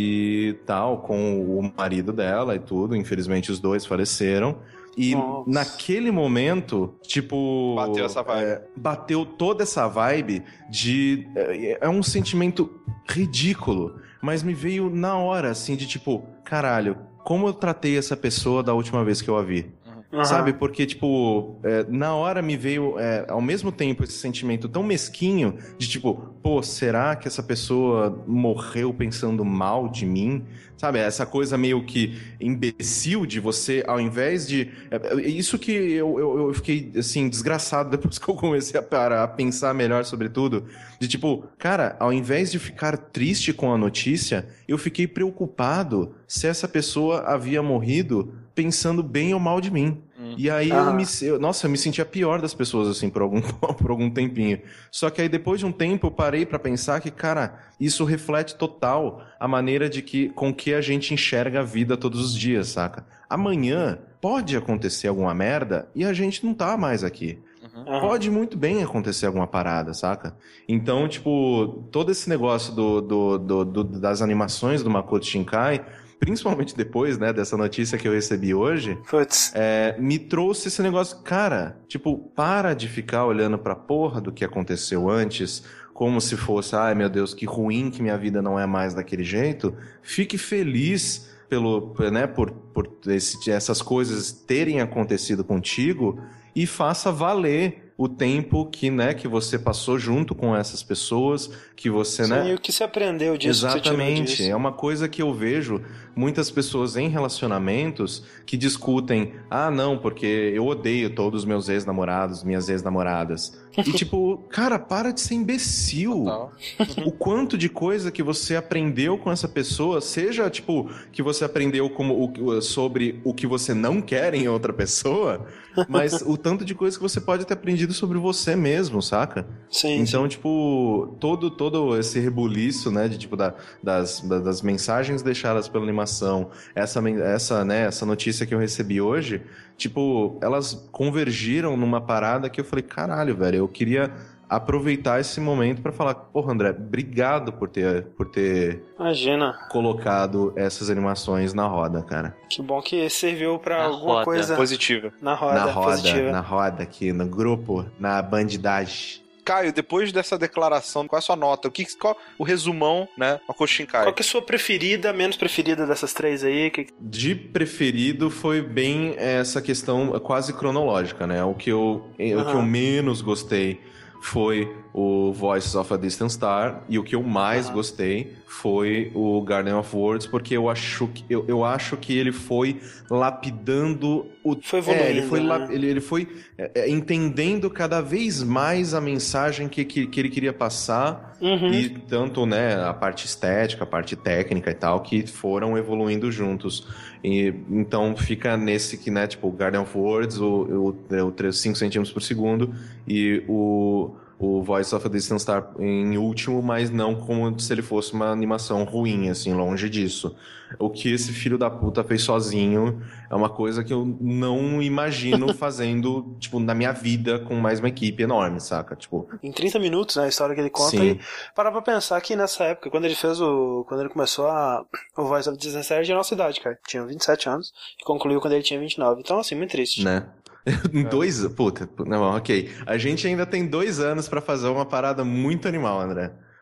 e tal, com o marido dela e tudo. Infelizmente os dois faleceram. E Nossa. Naquele momento, tipo... Bateu essa vibe. É, bateu toda essa vibe de... É, é um sentimento ridículo, mas me veio na hora, assim, de tipo... Caralho, como eu tratei essa pessoa da última vez que eu a vi? Uhum. Sabe? Porque, tipo, é, na hora me veio, é, ao mesmo tempo, esse sentimento tão mesquinho de, tipo, pô, será que essa pessoa morreu pensando mal de mim? Sabe? Essa coisa meio que imbecil de você, ao invés de... É, isso que eu, eu, eu fiquei, assim, desgraçado depois que eu comecei a, parar, a pensar melhor sobre tudo. De, tipo, cara, ao invés de ficar triste com a notícia, eu fiquei preocupado se essa pessoa havia morrido pensando bem ou mal de mim. Hum. E aí ah. eu me... Eu, nossa, eu me sentia pior das pessoas, assim, por algum, por algum tempinho. Só que aí depois de um tempo eu parei pra pensar que, cara, isso reflete total a maneira de que, com que a gente enxerga a vida todos os dias, saca? Amanhã pode acontecer alguma merda e a gente não tá mais aqui. Uhum. Pode muito bem acontecer alguma parada, saca? Então, tipo, todo esse negócio do, do, do, do, das animações do Makoto Shinkai... Principalmente depois, né, dessa notícia que eu recebi hoje, é, me trouxe esse negócio, cara, tipo, para de ficar olhando pra porra do que aconteceu antes, como se fosse, ai meu Deus, que ruim que minha vida não é mais daquele jeito. Fique feliz pelo, né, por, por esse, essas coisas terem acontecido contigo e faça valer o tempo que, né, que você passou junto com essas pessoas, que você, Sim, né... e o que você aprendeu disso. Exatamente, que você é uma coisa que eu vejo muitas pessoas em relacionamentos que discutem, ah, não, porque eu odeio todos os meus ex-namorados, minhas ex-namoradas. E tipo, cara, para de ser imbecil. O quanto de coisa que você aprendeu com essa pessoa, seja, tipo, que você aprendeu como o, sobre o que você não quer em outra pessoa, mas o tanto de coisa que você pode ter aprendido sobre você mesmo, saca? Sim, então, sim. tipo, todo, todo esse rebuliço, né, de, tipo, da, das, das mensagens deixadas pela animação, essa, essa, né, essa notícia que eu recebi hoje, tipo, elas convergiram numa parada que eu falei, caralho, velho, eu queria aproveitar esse momento pra falar, porra, André, obrigado por ter, por ter Imagina. colocado essas animações na roda, cara. Que bom que serviu pra na alguma roda. coisa positiva. Na roda, na roda, positiva. na roda aqui, no grupo, na bandidagem. Caio, depois dessa declaração, qual é a sua nota? O que, qual o resumão, né, Makoto Shinkai? Qual que é a sua preferida, menos preferida dessas três aí? Que... De preferido foi bem essa questão quase cronológica, né? O que eu, uhum. o que eu menos gostei foi o Voices of a Distant Star, e o que eu mais uhum. gostei foi o Garden of Words, porque eu acho que, eu, eu acho que ele foi lapidando o... Foi evoluindo, é, ele foi, né? ele, ele foi é, entendendo cada vez mais a mensagem que, que, que ele queria passar, uhum. e tanto, né, a parte estética, a parte técnica e tal, que foram evoluindo juntos. E, então fica nesse que, né, tipo, o Garden of Words, o, o, o cinco centímetros por segundo, e o... o Voice of a Distant Star em último, mas não como se ele fosse uma animação ruim, assim, longe disso. O que esse filho da puta fez sozinho é uma coisa que eu não imagino fazendo, tipo, na minha vida com mais uma equipe enorme, saca? Tipo... Em trinta minutos, né, a história que ele conta, Sim. e parar pra pensar que nessa época, quando ele fez o... quando ele começou a... o Voice of a Distant Star, ele tinha a nossa idade, cara. Tinha vinte e sete anos, e concluiu quando ele tinha vinte e nove. Então, assim, muito triste. Né? Em dois... Puta, não, ok. A gente ainda tem dois anos pra fazer uma parada muito animal, André.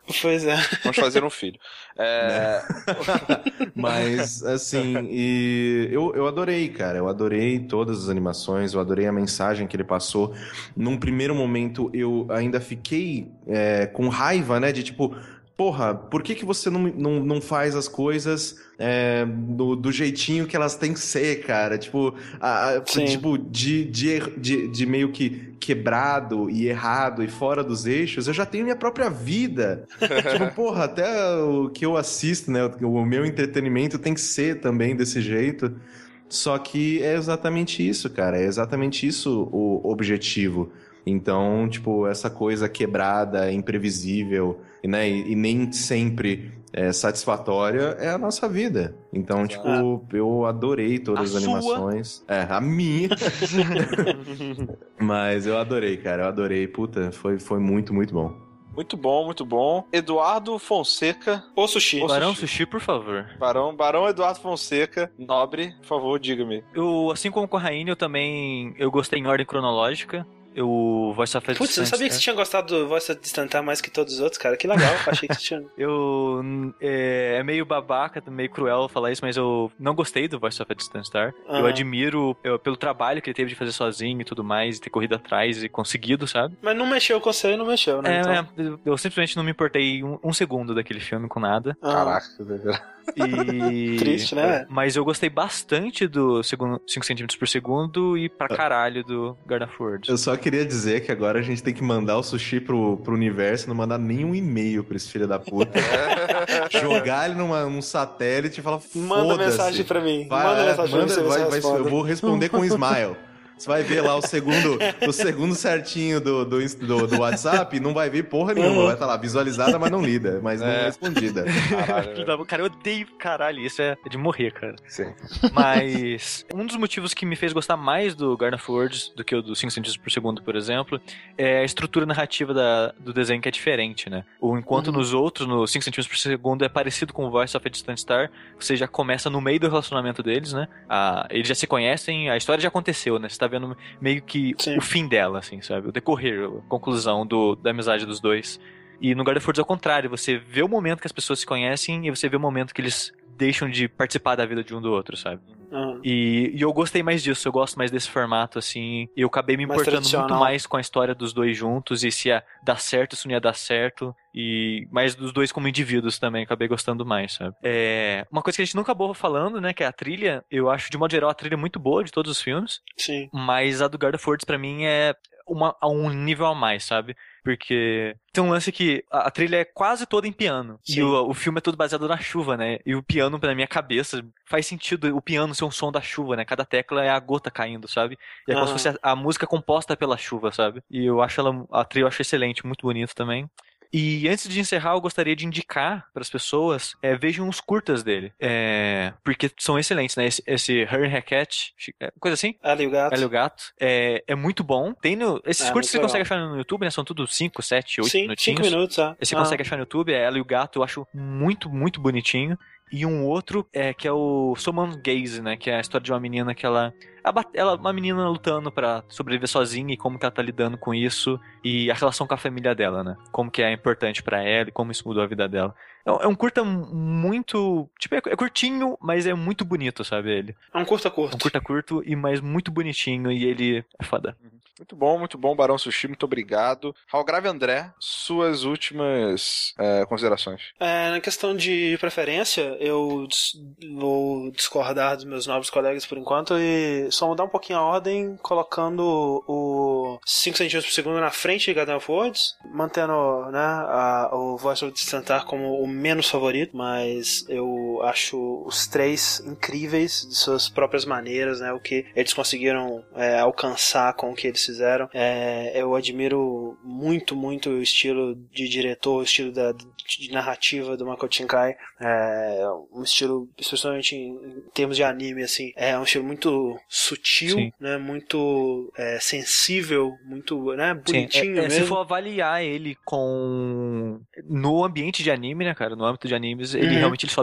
Pois é. Vamos fazer um filho. É... Mas, assim, e eu, eu adorei, cara. Eu adorei todas as animações, eu adorei a mensagem que ele passou. Num primeiro momento, eu ainda fiquei é, com raiva, né? De tipo, porra, por que, que você não, não, não faz as coisas é, do, do jeitinho que elas têm que ser, cara? Tipo, a, a, tipo de, de, de, de meio que quebrado e errado e fora dos eixos, eu já tenho minha própria vida. Tipo, porra, até o que eu assisto, né? O, o meu entretenimento tem que ser também desse jeito. Só que é exatamente isso, cara. É exatamente isso o objetivo. Então, tipo, essa coisa quebrada, imprevisível, né, e, e nem sempre é, satisfatória é a nossa vida. Então, ah. tipo, eu adorei todas a as animações. Sua? É, a minha. Mas eu adorei, cara, eu adorei. Puta, foi, foi muito, muito bom. Muito bom, muito bom. Eduardo Fonseca. O Sushi. O Barão Sushi. Sushi, por favor. Barão, Barão Eduardo Fonseca, nobre, por favor, diga-me. Eu, assim como com a Rainha, eu também eu gostei em ordem cronológica. Eu Voice of a Putz, eu não sabia que você tinha gostado do Voice of Distantar mais que todos os outros, cara. Que legal, achei que você tinha. Eu... É, é meio babaca, meio cruel falar isso, mas eu não gostei do Voice of a Distant Star. Uhum. Eu admiro eu, pelo trabalho que ele teve de fazer sozinho e tudo mais, e ter corrido atrás e conseguido, sabe? Mas não mexeu com você e não mexeu, né? É, então... é, eu simplesmente não me importei um, um segundo daquele filme com nada. Uhum. Caraca, E... Triste, né? Mas eu gostei bastante do cinco centímetros por segundo e pra caralho do God of War. Eu só queria dizer que agora a gente tem que mandar o Sushi pro, pro universo e não mandar nenhum e-mail pra esse filho da puta. Jogar ele numa, num satélite e falar, foda-se. Manda mensagem pra mim. Vai, manda mensagem manda, pra mim. vai, vai, vai, eu vou responder com um smile. Você vai ver lá o segundo, o segundo certinho do, do, do, do WhatsApp e não vai ver porra nenhuma. Vai estar lá, visualizada, mas não lida, mas não é. respondida. Caralho, cara, eu odeio caralho. Isso é de morrer, cara. Sim. Mas um dos motivos que me fez gostar mais do God of War do que o do cinco centímetros por segundo, por exemplo, é a estrutura narrativa da, do desenho que é diferente, né? O enquanto uhum. nos outros, no cinco centímetros por segundo, é parecido com o Voice of a Distant Star, você já começa no meio do relacionamento deles, né? Ah, eles já se conhecem, a história já aconteceu, né? Você tá vendo meio que Sim. o fim dela, assim, sabe? O decorrer, a conclusão do, da amizade dos dois. E no God of War é o contrário, você vê o momento que as pessoas se conhecem e você vê o momento que eles deixam de participar da vida de um do outro, sabe? Uhum. E, e eu gostei mais disso, eu gosto mais desse formato, assim. E eu acabei me importando muito mais com a história dos dois juntos e se ia dar certo, se não ia dar certo. E mais dos dois como indivíduos também, acabei gostando mais, sabe? É, uma coisa que a gente nunca acabou falando, né, que é a trilha. Eu acho, de modo geral, a trilha muito boa de todos os filmes. Sim. Mas a do God of War, pra mim, é uma, um nível a mais, sabe? Porque tem um lance que a, a trilha é quase toda em piano. Sim. E o, o filme é todo baseado na chuva, né? E o piano, na minha cabeça, faz sentido o piano ser um som da chuva, né? Cada tecla é a gota caindo, sabe? E é como se fosse a, a música composta pela chuva, sabe? E eu acho ela, a trilha eu acho excelente, muito bonito também. E antes de encerrar, eu gostaria de indicar para as pessoas, é, vejam os curtas dele, é, porque são excelentes, né? Esse, esse Hurry Hackett, coisa assim? Ali o Gato. Ali o Gato. É, é muito bom. Tem no, esses é, curtas você legal. consegue achar no YouTube, né? São tudo cinco, sete, oito minutinhos. cinco minutos, é. Você ah. consegue achar no YouTube, é Ali o Gato, eu acho muito, muito bonitinho. E um outro é que é o Someone's Gaze, né? Que é a história de uma menina que ela... Ela uma menina lutando pra sobreviver sozinha e como que ela tá lidando com isso. E a relação com a família dela, né? Como que é importante pra ela e como isso mudou a vida dela. É um curta muito... Tipo, é curtinho, mas é muito bonito, sabe? Ele. É um curta curto. Um curta curto, e mas muito bonitinho. E ele é foda. Muito bom, muito bom, Barão Sushi, muito obrigado. Raul Grave André, suas últimas é, considerações. É, na questão de preferência, eu vou discordar dos meus novos colegas por enquanto e só mudar um pouquinho a ordem, colocando o cinco centímetros por segundo na frente de God of War, mantendo, né, a, o Voice of Distantar como o menos favorito, mas eu acho os três incríveis de suas próprias maneiras, né, o que eles conseguiram é, alcançar com o que eles fizeram. É, eu admiro muito, muito o estilo de diretor, o estilo da, de narrativa do Makoto Shinkai. É um estilo, especialmente em, em termos de anime, assim, é um estilo muito sutil, Sim. né, muito é, sensível, muito, né, bonitinho é, é, mesmo. Se for avaliar ele com... no ambiente de anime, né, cara, no âmbito de animes, ele uhum. realmente ele sobe muito.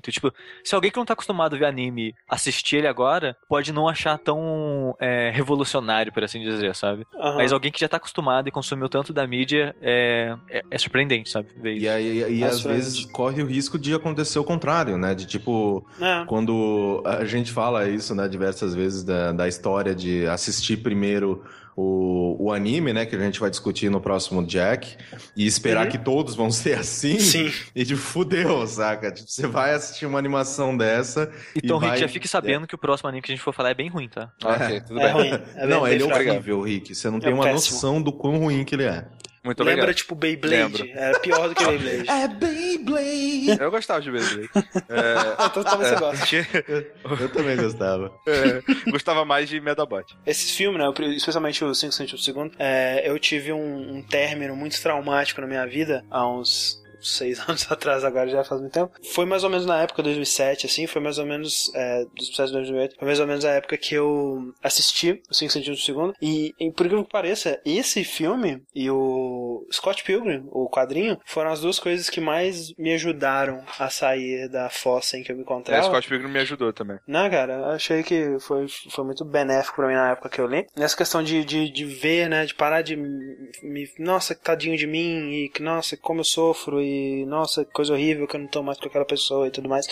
Que, tipo, se alguém que não tá acostumado a ver anime assistir ele agora, pode não achar tão é, revolucionário, por assim dizer, sabe? Uhum. Mas alguém que já tá acostumado e consumiu tanto da mídia é, é, é surpreendente, sabe? Ver isso. E, aí, e às vezes corre o risco de acontecer o contrário, né? De tipo, é. quando a gente fala isso, né, diversas vezes da, da história de assistir primeiro o, o anime, né, que a gente vai discutir no próximo Jack, e esperar uhum. que todos vão ser assim, Sim. e tipo, fudeu, saca? Tipo, você vai assistir uma animação dessa então, e Rick, vai... já fique sabendo é. que o próximo anime que a gente for falar é bem ruim, tá? É, okay, tudo é bem. ruim. É não, bem, ele bem é horrível, Rick. Você não é tem uma péssimo. noção do quão ruim que ele é. Muito obrigado. Lembra, tipo, Beyblade? É pior do que Beyblade. É Beyblade! Eu gostava de Beyblade. É... então talvez você goste. Eu também gostava. É, gostava mais de Medabot. Esses filmes, né, especialmente o cinco centímetros por segundo, é, eu tive um, um término muito traumático na minha vida há uns... seis anos atrás, agora já faz muito tempo. Foi mais ou menos na época de dois mil e sete, assim, foi mais ou menos é, dos processos de dois mil e oito, foi mais ou menos a época que eu assisti o cinco centímetros por segundo, e, e por incrível que pareça, esse filme e o Scott Pilgrim, o quadrinho, foram as duas coisas que mais me ajudaram a sair da fossa em que eu me encontrava. É, o Scott Pilgrim me ajudou também. Não, cara, achei que foi, foi muito benéfico pra mim na época que eu li. Nessa questão de, de, de ver, né, de parar de me... Nossa, tadinho de mim, e que, nossa, como eu sofro, e E, nossa, que coisa horrível que eu não tô mais com aquela pessoa e tudo mais.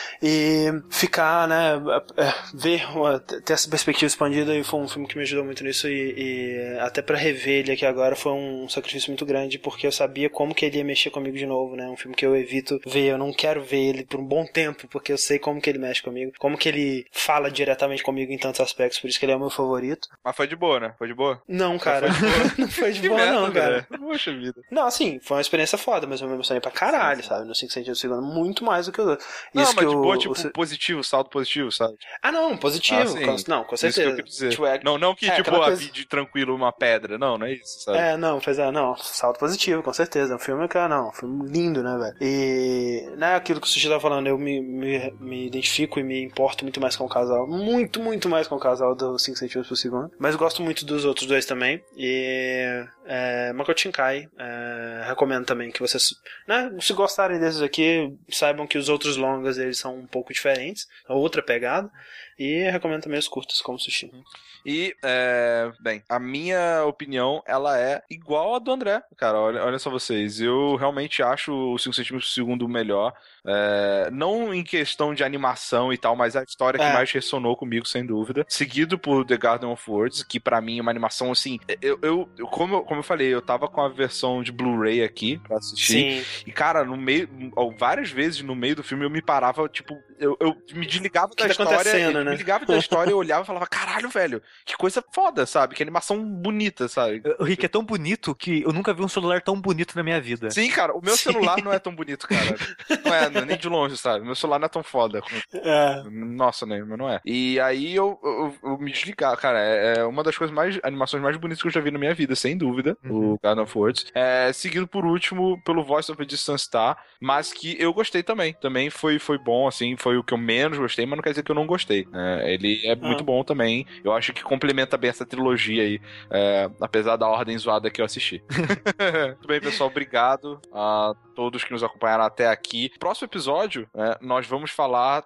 E ficar, né, ver, ter essa perspectiva expandida, e foi um filme que me ajudou muito nisso, e, e até pra rever ele aqui agora foi um sacrifício muito grande, porque eu sabia como que ele ia mexer comigo de novo, né, um filme que eu evito ver, eu não quero ver ele por um bom tempo, porque eu sei como que ele mexe comigo, como que ele fala diretamente comigo em tantos aspectos, por isso que ele é o meu favorito. Mas foi de boa, né? Foi de boa? Não, cara. Não foi de boa, não foi de boa merda, não, cara. Poxa vida. Não, assim, foi uma experiência foda, mas eu me emocionei pra caralho, sabe? No cinco centímetros por segundo, muito mais do que o... Não, isso mas que de o, boa, tipo, o... positivo, saldo positivo, sabe? Ah, não, positivo. Ah, sim. com... Não, com certeza. Isso que eu dizer. Tipo, é... Não, não que, é, tipo, a coisa... vida tranquilo uma pedra. Não, não é isso, sabe? É, não, fez é, não, saldo positivo, com certeza. É um filme que, não, um filme lindo, né, velho? E, né, aquilo que o Sushi tava falando, eu me, me, me identifico e me importo muito mais com o casal. Muito, muito mais com o casal do cinco centímetros por segundo. Mas gosto muito dos outros dois também. E... É, Makoto Shinkai, é, recomendo também que vocês, né, se gostarem desses aqui, saibam que os outros longas eles são um pouco diferentes, outra pegada, e recomendo também os curtos como Sushi. E, é, bem, a minha opinião, ela é igual a do André, cara, olha, olha só vocês, eu realmente acho o cinco centímetros por segundo melhor, é, não em questão de animação e tal, mas a história que é. mais ressonou comigo, sem dúvida, seguido por The Garden of Words, que pra mim é uma animação, assim, eu, eu, eu como, eu, como eu falei, eu tava com a versão de Blu-ray aqui pra assistir, Sim. e cara, no meio, várias vezes no meio do filme eu me parava, tipo, eu, eu me desligava da tá história, eu né? me ligava da história, eu olhava e falava, caralho, velho, que coisa foda, sabe? Que animação bonita, sabe? O Rick é tão bonito que eu nunca vi um celular tão bonito na minha vida. Sim, cara, o meu Sim. celular não é tão bonito, cara. Não é, não é nem de longe, sabe? O meu celular não é tão foda. É. Nossa, né? Não é. E aí eu, eu, eu me desligar, cara, é uma das coisas mais, animações mais bonitas que eu já vi na minha vida, sem dúvida, uhum. o Garden of Words. É, seguido por último pelo Voice of a Distant Star, mas que eu gostei também. Também foi, foi bom, assim, foi o que eu menos gostei, mas não quer dizer que eu não gostei. É, ele é ah. muito bom também. Eu acho que complementa bem essa trilogia aí, é, apesar da ordem zoada que eu assisti. Muito bem, pessoal, obrigado a todos que nos acompanharam até aqui. Próximo episódio, é, nós vamos falar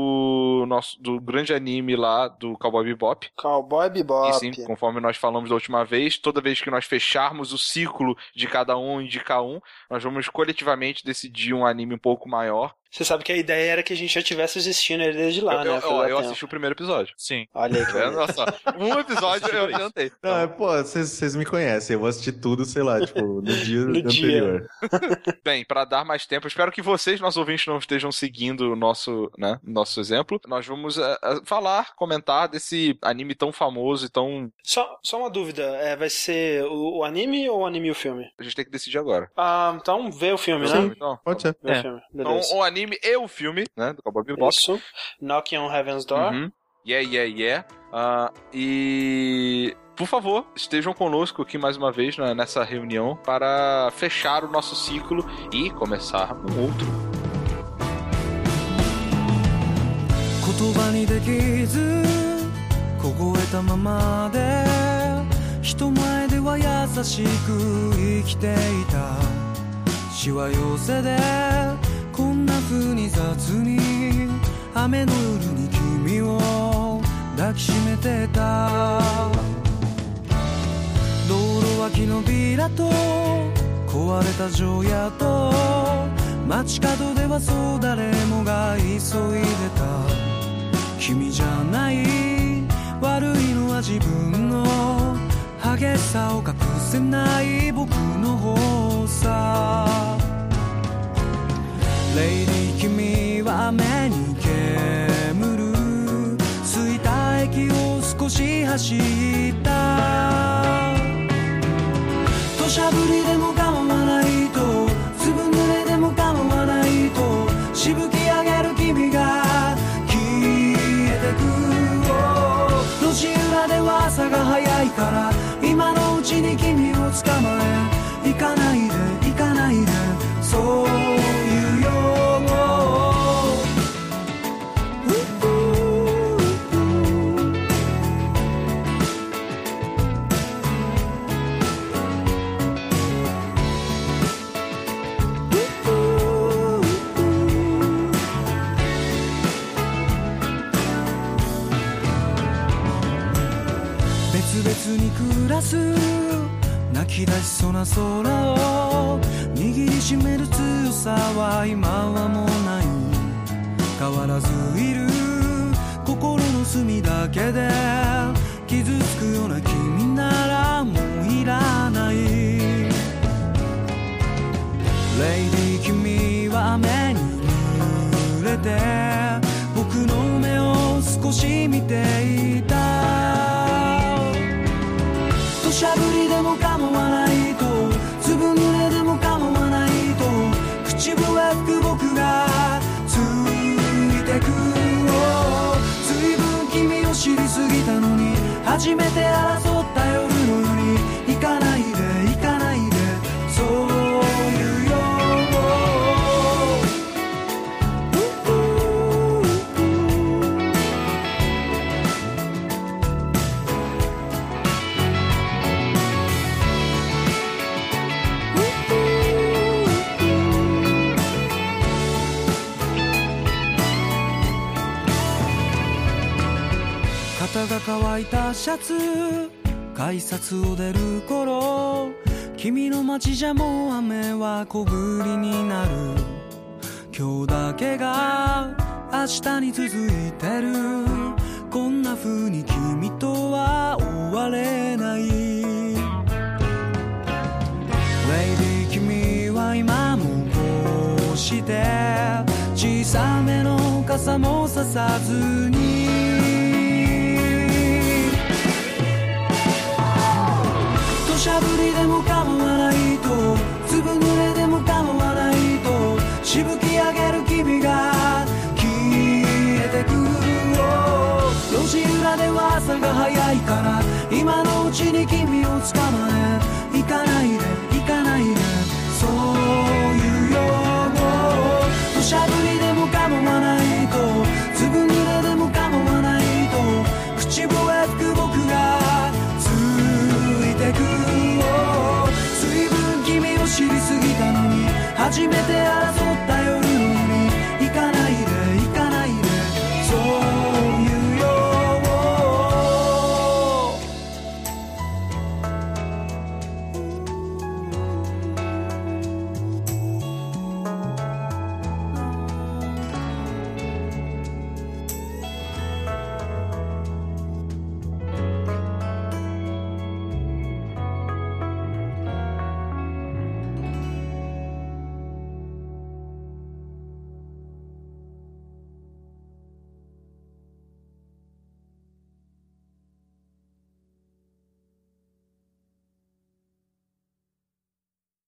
do nosso do grande anime lá do Cowboy Bebop. Cowboy Bebop. E sim, conforme nós falamos da última vez, toda vez que nós fecharmos o ciclo de cada um indicar um, nós vamos coletivamente decidir um anime um pouco maior. Você sabe que a ideia era que a gente já tivesse assistindo ele desde lá, eu, né? Eu, eu, eu assisti o primeiro episódio. Sim. Olha aí que Nossa, só. Um episódio eu adiantei. Não, é, pô, vocês me conhecem. Eu vou assistir tudo, sei lá, tipo, no dia no anterior. Dia. Bem, pra dar mais tempo, espero que vocês, nossos ouvintes, não estejam seguindo o nosso, né, nosso exemplo. Nós vamos uh, uh, falar, comentar desse anime tão famoso e tão... Só, só uma dúvida, é, vai ser o, o anime ou o anime e o filme? A gente tem que decidir agora. Ah, então vê o filme, Sim, né? Então, pode ser. Vê é. o filme, então, o anime e o filme, né, do Cowboy Bebop. Isso. Knocking on Heaven's Door. Uhum. Yeah, yeah, yeah. Uh, e... Por favor, estejam conosco aqui mais uma vez na, nessa reunião para fechar o nosso ciclo e começar um outro. 言葉にできず凍えたままで人前では優しく生きていたしわ寄せでこんな風に雑に雨の夜に君を抱きしめてた道路脇のビラと壊れた城屋と街角ではそう誰もが急いでた君じゃない悪いのは自分の激しさを隠せない僕の方さレイディ君は目に煙る着いた駅を少し走った土砂降りでも構わないと粒濡れでも構わないとしぶき上げる君が消えてく路地裏では朝が早いから今のうちに君を捕まえ行かないで行かないでそういうよ泣き出しそうな空を握りしめる強さは今はもうない変わらずいる心の隅だけで傷つくような君ならもういらないレイディ君は雨に濡れて僕の目を少し見ていた土砂降りでも構わないと粒濡れでも構わないと口笛吹く僕がついてく随分君を知りすぎたのに初めて争った夜のように行かないで行かないでそういうよ肩が乾いたシャツ改札を出る頃君の街じゃもう雨は小降りになる今日だけが明日に続いてるこんな風に君とは終われないレイディ君は今もこうして小さめの傘もささずに土砂降りでも構わないと粒濡れでも構わないとしぶき上げる君が消えてく路地裏では朝が早いから今のうちに君を捕まえ行かないで行かないでそういうよ土砂降りでも構わないと粒濡れでも構わないと口笛吹く僕がついてく随分君を知りすぎたのに初めて